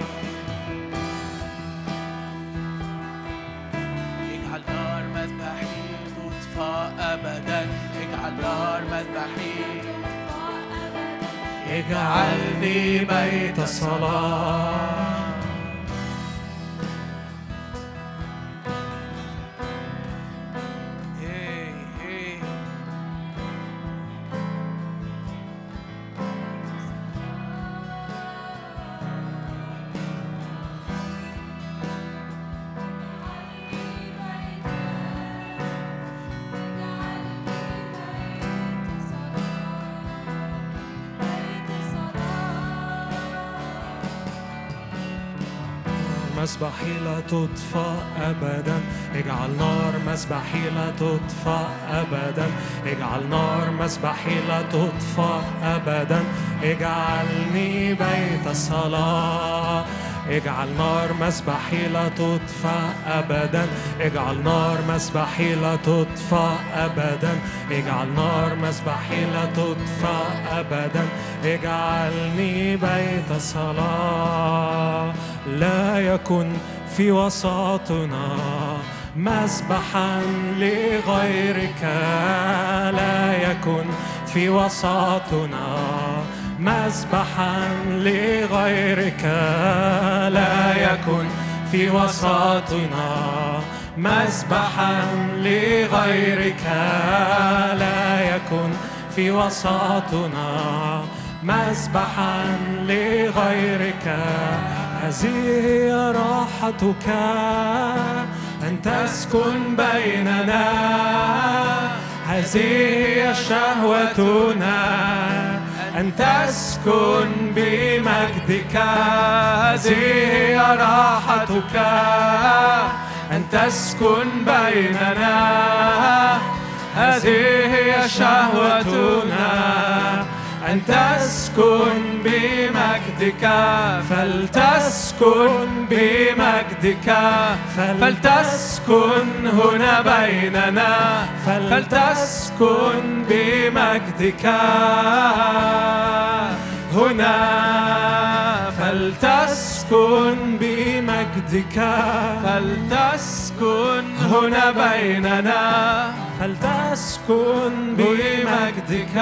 اجعل نار مذبحي تطفأ أبدا، اجعل نار مذبحي، اجعلني بيت صلاة. مذبحي لا تطفأ أبدا، اجعل نار مذبحي لا تطفأ أبدا، اجعل نار مذبحي لا تطفأ أبدا، اجعلني بيت صلاة، اجعل نار مذبحي لا تطفأ أبدا، اجعل نار مذبحي لا تطفأ أبدا، اجعل نار مذبحي لا تطفأ أبدا، اجعلني بيت صلاة. لا يكن في وسطنا مذبحا لغيرك، لا يكن في وسطنا مذبحا لغيرك، لا يكن في وسطنا مذبحا لغيرك، لا يكن في وسطنا مذبحا لغيرك. هذه هي راحتك أن تسكن بيننا، هذه هي شهوتنا أن تسكن بمجدك، هذه هي راحتك أن تسكن بيننا، هذه هي شهوتنا أن تسكن بمجدك، فلتسكن بمجدك، فلتسكن هنا بيننا، فلتسكن بمجدك هنا، فلتسكن بمجدك، فلتسكن هنا بيننا، فلتسكن بمجدك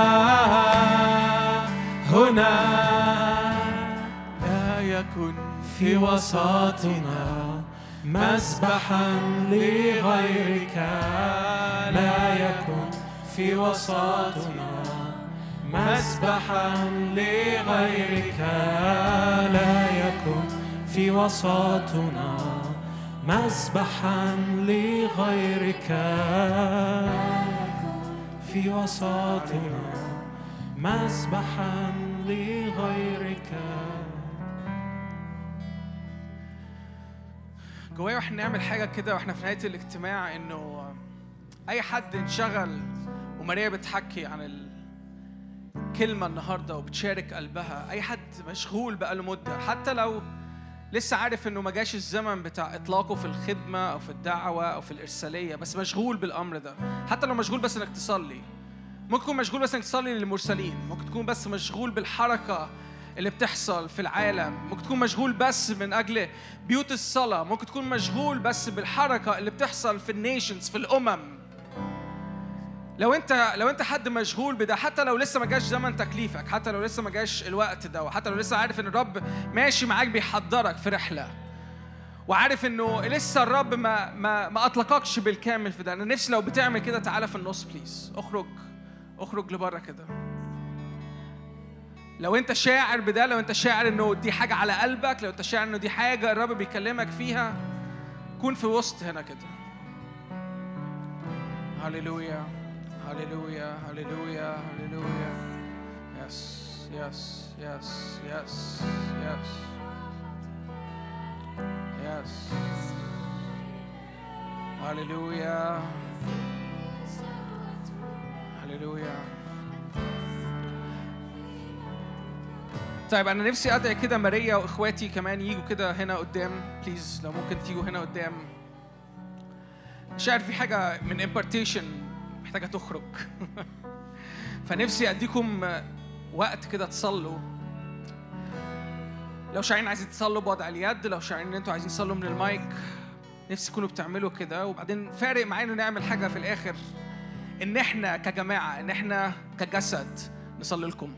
هنا. لا يكن في وسطنا مذبحا لغيرك، لا يكن في وسطنا مذبحا لغيرك، لا يكن في وسطنا مذبحا لغيرك، في وسطنا مذبحا لغيرك. جوايا واحنا نعمل حاجة كده واحنا في نهاية الاجتماع، انه اي حد انشغل وماريا بتحكي عن كلمة النهاردة وبتشارك قلبها، أي حد مشغول بقاله مدة، حتى لو لسه عارف إنه ما جاش الزمن بتاع إطلاقه في الخدمة أو في الدعوة أو في الإرسالية، بس مشغول بالأمر ده، حتى لو مشغول بس إنك تصلي، ممكن تكون مشغول بس إنك تصلي للمرسلين، ممكن تكون بس مشغول بالحركة اللي بتحصل في العالم، ممكن تكون مشغول بس من أجل بيوت الصلاة، ممكن تكون مشغول بس بالحركة اللي بتحصل في النيشنز، في الأمم. لو انت لو انت حد مشغول بده، حتى لو لسه ما جاش زمن تكليفك، حتى لو لسه ما جاش الوقت ده، وحتى لو لسه عارف ان الرب ماشي معاك بيحضرك في رحله، وعارف انه لسه الرب ما ما ما اطلقكش بالكامل في ده، انا نفسي لو بتعمل كده تعالى في النص بليز، اخرج اخرج لبره كده. لو انت شاعر بده، لو انت شاعر انه دي حاجه على قلبك، لو انت شاعر انه دي حاجه الرب بيكلمك فيها، كون في وسط هنا كده. هاليلويا هاليلويا هاليلويا هاليلويا. يس يس يس يس يس يس. هاليلويا هاليلويا. طيب أنا نفسي أدعي كده ماريا وإخواتي كمان ييجوا كده هنا قدام بليز، لو ممكن تيجوا هنا قدام. شاعر في حاجة من impartation محتاجة تخرج. فنفسي أديكم وقت كده تصلوا. لو شاعرين عايزين تصلوا بوضع اليد، لو شاعرين إن أنتوا عايزين تصلوا من المايك، نفسي تكونوا بتعملوا كده. وبعدين فارق معانا نعمل حاجة في الآخر، إن إحنا كجماعة، إن إحنا كجسد نصلي لكم.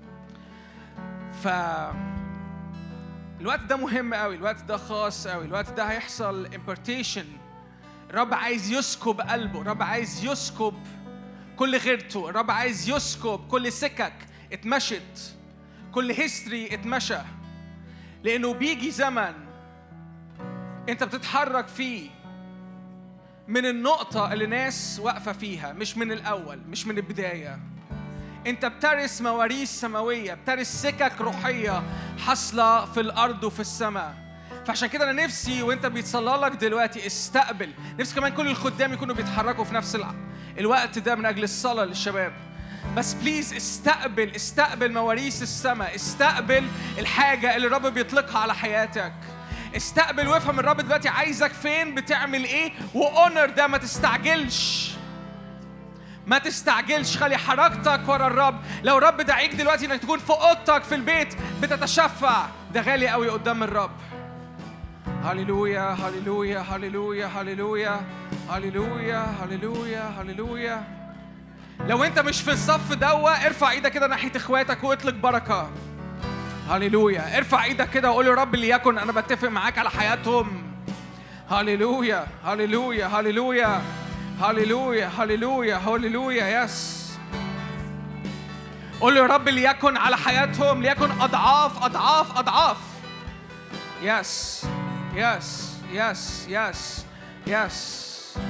ف الوقت ده مهم قوي، الوقت ده خاص قوي، الوقت ده هيحصل impartation. الرب عايز يسكب قلبه، الرب عايز يسكب كل غيرته، الرب عايز يسكب كل سكك اتمشت، كل هيستوري اتمشى، لأنه بيجي زمن أنت بتتحرك فيه من النقطة اللي ناس واقفة فيها، مش من الأول، مش من البداية. أنت بترث مواريث سماوية، بترث سكك روحية حاصلة في الأرض وفي السماء. فعشان كده أنا نفسي وأنت بيتصلى لك دلوقتي استقبل، نفسي كمان كل الخدام يكونوا بيتحركوا في نفس الوقت ده من أجل الصلاة للشباب. بس بليز استقبل استقبل مواريث السماء، استقبل الحاجة اللي الرب بيطلقها على حياتك، استقبل وافهم الرب دلوقتي عايزك فين، بتعمل إيه، وأونر ده. ما تستعجلش ما تستعجلش، خلي حركتك ورا الرب. لو الرب دعيك دلوقتي انك تكون في اوضتك في البيت بتتشفع، ده غالي قوي قدام الرب. هاليلويا هاليلويا هاليلويا هاليلويا هاليلويا هاليلويا هاليلويا. لو انت مش في الصف دوا، ارفع ايدك كده ناحيه اخواتك واطلق بركه. هاليلويا. ارفع ايدك كده وقول يا رب ليكن انا بتفق معاك على حياتهم. هاليلويا هاليلويا هاليلويا هاليلويا هاليلويا هاليلويا. يس. قول يا رب ليكن على حياتهم، ليكن أضعاف أضعاف أضعاف. يس يس يس يس يس.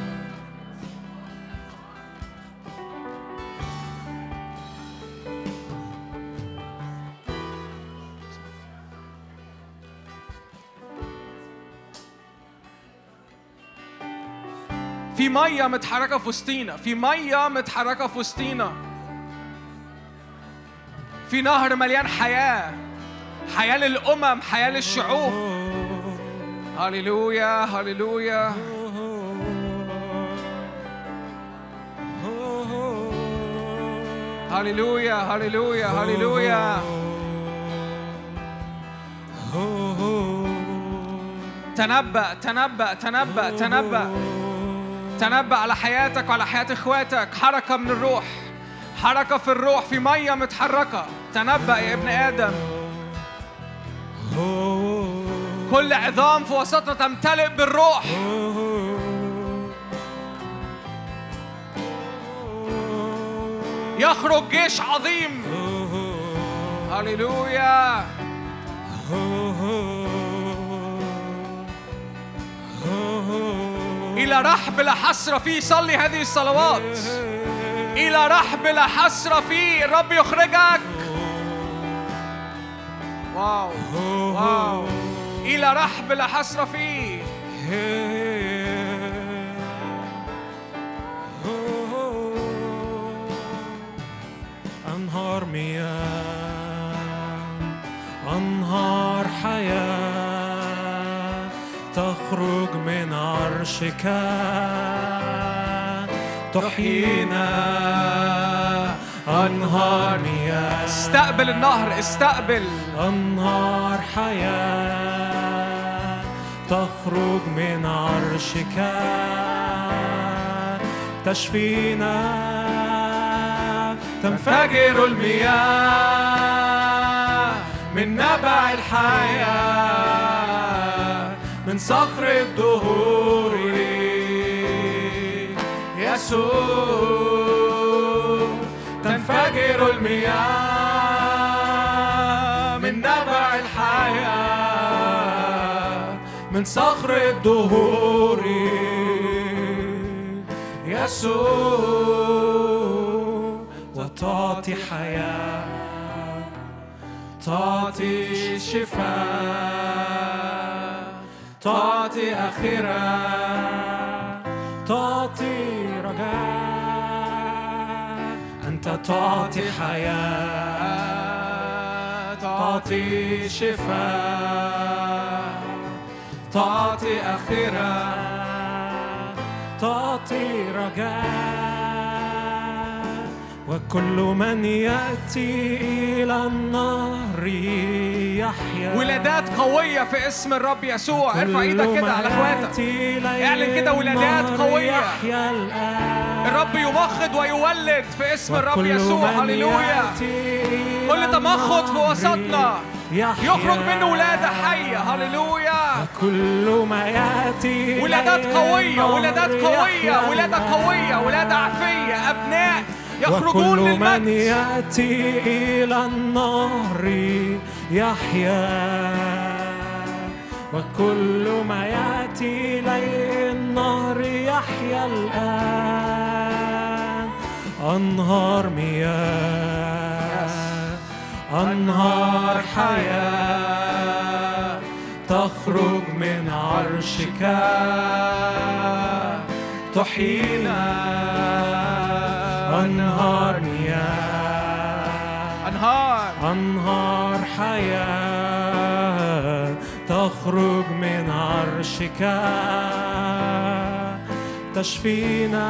في مية متحركة في وسطينا، في مية متحركة في وسطينا، في نهر مليان حياة، حياة للأمم، حياة للشعوب. هاليلويا هاليلويا. هاليلويا هاليلويا هاليلويا. تنبأ تنبأ تنبأ تنبأ تنبأ على حياتك وعلى حياة إخواتك. حركة من الروح، حركة في الروح، في مية متحركة. تنبأ يا ابن آدم. كل عظام في وسطنا تمتلئ بالروح. يخرج جيش عظيم. هاليلويا. إلى رحب لا حسرة فيه. صلي هذه الصلوات. إلى رحب لا حسرة فيه. الرب يخرجك. واو واو. إلى رحب لا حسرة فيه. أنهار أنهار مياه أنهار حياة تخرج من عرشك تحيينا أنهار مياه. استقبل النهر، استقبل أنهار حياة تخرج من عرشك تشفينا تنفجر المياه من نبع الحياة من صخر الدهور يسوع تنفجر المياه من نبع الحياة من صخر الدهور يسوع وتعطي حياة تعطي شفاء تعطي آخرة تعطي رجاء أنت تعطي حياة تعطي شفاء تعطي آخرة تعطي رجاء وكل من يأتي إلى النهر يحيا. ولادات قوية في اسم الرب يسوع. ارفع ايدك كده على اخواتك، اعلن كده ولادات قوية. الرب يمخض ويولد في اسم الرب يسوع. هللويا. كل تمخض في وسطنا يخرج منه ولادة حية. هللويا. كل ما يأتي ولادات قوية، ولادات قوية، ولادة قوية، ولادة عفية، أبناء يخرجون للمجد. وكل من يأتي إلى النهر يحيا وكل ما يأتي إلى النهر يحيا الآن. أنهار مياه أنهار حياة تخرج من عرشك تحيينا. أنهار مياه أنهار أنهار حياة تخرج من عرشك تشفينا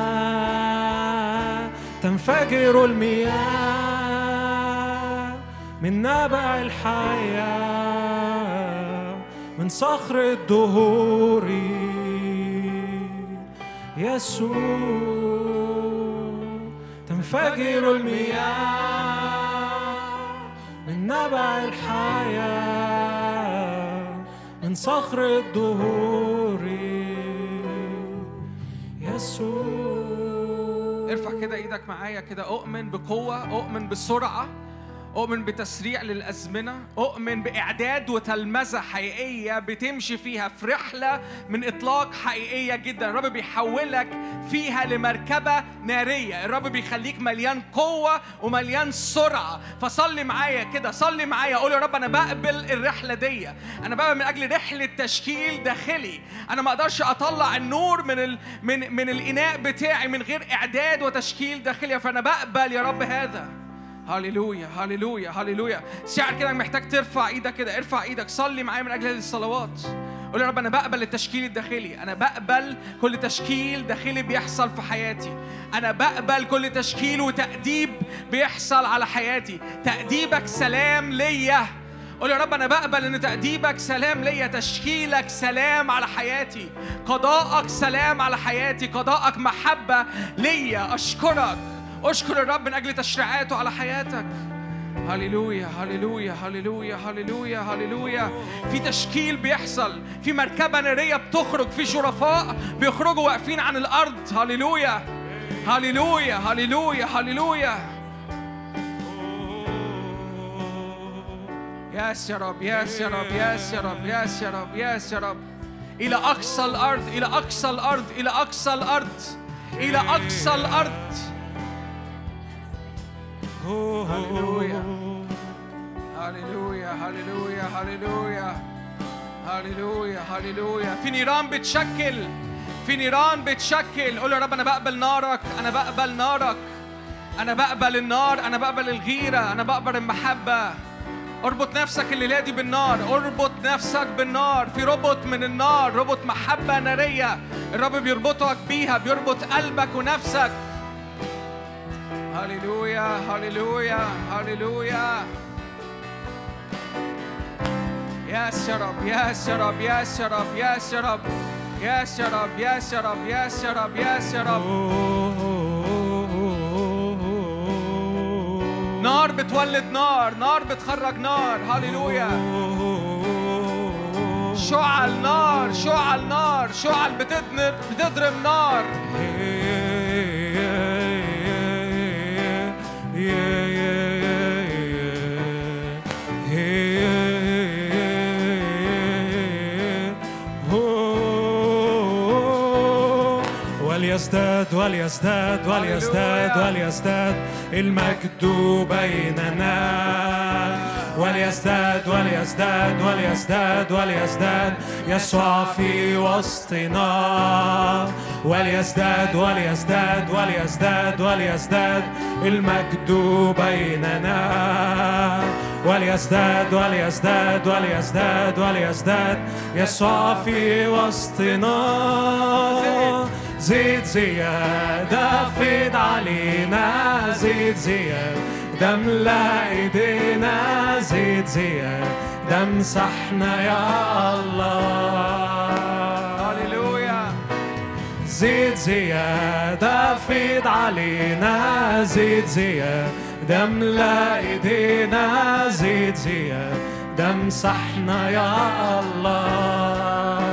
تنفجر المياه من نبع الحياة من صخر الدهور يسوع تنفجر المياه من نبع الحياة من صخر الدهور يسوع. ارفع كده ايدك معايا كده. أؤمن بقوة، أؤمن بسرعة، أؤمن بتسريع للأزمنة، أؤمن بإعداد وتلمذة حقيقية بتمشي فيها في رحلة من إطلاق حقيقية جدا. الرب بيحولك فيها لمركبة نارية. الرب بيخليك مليان قوة ومليان سرعة. فصلي معايا كده، صلي معايا، قول يا رب أنا بقبل الرحلة دي. أنا بقبل من أجل رحلة تشكيل داخلي. أنا ما أقدرش أطلع النور من ال... من من الإناء بتاعي من غير إعداد وتشكيل داخلي. فأنا بقبل يا رب هذا. هاليلويا هاليلويا هاليلويا. شعر كده محتاج ترفع ايدك كده. ارفع ايدك، صلي معايا من اجل هذه الصلوات. قول يا رب انا بقبل التشكيل الداخلي. انا بقبل كل تشكيل داخلي بيحصل في حياتي. انا بقبل كل تشكيل وتأديب بيحصل على حياتي. تأديبك سلام ليا. قول يا رب أنا بقبل إن تأديبك سلام ليا، تشكيلك سلام على حياتي، قضاءك سلام على حياتي، قضاءك محبة ليا. أشكرك، أشكر الرب من أجل تشريعاته على حياتك. هاليلويا هاليلويا هاليلويا هاليلويا هاليلويا. في تشكيل بيحصل، في مركبة نارية بتخرج، في شرفاء بيخرجوا واقفين عن الأرض. هاليلويا هاليلويا هاليلويا هاليلويا. ياس يا رب، ياس يا رب، ياس يا رب، ياس يا رب، ياس يا رب. إلى أقصى الأرض، إلى أقصى الأرض، إلى أقصى الأرض، إلى أقصى الأرض. هاليلويا هاليلويا هاليلويا هاليلويا هاليلويا هاليلويا. في نيران بتشكل، في نيران بتشكل. قول يا رب أنا بقبل نارك، أنا بقبل نارك، أنا بقبل النار، أنا بقبل الغيرة، أنا بقبل المحبة. اربط نفسك الليلة دي بالنار، اربط نفسك بالنار. في ربط من النار، ربط محبة نارية الرب بيربطك بيها، بيربط قلبك ونفسك. هاليلويا هاليلويا هاليلويا. يا رب يا رب يا رب يا رب يا رب يا رب يا رب يا رب. نار بتولد نار، نار بتخرج نار. هاليلويا. شعل نار، شعل نار، شعل بتضرب بتضرب نار. وليزداد وليزداد وليزداد وليزداد المجد بيننا. وليزداد وليزداد وليزداد وليزداد يسوع في وسطنا. وليزداد وليزداد وليزداد وليزداد المجد بيننا. وليزداد وليزداد وليزداد وليزداد يسوع في وسطنا. زيد زيادة فيض علينا، زيد زيادة املأ ايدينا، زيد زيادة امسحنا يا الله. هاليلويا. زيد زيادة فيض علينا، زيد زيادة املأ ايدينا، زيد زيادة امسحنا يا الله.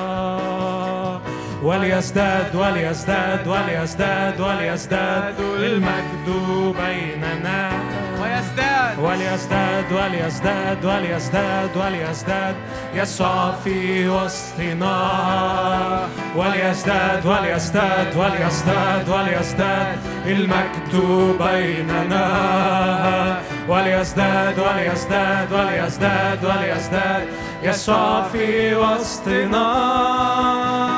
وليزداد وليزداد وليزداد وليزداد المجد بيننا. ويزداد وليزداد وليزداد وليزداد وليزداد يسوع في وسطنا. وليزداد وليزداد وليزداد وليزداد المجد بيننا. وليزداد وليزداد وليزداد وليزداد يسوع في وسطنا.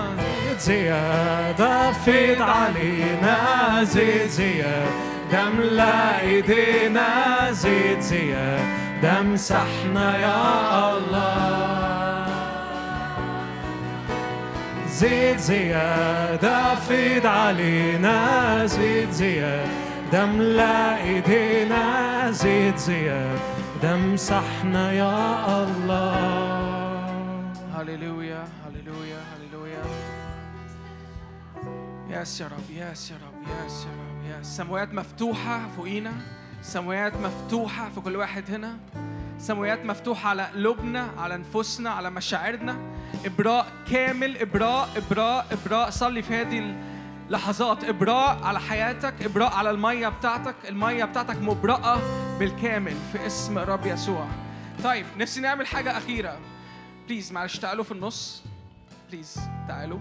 زيادة فيض علينا، زيد زيادة املأ ايدينا، زيد زيادة امسحنا يا الله. زيد زيادة فيض علينا، زيد زيادة املأ ايدينا، زيد زيادة امسحنا يا الله. هاليلويا هاليلويا هاليلويا. ياس يا رب ياس يا رب ياس يا رب ياس. السماوات مفتوحة فوقينا، السماوات مفتوحة في كل واحد هنا، السماوات مفتوحة على قلوبنا، على نفوسنا، على مشاعرنا. إبراء كامل، إبراء إبراء إبراء. صلي في هذه اللحظات إبراء على حياتك، إبراء على المية بتاعتك. المية بتاعتك مبرأة بالكامل في اسم الرب يسوع. طيب نفسي نعمل حاجة أخيرة. بليز معلش تعالوا في النص، بليز تعالوا.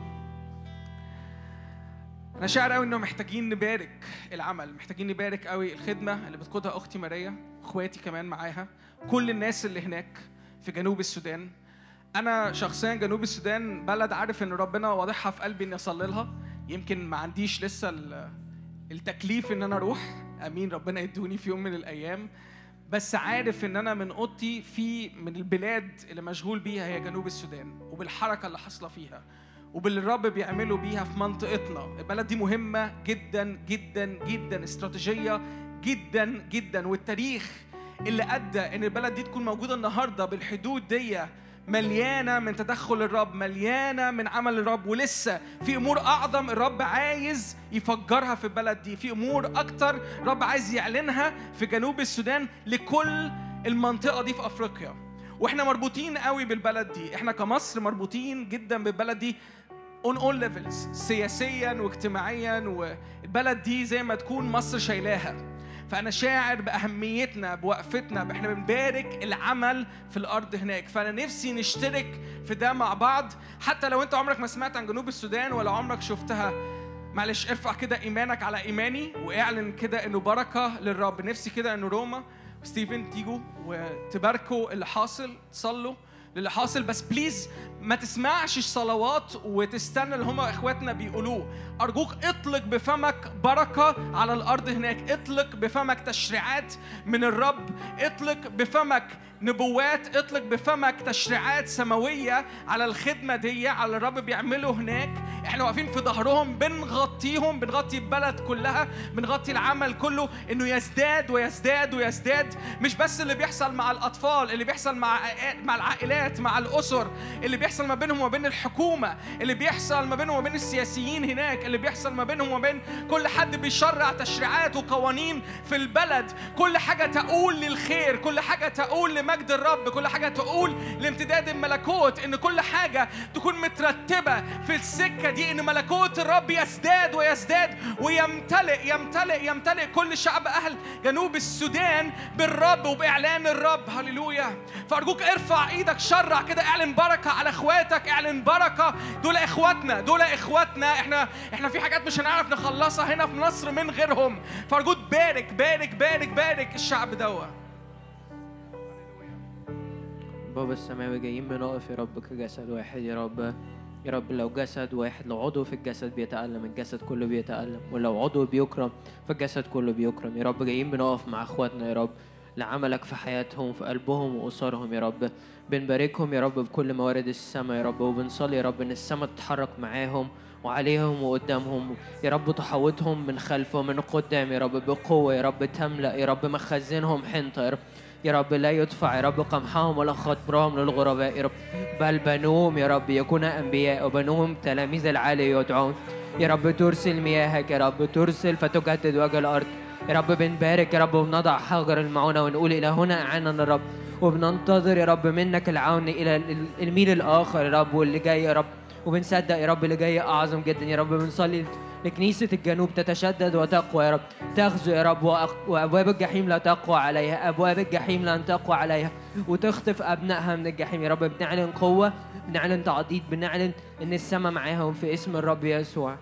أنا شاعر قوي إنه محتاجين نبارك العمل، محتاجين نبارك قوي الخدمة اللي بتقودها أختي ماريا، إخواتي كمان معاها، كل الناس اللي هناك في جنوب السودان. أنا شخصياً جنوب السودان بلد عارف إن ربنا واضحها في قلبي إني أصلي لها. يمكن ما عنديش لسه التكليف إن أنا أروح، أمين ربنا يدوني في يوم من الأيام، بس عارف إن أنا من أوضتي في من البلاد اللي مشغول بيها هي جنوب السودان، وبالحركة اللي حصلة فيها وباللي الرب بيعمله بيها في منطقتنا. البلد دي مهمة جدا جدا جدا، استراتيجية جدا جدا، والتاريخ اللي أدى إن البلد دي تكون موجودة النهاردة بالحدود دي مليانة من تدخل الرب، مليانة من عمل الرب، ولسه في أمور أعظم الرب عايز يفجرها في البلد دي، في أمور أكتر الرب عايز يعلنها في جنوب السودان لكل المنطقة دي في أفريقيا. وإحنا مربوطين قوي بالبلد دي، إحنا كمصر مربوطين جدا بالبلد دي on all levels، سياسياً واجتماعياً، والبلد دي زي ما تكون مصر شايلاها. فأنا شاعر بأهميتنا بوقفتنا، إحنا بنبارك العمل في الأرض هناك. فأنا نفسي نشترك في ده مع بعض. حتى لو أنت عمرك ما سمعت عن جنوب السودان ولا عمرك شفتها، معلش ارفع كده إيمانك على إيماني واعلن كده إنه بركة للرب. نفسي كده إنه روما وستيفن تيجوا وتباركوا اللي حاصل، تصلوا للي حاصل. بس بليز ما تسمعش صلوات وتستنى اللي هم اخواتنا بيقولوه. ارجوك اطلق بفمك بركه على الارض هناك، اطلق بفمك تشريعات من الرب، اطلق بفمك نبوات، اطلق بفمك تشريعات سماويه على الخدمه دي، على الرب بيعمله هناك. احنا واقفين في ظهرهم، بنغطيهم، بنغطي البلد كلها، بنغطي العمل كله، انه يزداد ويزداد ويزداد. مش بس اللي بيحصل مع الاطفال، اللي بيحصل مع مع العائلات، مع الاسر، اللي بيحصل ما بينهم وبين الحكومه، اللي بيحصل ما بينهم وبين السياسيين هناك، اللي بيحصل ما بينهم وبين كل حد بيشرع تشريعات وقوانين في البلد. كل حاجه تقول للخير، كل حاجه تقول لمجد الرب، كل حاجه تقول لامتداد الملكوت، ان كل حاجه تكون مترتبه في السكه دي، ان ملكوت الرب يزداد ويزداد ويمتلئ يمتلئ يمتلئ كل شعب اهل جنوب السودان بالرب وباعلان الرب. هللويا. فارجوك ارفع ايدك، شرع كده، اعلن بركه على اخواتك، اعلن بركه. دول اخواتنا، دول اخواتنا. احنا احنا في حاجات مش هنعرف نخلصها هنا في مصر من غيرهم. فارجوك بارك بارك بارك بارك الشعب دوت. بابا السماوي جايين بنقف يا رب كجسد واحد يا رب. يا رب لو جسد واحد، لو عضو في الجسد بيتألم الجسد كله بيتألم، ولو عضو بيكرم فالجسد كله بيكرم. يا رب جايين بنقف مع اخواتنا يا رب لعملك في حياتهم، في قلبهم وأسرهم يا رب. بنباركهم يا رب بكل موارد السماء يا رب، وبنصلي يا رب ان السماء تتحرك معاهم وعليهم وقدامهم يا رب، تحوطهم من خلف ومن قدام يا رب بقوة يا رب، تملأ يا رب مخزنهم حنطة يا رب. يا رب لا يدفع يا رب قمحهم ولا خطبرهم للغرباء يا رب، بل بنوهم يا رب يكون أنبياء، وبنوهم تلاميذ العالي يدعون. يا رب ترسل مياهك يا رب، ترسل فتجدد وجه الأرض يا رب. بنبارك يا رب وبنضع حجر المعونة ونقول إلى هنا أعاننا يا رب، وبننتظر يا رب منك العون إلى الميل الآخر يا رب واللي جاي يا رب. وبنصدق يا رب اللي جاي أعظم جدا يا رب. بنصلي لكنيسة الجنوب تتشدد وتقوى يا رب، تغزو يا رب، وأبواب الجحيم لا تقوى عليها، أبواب الجحيم لن تقوى عليها، وتخطف أبنائها من الجحيم يا رب. بنعلن قوة، بنعلن تعضيد، بنعلن إن السماء معاهم في اسم الرب يسوع.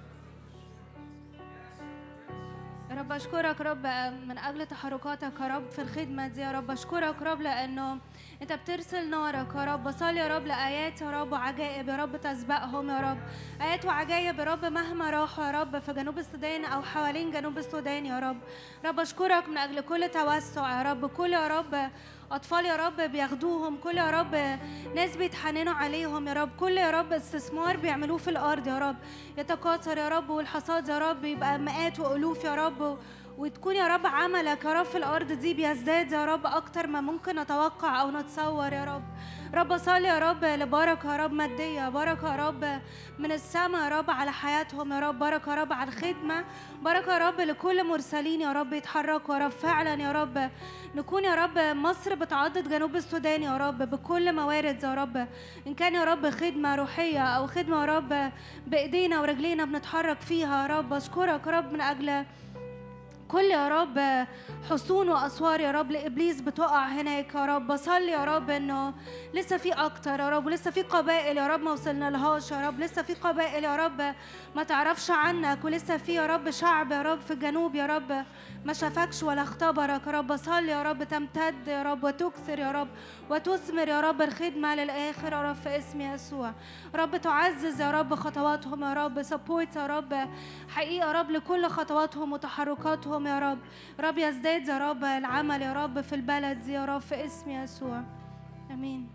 يا رب أشكرك رب من أجل تحركاتك يا رب في الخدمة دي يا رب. أشكرك رب لأنه أنت بترسل نارك يا رب. بصلي يا رب لآيات يا رب وعجائب يا رب تسبقهم يا رب، آيات وعجائب يا رب مهما راحوا يا رب في جنوب السودان أو حوالين جنوب السودان يا رب. رب أشكرك من أجل كل توسع يا رب، كل يا رب أطفال يا رب بياخدوهم، كل يا رب ناس بيتحننوا عليهم يا رب، كل يا رب استثمار بيعملوه في الأرض يا رب يتكاثر يا رب، والحصاد يا رب يبقى مئات وألوف يا رب، وتكون يا رب عملك يا رب في الأرض دي بيزداد يا رب أكتر ما ممكن نتوقع أو نتصور يا رب. رب صلي يا رب لبركة يا رب مادية، بركة يا رب من السماء يا رب على حياتهم يا رب، بركة يا رب على الخدمة، بركة يا رب لكل مرسلين يا رب يتحركوا يا رب. فعلا يا رب نكون يا رب مصر بتعضد جنوب السودان يا رب بكل موارد يا رب، إن كان يا رب خدمة روحية أو خدمة يا رب بإيدينا ورجلينا بنتحرك فيها يا رب. أشكرك يا رب من أجل كل يا رب حصون وأسوار يا رب لإبليس بتقع هناك يا رب. بصلي يا رب إنه لسه في أكتر يا رب، ولسه في قبائل يا رب ما وصلنا لهاش يا رب، لسه في قبائل يا رب ما تعرفش عنك، ولسه في يا رب شعب يا رب في الجنوب يا رب ما شافكش ولا اختبرك يا رب. بصلي يا رب تمتد يا رب وتكثر يا رب وتثمر يا رب الخدمة للآخر يا رب في اسم يسوع. رب تعزز يا رب خطواتهم يا رب، سبورت يا رب حقيقة يا رب لكل خطواتهم وتحركاتهم يا رب. رب يزداد يا رب العمل يا رب في البلد يا رب في اسم يسوع. امين.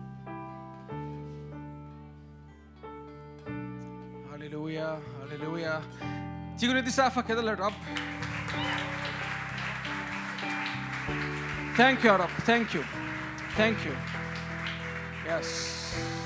هللويا هللويا. تيجوا ندي سقفة كده للرب. ثانك يو يا رب، ثانك يو ثانك يو. يس.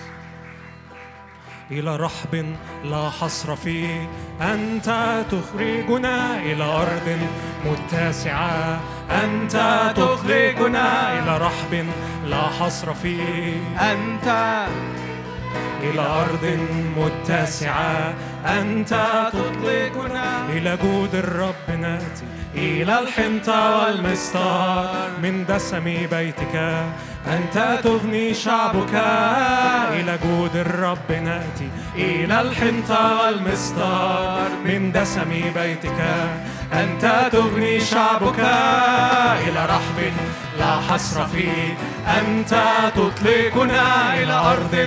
إلى رحب لا حصر فيه أنت تخرجنا، إلى أرض متسعة أنت تخرجنا، إلى رحب لا حصر فيه أنت، إلى أرض متسعة أنت تطلقنا، إلى جود الرب نأتي، إلى الحنطة والمستار من دسم بيتك أنت تغني شعبك، إلى جود الرب نأتي، إلى الحنطة والمستار من دسم بيتك أنت تغني شعبك، إلى رحب لا حصر فيه أنت تطلقنا، إلى أرض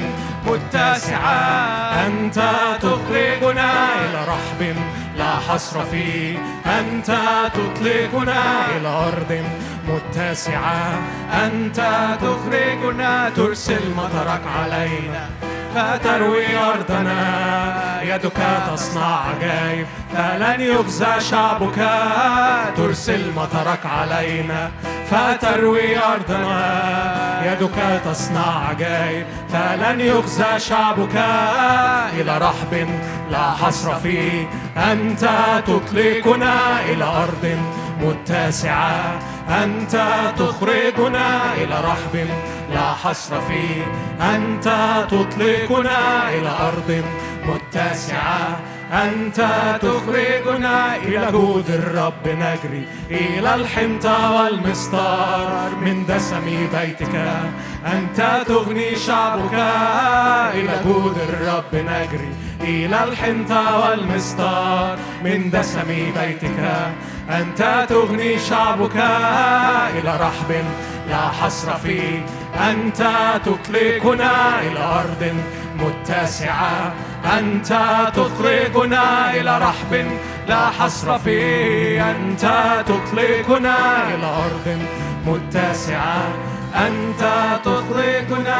متسعة. أنت تخرجنا إلى رحب لا حصر فيه، أنت تطلقنا إلى أرض متسعة. أنت تخرجنا ترسل مطرك علينا فتروي أرضنا، يدك تصنع عجائب فلن يخزى شعبك. ترسل مطرك علينا فتروي أرضنا، يدك تصنع عجائب فلن يخزى شعبك. إلى رحب لا حصر فيه، أنت تطلقنا إلى أرض متسعة. أنت تخرجنا إلى رحب لا حصر فيه، أنت تطلقنا إلى أرض متسعة. أنت تخرجنا إلى جود الرب نجري، إلى الحنطة والمستار من دسم بيتك. أنت تغني شعبك إلى جود الرب نجري، إلى الحنطة والمستار من دسم بيتك. أنت تغني شعبك إلى رحب لا حصر فيه، أنت تطلقنا إلى أرض متسعة. أنت تخرجنا إلى رحب لا حصر فيه، أنت تطلقنا إلى أرض متسعة. أنت تخرجنا.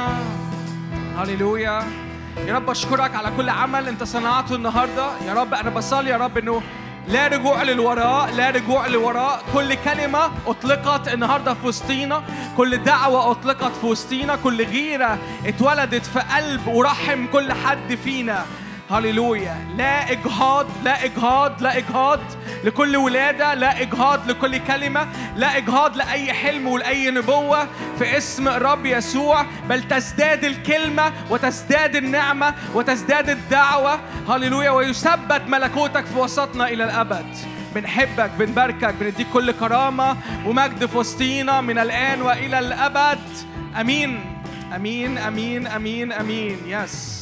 هللويا. يا رب أشكرك على كل عمل أنت صنعته النهاردة. يا رب أنا بصلي يا رب إنه لا رجوع للوراء، لا رجوع للوراء. كل كلمة أطلقت النهاردة في وسطينا، كل دعوة أطلقت في وسطينا، كل غيرة اتولدت في قلب ورحم كل حد فينا. هللويا. لا إجهاض، لا إجهاض، لا إجهاض لكل ولادة، لا إجهاض لكل كلمة، لا إجهاض لأي حلم ولأي نبوة في اسم الرب يسوع، بل تزداد الكلمة وتزداد النعمة وتزداد الدعوة. هللويا. ويثبت ملكوتك في وسطنا إلى الأبد. بنحبك، بنباركك، بنديك كل كرامة ومجد في وسطينا من الآن وإلى الأبد. أمين أمين أمين أمين أمين. يس